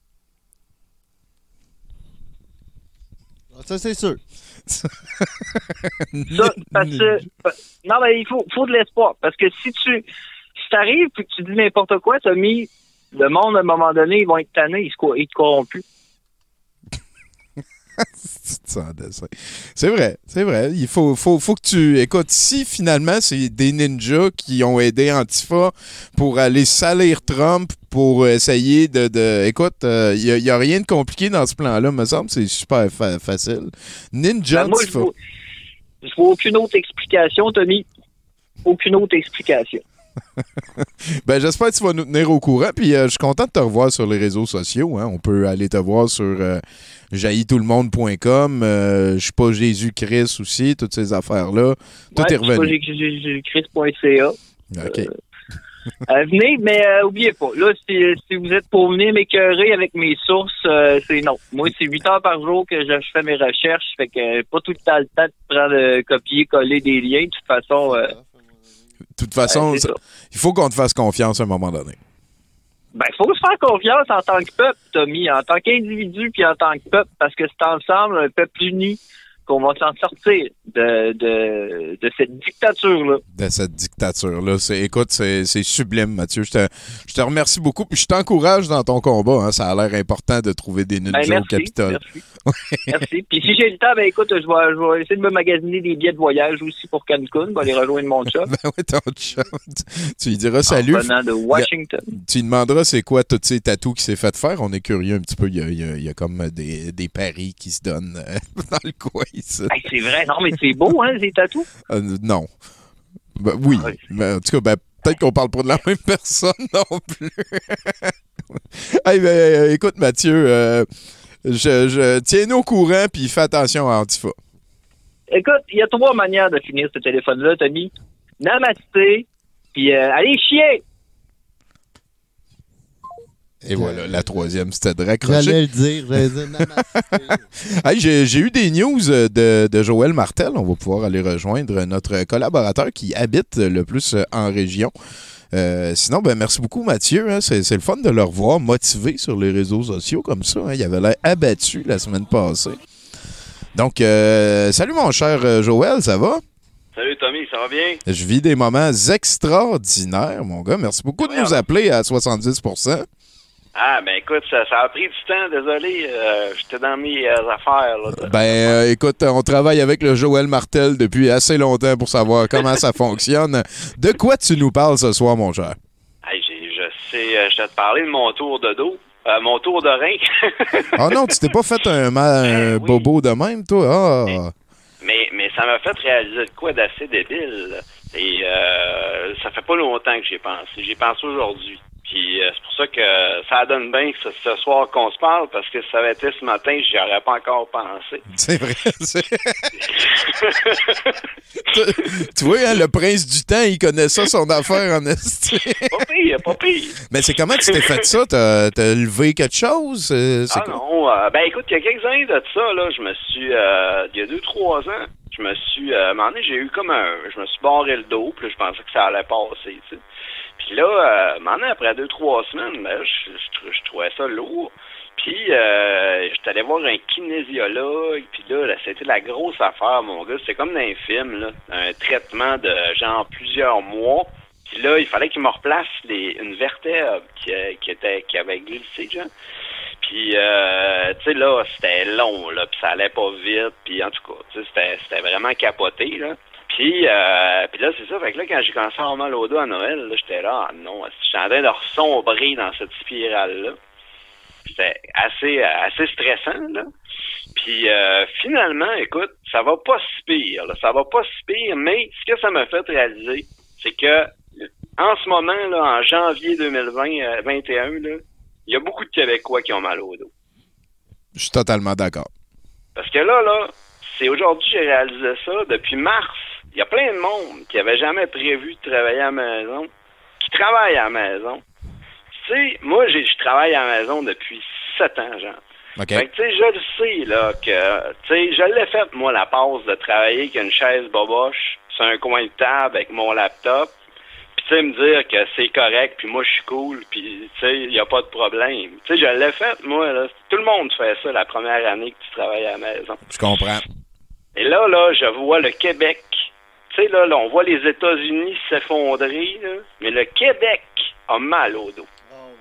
Ça, c'est sûr. Ça, parce que, non, mais il faut, faut de l'espoir. Parce que si tu si t'arrives et que tu dis n'importe quoi, t'as mis le monde, à un moment donné, ils vont être tannés, ils, se, ils te croiront plus. C'est vrai, c'est vrai. Il faut, faut, faut que tu... Écoute, si finalement, c'est des ninjas qui ont aidé Antifa pour aller salir Trump, pour essayer de... de écoute, il euh, n'y a, y a rien de compliqué dans ce plan-là, me semble. C'est super fa- facile. Ninja Ben, moi, Antifa. Je ne vois aucune autre explication, Tommy. Aucune autre explication. Ben, j'espère que tu vas nous tenir au courant. Puis, euh, je suis content de te revoir sur les réseaux sociaux. Hein. On peut aller te voir sur euh, jaillit tout le monde point com. Euh, je suis pas Jésus-Christ aussi, toutes ces affaires-là. Tout ouais, est revenu. Je suis pas jésus christ point c a. OK. Euh, euh, venez, mais euh, oubliez pas. Là, si, si vous êtes pour venir m'écœurer avec mes sources, euh, c'est non. Moi, c'est huit heures par jour que je, je fais mes recherches. Fait que euh, pas tout le temps le temps de prendre, euh, copier, coller des liens. De toute façon... Euh, De toute façon, euh, ça, il faut qu'on te fasse confiance à un moment donné. Ben, il faut se faire confiance en tant que peuple, Tommy, en tant qu'individu puis en tant que peuple, parce que c'est ensemble, un peuple uni, qu'on va s'en sortir de, de, de cette dictature-là. De cette dictature-là. C'est, écoute, c'est, c'est sublime, Mathieu. Je te, je te remercie beaucoup. Puis je t'encourage dans ton combat. Hein. Ça a l'air important de trouver des ninjas ben, merci, au Capitole. Merci. Merci. Puis si j'ai le temps, ben écoute, je vais, je vais essayer de me magasiner des billets de voyage aussi pour Cancun. Je vais aller rejoindre mon chum. Ben oui, ton chum. Tu lui diras salut. En venant de Washington. Tu lui demanderas c'est quoi tous ces tatous qu'il s'est fait faire. On est curieux un petit peu. Il y a, il y a, il y a comme des, des paris qui se donnent euh, dans le coin. Hey, c'est vrai. Non, mais c'est beau, hein, ces tatous? Euh, non. Ben, oui. Ouais. Mais en tout cas, ben, peut-être qu'on parle pas de la même personne non plus. Hey, ben, écoute, Mathieu, euh, je, je tiens-nous au courant puis fais attention à Antifa. Écoute, il y a trois manières de finir ce téléphone-là, Tommy. Namasté, puis euh, allez chier! Et voilà, la troisième, c'était de raccrocher. J'allais le dire, j'allais dire namasté. Hey, j'ai, j'ai eu des news de, de Joël Martel. On va pouvoir aller rejoindre notre collaborateur qui habite le plus en région. Euh, sinon, ben merci beaucoup, Mathieu. Hein. C'est, c'est le fun de le revoir motivé sur les réseaux sociaux comme ça. Hein. Il avait l'air abattu la semaine passée. Donc, euh, salut mon cher Joël, ça va? Salut Tommy, ça va bien? Je vis des moments extraordinaires, mon gars. Merci beaucoup de nous appeler à soixante-dix pour cent. Ah, ben écoute, ça, ça a pris du temps, désolé. Euh, J'étais dans mes euh, affaires. Là, de... Ben, euh, écoute, on travaille avec le Joël Martel depuis assez longtemps pour savoir comment ça fonctionne. De quoi tu nous parles ce soir, mon cher? Hey, j'ai, je sais, euh, je vais te parler de mon tour de dos, euh, mon tour de rein. Ah non, tu t'es pas fait un, mal, un oui. bobo de même, toi? Ah. Mais, mais, mais ça m'a fait réaliser de quoi d'assez débile. Et euh, ça fait pas longtemps que j'y ai pensé. J'y pense aujourd'hui. Puis euh, c'est pour ça que ça donne bien que ce, ce soir qu'on se parle, parce que si ça avait été ce matin, j'y aurais pas encore pensé. C'est vrai. C'est... tu, tu vois, hein, le prince du temps, il connaît ça, son affaire en esti. Pas pire, pas pire. Mais c'est comment tu t'es fait ça? T'as, t'as levé quelque chose? C'est ah quoi? non, euh, ben écoute, il y a quelques années de ça, là, je me suis, euh, il y a deux, trois ans, je me suis, euh, à un moment donné, j'ai eu comme un, je me suis barré le dos, puis là, je pensais que ça allait passer, tu sais. Puis là, euh, maintenant, après deux, trois semaines, ben, je, je, je trouvais ça lourd. Puis, euh, j'étais allé voir un kinésiologue. Puis là, là, c'était la grosse affaire, mon gars. C'était comme dans un film, là. Un traitement de genre plusieurs mois. Puis là, il fallait qu'il me replace les, une vertèbre qui, qui, était, qui avait glissé, genre. Puis, euh, tu sais, là, c'était long, là. Puis ça allait pas vite. Puis, en tout cas, tu sais, c'était, c'était vraiment capoté, là. Puis, euh, puis là, c'est ça. Fait que là, quand j'ai commencé à avoir mal au dos à Noël, là, j'étais là, ah non, j'étais en train de ressombrer dans cette spirale-là. C'était assez, assez stressant, là. Puis, euh, finalement, écoute, ça va pas si pire, là. Ça va pas si pire, mais ce que ça m'a fait réaliser, c'est que, en ce moment, là, en janvier deux mille vingt, euh, vingt et un, là, il y a beaucoup de Québécois qui ont mal au dos. Je suis totalement d'accord. Parce que là, là, c'est aujourd'hui que j'ai réalisé ça. Depuis mars, il y a plein de monde qui avait jamais prévu de travailler à la maison, qui travaille à la maison. Tu sais, moi, j'ai, je travaille à la maison depuis sept ans, genre. Okay. Fait que, tu sais, je le sais, là, que, tu sais, je l'ai fait, moi, la passe de travailler avec une chaise boboche sur un coin de table avec mon laptop, puis, tu sais, me dire que c'est correct, puis moi, je suis cool, puis, tu sais, il n'y a pas de problème. Tu sais, je l'ai fait, moi, là. Tout le monde fait ça la première année que tu travailles à la maison. Je comprends. Et là, là, je vois le Québec. Tu sais, là, là, on voit les États-Unis s'effondrer, là, mais le Québec a mal au dos.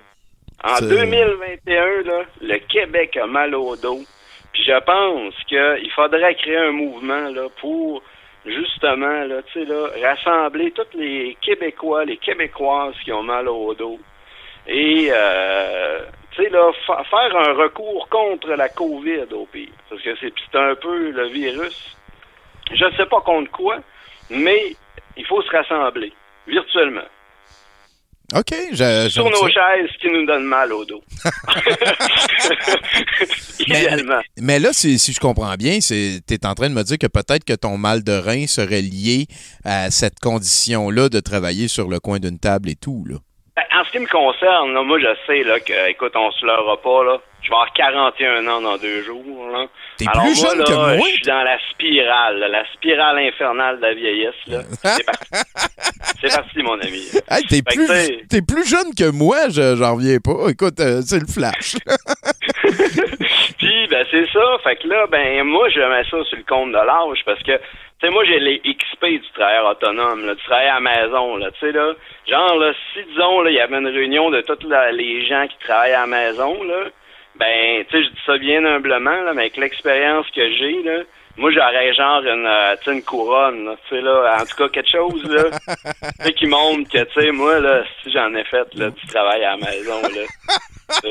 En C'est... deux mille vingt et un, là, le Québec a mal au dos. Puis je pense qu'il faudrait créer un mouvement là pour justement là, tu sais là, rassembler tous les Québécois, les Québécoises qui ont mal au dos. Et euh, tu sais là, fa- faire un recours contre la COVID au pire. Parce que c'est, c'est un peu le virus. Je ne sais pas contre quoi, mais il faut se rassembler virtuellement. OK, je, sur nos ça. Chaises qui nous donnent mal au dos. Idéalement. Mais, mais là, si, si je comprends bien, tu es en train de me dire que peut-être que ton mal de rein serait lié à cette condition-là de travailler sur le coin d'une table et tout, là. En ce qui me concerne, là, moi, je sais là, que, écoute, on se leurra pas, là. Je vais avoir quarante et un ans dans deux jours. Là. T'es Alors, plus moi, jeune là, que moi? Je suis dans la spirale, là, la spirale infernale de la vieillesse. Là. C'est parti. C'est parti, mon ami. Hey, t'es, plus, que, t'es plus jeune que moi, je, j'en reviens pas. Écoute, euh, c'est le flash. Puis, ben, c'est ça. Fait que là, ben, moi, je mets ça sur le compte de l'âge parce que, tu sais, moi, j'ai les X P du travailleur autonome, là, du travail à la maison, là, tu sais, là. Genre, là, si, disons, là, il y avait une réunion de tous les gens qui travaillent à la maison, là, ben, tu sais, je dis ça bien humblement, là, mais avec l'expérience que j'ai, là, moi, j'aurais genre une, euh, tu sais, une couronne, tu sais, là, en tout cas, quelque chose, là, tu sais, qui montre que, tu sais, moi, là, si j'en ai fait, là, du travail à la maison, là.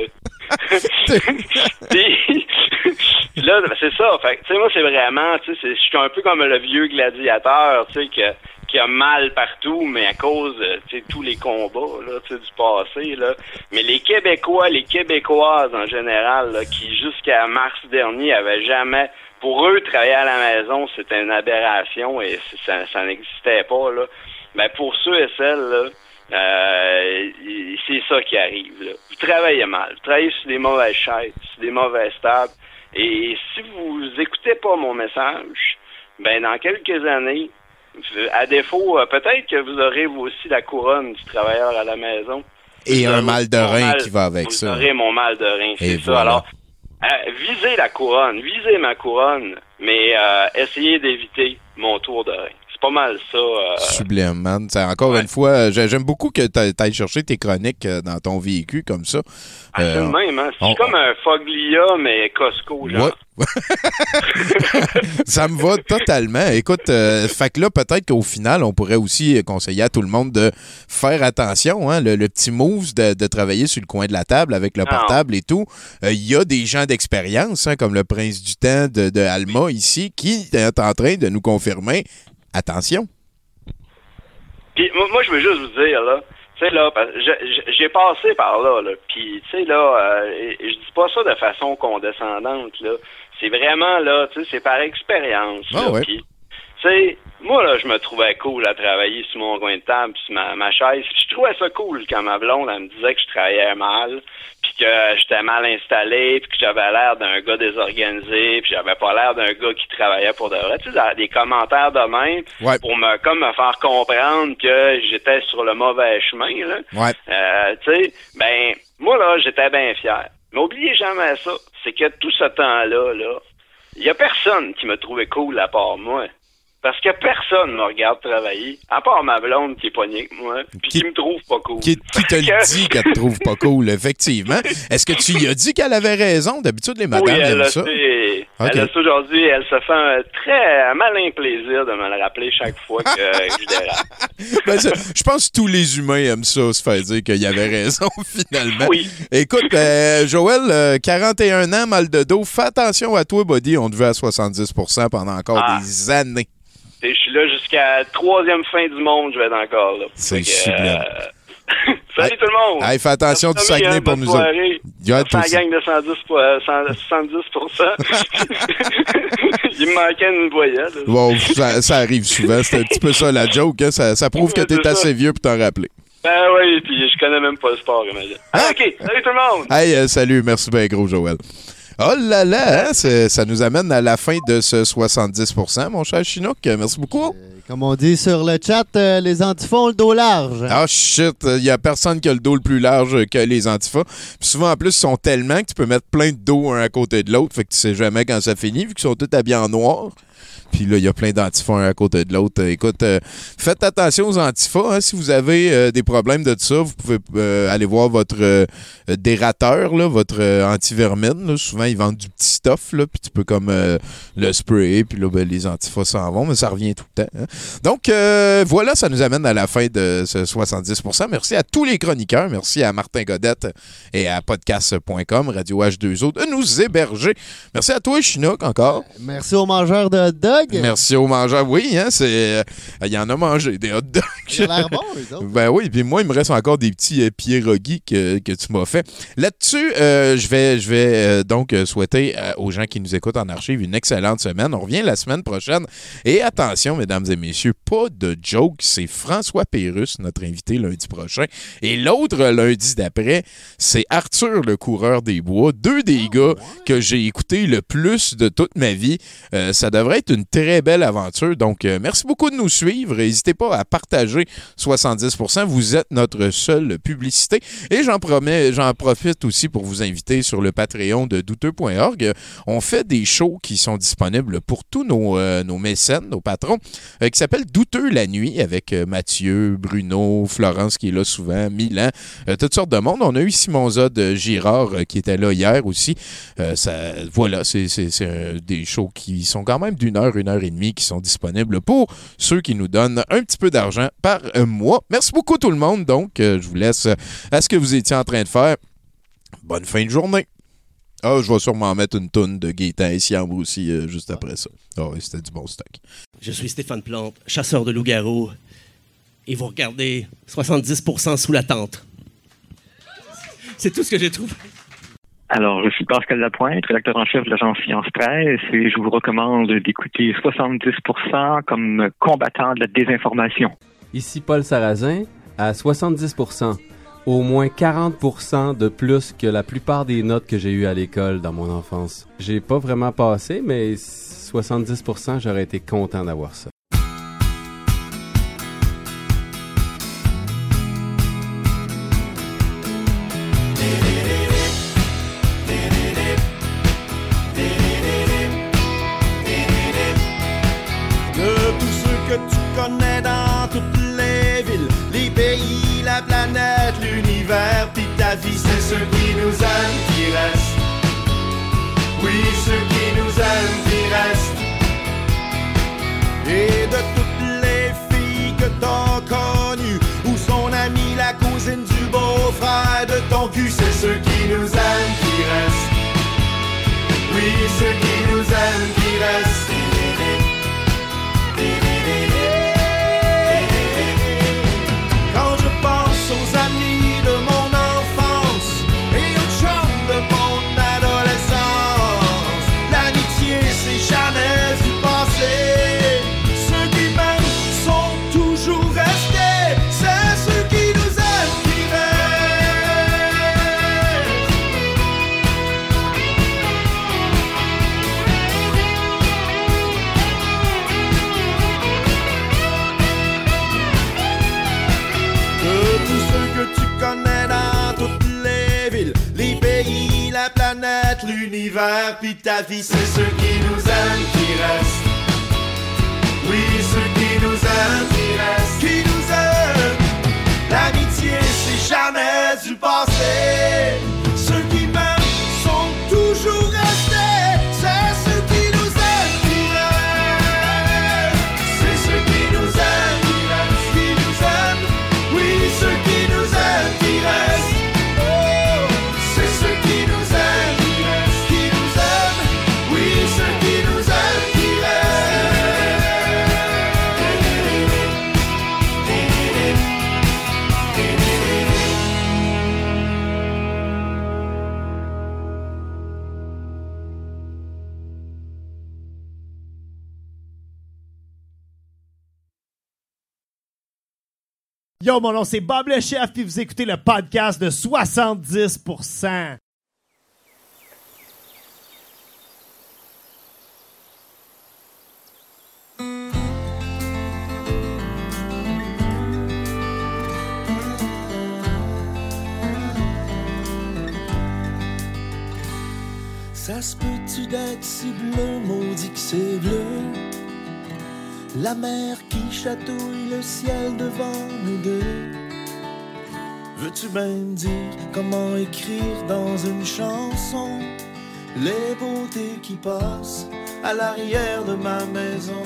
Puis, là, ben, c'est ça, fait tu sais, moi, c'est vraiment, tu sais, je suis un peu comme le vieux gladiateur, tu sais, que qui a mal partout, mais à cause de tous les combats là, du passé. Là. Mais les Québécois, les Québécoises en général, là, qui jusqu'à mars dernier avaient jamais... Pour eux, travailler à la maison, c'était une aberration et ça, ça n'existait pas. Là. Ben, pour ceux et celles, là, euh, c'est ça qui arrive. Là. Vous travaillez mal, vous travaillez sur des mauvaises chaises, sur des mauvaises tables. Et si vous écoutez pas mon message, ben dans quelques années, à défaut, euh, peut-être que vous aurez vous aussi la couronne du travailleur à la maison. Et vous un mal de rein mal, qui va avec vous ça. Vous aurez mon mal de rein, c'est Et ça. voilà. Alors, euh, visez la couronne, visez ma couronne, mais euh, essayez d'éviter mon tour de rein. C'est pas mal ça. Euh... Sublime, man. C'est encore ouais. une fois, j'aime beaucoup que tu ailles chercher tes chroniques dans ton véhicule comme ça. Ah, c'est euh, le même, hein? C'est on, comme un Foglia, mais Costco, genre. Ouais. Ça me va totalement. Écoute, euh, fait que là, peut-être qu'au final, on pourrait aussi conseiller à tout le monde de faire attention, hein, le, le petit move de, de travailler sur le coin de la table avec le portable non. et tout. Il euh, y a des gens d'expérience, hein, comme le Prince du Temps de, de Alma ici, qui est en train de nous confirmer. Attention. Puis moi, moi, je veux juste vous dire, là, tu Tu sais, là, j'ai passé par là, là. Puis, tu sais, là, euh, je dis pas ça de façon condescendante, là. C'est vraiment, là, tu sais, c'est par expérience. Ah, là. ouais. Puis, tu sais, moi, là, je me trouvais cool à travailler sur mon coin de table, sur ma, ma chaise. Puis je trouvais ça cool quand ma blonde, elle me disait que je travaillais mal, puis que j'étais mal installé, puis que j'avais l'air d'un gars désorganisé, puis j'avais pas l'air d'un gars qui travaillait pour de vrai. Tu sais, des commentaires de même, ouais. pour me comme me faire comprendre que j'étais sur le mauvais chemin, là. Ouais. Euh, tu sais, ben, moi, là, j'étais bien fier. Mais oubliez jamais ça, c'est que tout ce temps-là, là, il y a personne qui m'a trouvé cool à part moi. Parce que personne me regarde travailler, à part ma blonde qui est pognée avec moi, puis qui, qui me trouve pas cool. Qui, qui te le dit qu'elle te trouve pas cool, effectivement. Est-ce que tu lui as dit qu'elle avait raison? D'habitude, les madames oui, elle aiment a ça. Fait, okay. Elle a ça aujourd'hui, elle se fait un très malin plaisir de me le rappeler chaque fois que, que je dérape. Ben, je pense que tous les humains aiment ça, se faire dire qu'il y avait raison, finalement. Oui. Écoute, euh, Joël, euh, quarante et un ans, mal de dos. Fais attention à toi, buddy. On te veut à soixante-dix pour cent pendant encore ah. des années. Je suis là jusqu'à la troisième fin du monde, je vais être encore là. C'est sublime. Euh... Salut hey, tout le monde! Hey, fais attention du Saguenay pour nous autres. Il a la gang de cent dix pour cent, soixante-dix pour cent. Il me manquait une voyelle. Bon, ça, ça arrive souvent. C'est un petit peu ça la joke. Hein? Ça, ça prouve que t'es assez ça. vieux pour t'en rappeler. Ben oui, puis je connais même pas le sport, imagine. Ah, OK, salut tout le monde! Hey, euh, salut, merci bien gros, Joël. Oh là là, hein, ça nous amène à la fin de ce soixante-dix pour cent, mon cher Chinook. Merci beaucoup. Euh, comme on dit sur le chat, euh, les antifas ont le dos large. Ah, shit, il n'y a personne qui a le dos le plus large que les antifas. Puis souvent, en plus, ils sont tellement que tu peux mettre plein de dos un à côté de l'autre, fait que tu sais jamais quand ça finit, vu qu'ils sont tous habillés en noir. Puis là, il y a plein d'antifas un à côté de l'autre. Écoute, euh, faites attention aux antifas. Hein. Si vous avez euh, des problèmes de ça, vous pouvez euh, aller voir votre euh, dérateur, là, votre euh, anti-vermine. Là. Souvent, ils vendent du petit stuff, là, puis tu peux comme euh, le sprayer, puis là, ben, les antifas s'en vont, mais ça revient tout le temps. Hein. Donc, euh, voilà, ça nous amène à la fin de ce soixante-dix pour cent. Merci à tous les chroniqueurs. Merci à Martin Godette et à podcast point com, Radio H deux O, de nous héberger. Merci à toi, Chinook, encore. Merci aux mangeurs de hot dogs. Merci aux mangeurs. Oui, hein, c'est. Il euh, y en a mangé des hot dogs. Ça a l'air bon, les autres. Ben oui, puis moi, il me reste encore des petits euh, pierogies que, que tu m'as fait. Là-dessus, euh, je vais, je vais euh, donc souhaiter euh, aux gens qui nous écoutent en archive une excellente semaine. On revient la semaine prochaine. Et attention, mesdames et messieurs, pas de joke. C'est François Pérusse, notre invité lundi prochain. Et l'autre lundi d'après, c'est Arthur, le coureur des bois. Deux des oh, gars ouais. que j'ai écoutés le plus de toute ma vie. Euh, ça devrait être une très belle aventure. Donc, euh, merci beaucoup de nous suivre. N'hésitez pas à partager soixante-dix pour cent. Vous êtes notre seule publicité. Et j'en promets, j'en profite aussi pour vous inviter sur le Patreon de douteux point org. On fait des shows qui sont disponibles pour tous nos, euh, nos mécènes, nos patrons, euh, qui s'appellent Douteux la nuit avec euh, Mathieu, Bruno, Florence qui est là souvent, Milan, euh, toutes sortes de monde. On a eu Simon Zod Girard euh, qui était là hier aussi. Euh, ça, voilà, c'est, c'est, c'est euh, des shows qui sont quand même d'une heure, une heure et demie qui sont disponibles pour ceux qui nous donnent un petit peu d'argent par mois. Merci beaucoup tout le monde. Donc, euh, je vous laisse à ce que vous étiez en train de faire. Bonne fin de journée. Ah, je vais sûrement mettre une toune de Gaétan et Siambre aussi euh, juste après ça. Ah oui, c'était du bon stock. Je suis Stéphane Plante, chasseur de loups-garous. Et vous regardez soixante-dix pour cent sous la tente. C'est tout ce que j'ai trouvé. Alors, je suis Pascal Lapointe, rédacteur en chef de l'agence Science Presse, et je vous recommande d'écouter soixante-dix pour cent comme combattant de la désinformation. Ici Paul Sarrazin, à soixante-dix pour cent. Au moins quarante pour cent de plus que la plupart des notes que j'ai eues à l'école dans mon enfance. J'ai pas vraiment passé, mais soixante-dix pour cent, j'aurais été content d'avoir ça. Pis ta vie, c'est ceux qui nous aiment qui restent. Oui, ceux qui nous aiment qui restent. Et de toutes les filles que t'as connues, ou son amie, la cousine du beau-frère de ton cul, c'est ceux qui nous aiment qui restent. Oui, ceux qui nous aiment qui restent. Quand je pense aux tout l'univers puis ta vie. C'est ceux qui nous aiment qui restent. Oui, ceux qui nous aiment qui restent. Qui nous aiment. L'amitié c'est jamais du passé. Ceux qui m'aiment sont toujours restés. C'est ceux qui nous aiment qui restent. C'est ceux qui nous aiment qui restent. Qui nous aiment. Oui, ceux qui nous aiment qui restent. Oh, c'est ceux qui nous aiment qui restent. Qui nous aiment. Oui, ceux qui nous aiment qui Yo, mon nom c'est Bob le Chef, puis vous écoutez le podcast de soixante-dix pour cent. Ça se peut-tu d'être si bleu, maudit que c'est bleu? La mer qui chatouille le ciel devant nous deux. Veux-tu même dire comment écrire dans une chanson les beautés qui passent à l'arrière de ma maison?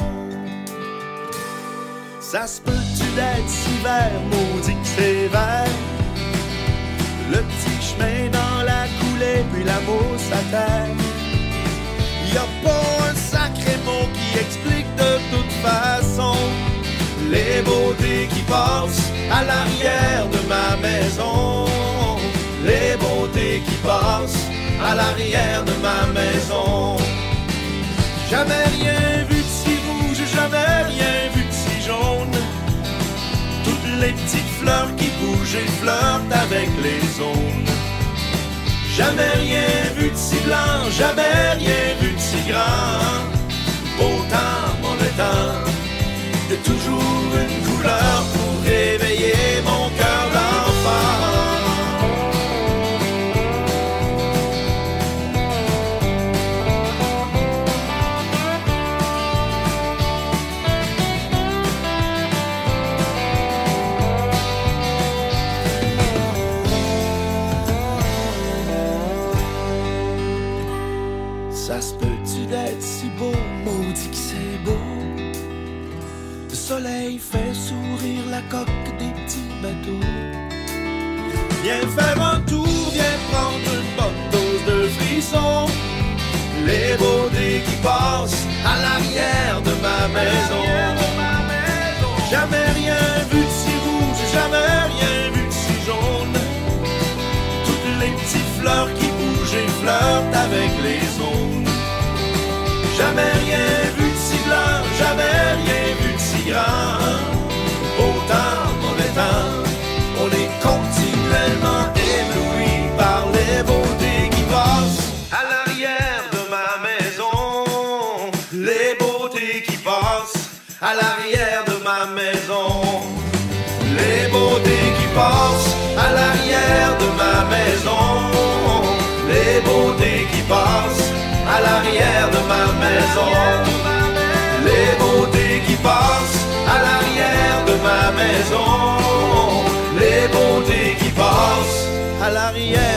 Ça se peut-tu d'être si vert, maudit que c'est vert? Le petit chemin dans la coulée, puis la mousse à terre. Y'a pas un sacré mot qui explique de toute façon les beautés qui passent à l'arrière de ma maison. Les beautés qui passent à l'arrière de ma maison. Jamais rien vu de si rouge, jamais rien vu de si jaune. Toutes les petites fleurs qui bougent et flirtent avec les autres. Jamais rien vu de si blanc, jamais rien vu de si grand. Beau temps, mauvais temps, y'a toujours une couleur pour réveiller mon cœur d'enfant. Ça se peut-tu d'être si beau, maudit que c'est beau? Le soleil fait sourire la coque des petits bateaux. Viens faire un tour, viens prendre une bonne dose de frissons. Les beautés qui passent à l'arrière de ma maison. Jamais rien vu de si rouge, jamais rien vu de si jaune. Toutes les petites fleurs qui bougent et flirtent avec les ondes. Jamais rien vu de si blanc, jamais rien vu de si grand. Beau temps, mauvais temps, on est continuellement ébloui par les beautés qui passent à l'arrière de ma maison. Les beautés qui passent à l'arrière de ma maison. Les beautés qui passent à l'arrière de ma maison. Les beautés qui passent à l'arrière de ma maison. Les beautés qui passent à l'arrière de ma maison. Les beautés qui passent à l'arrière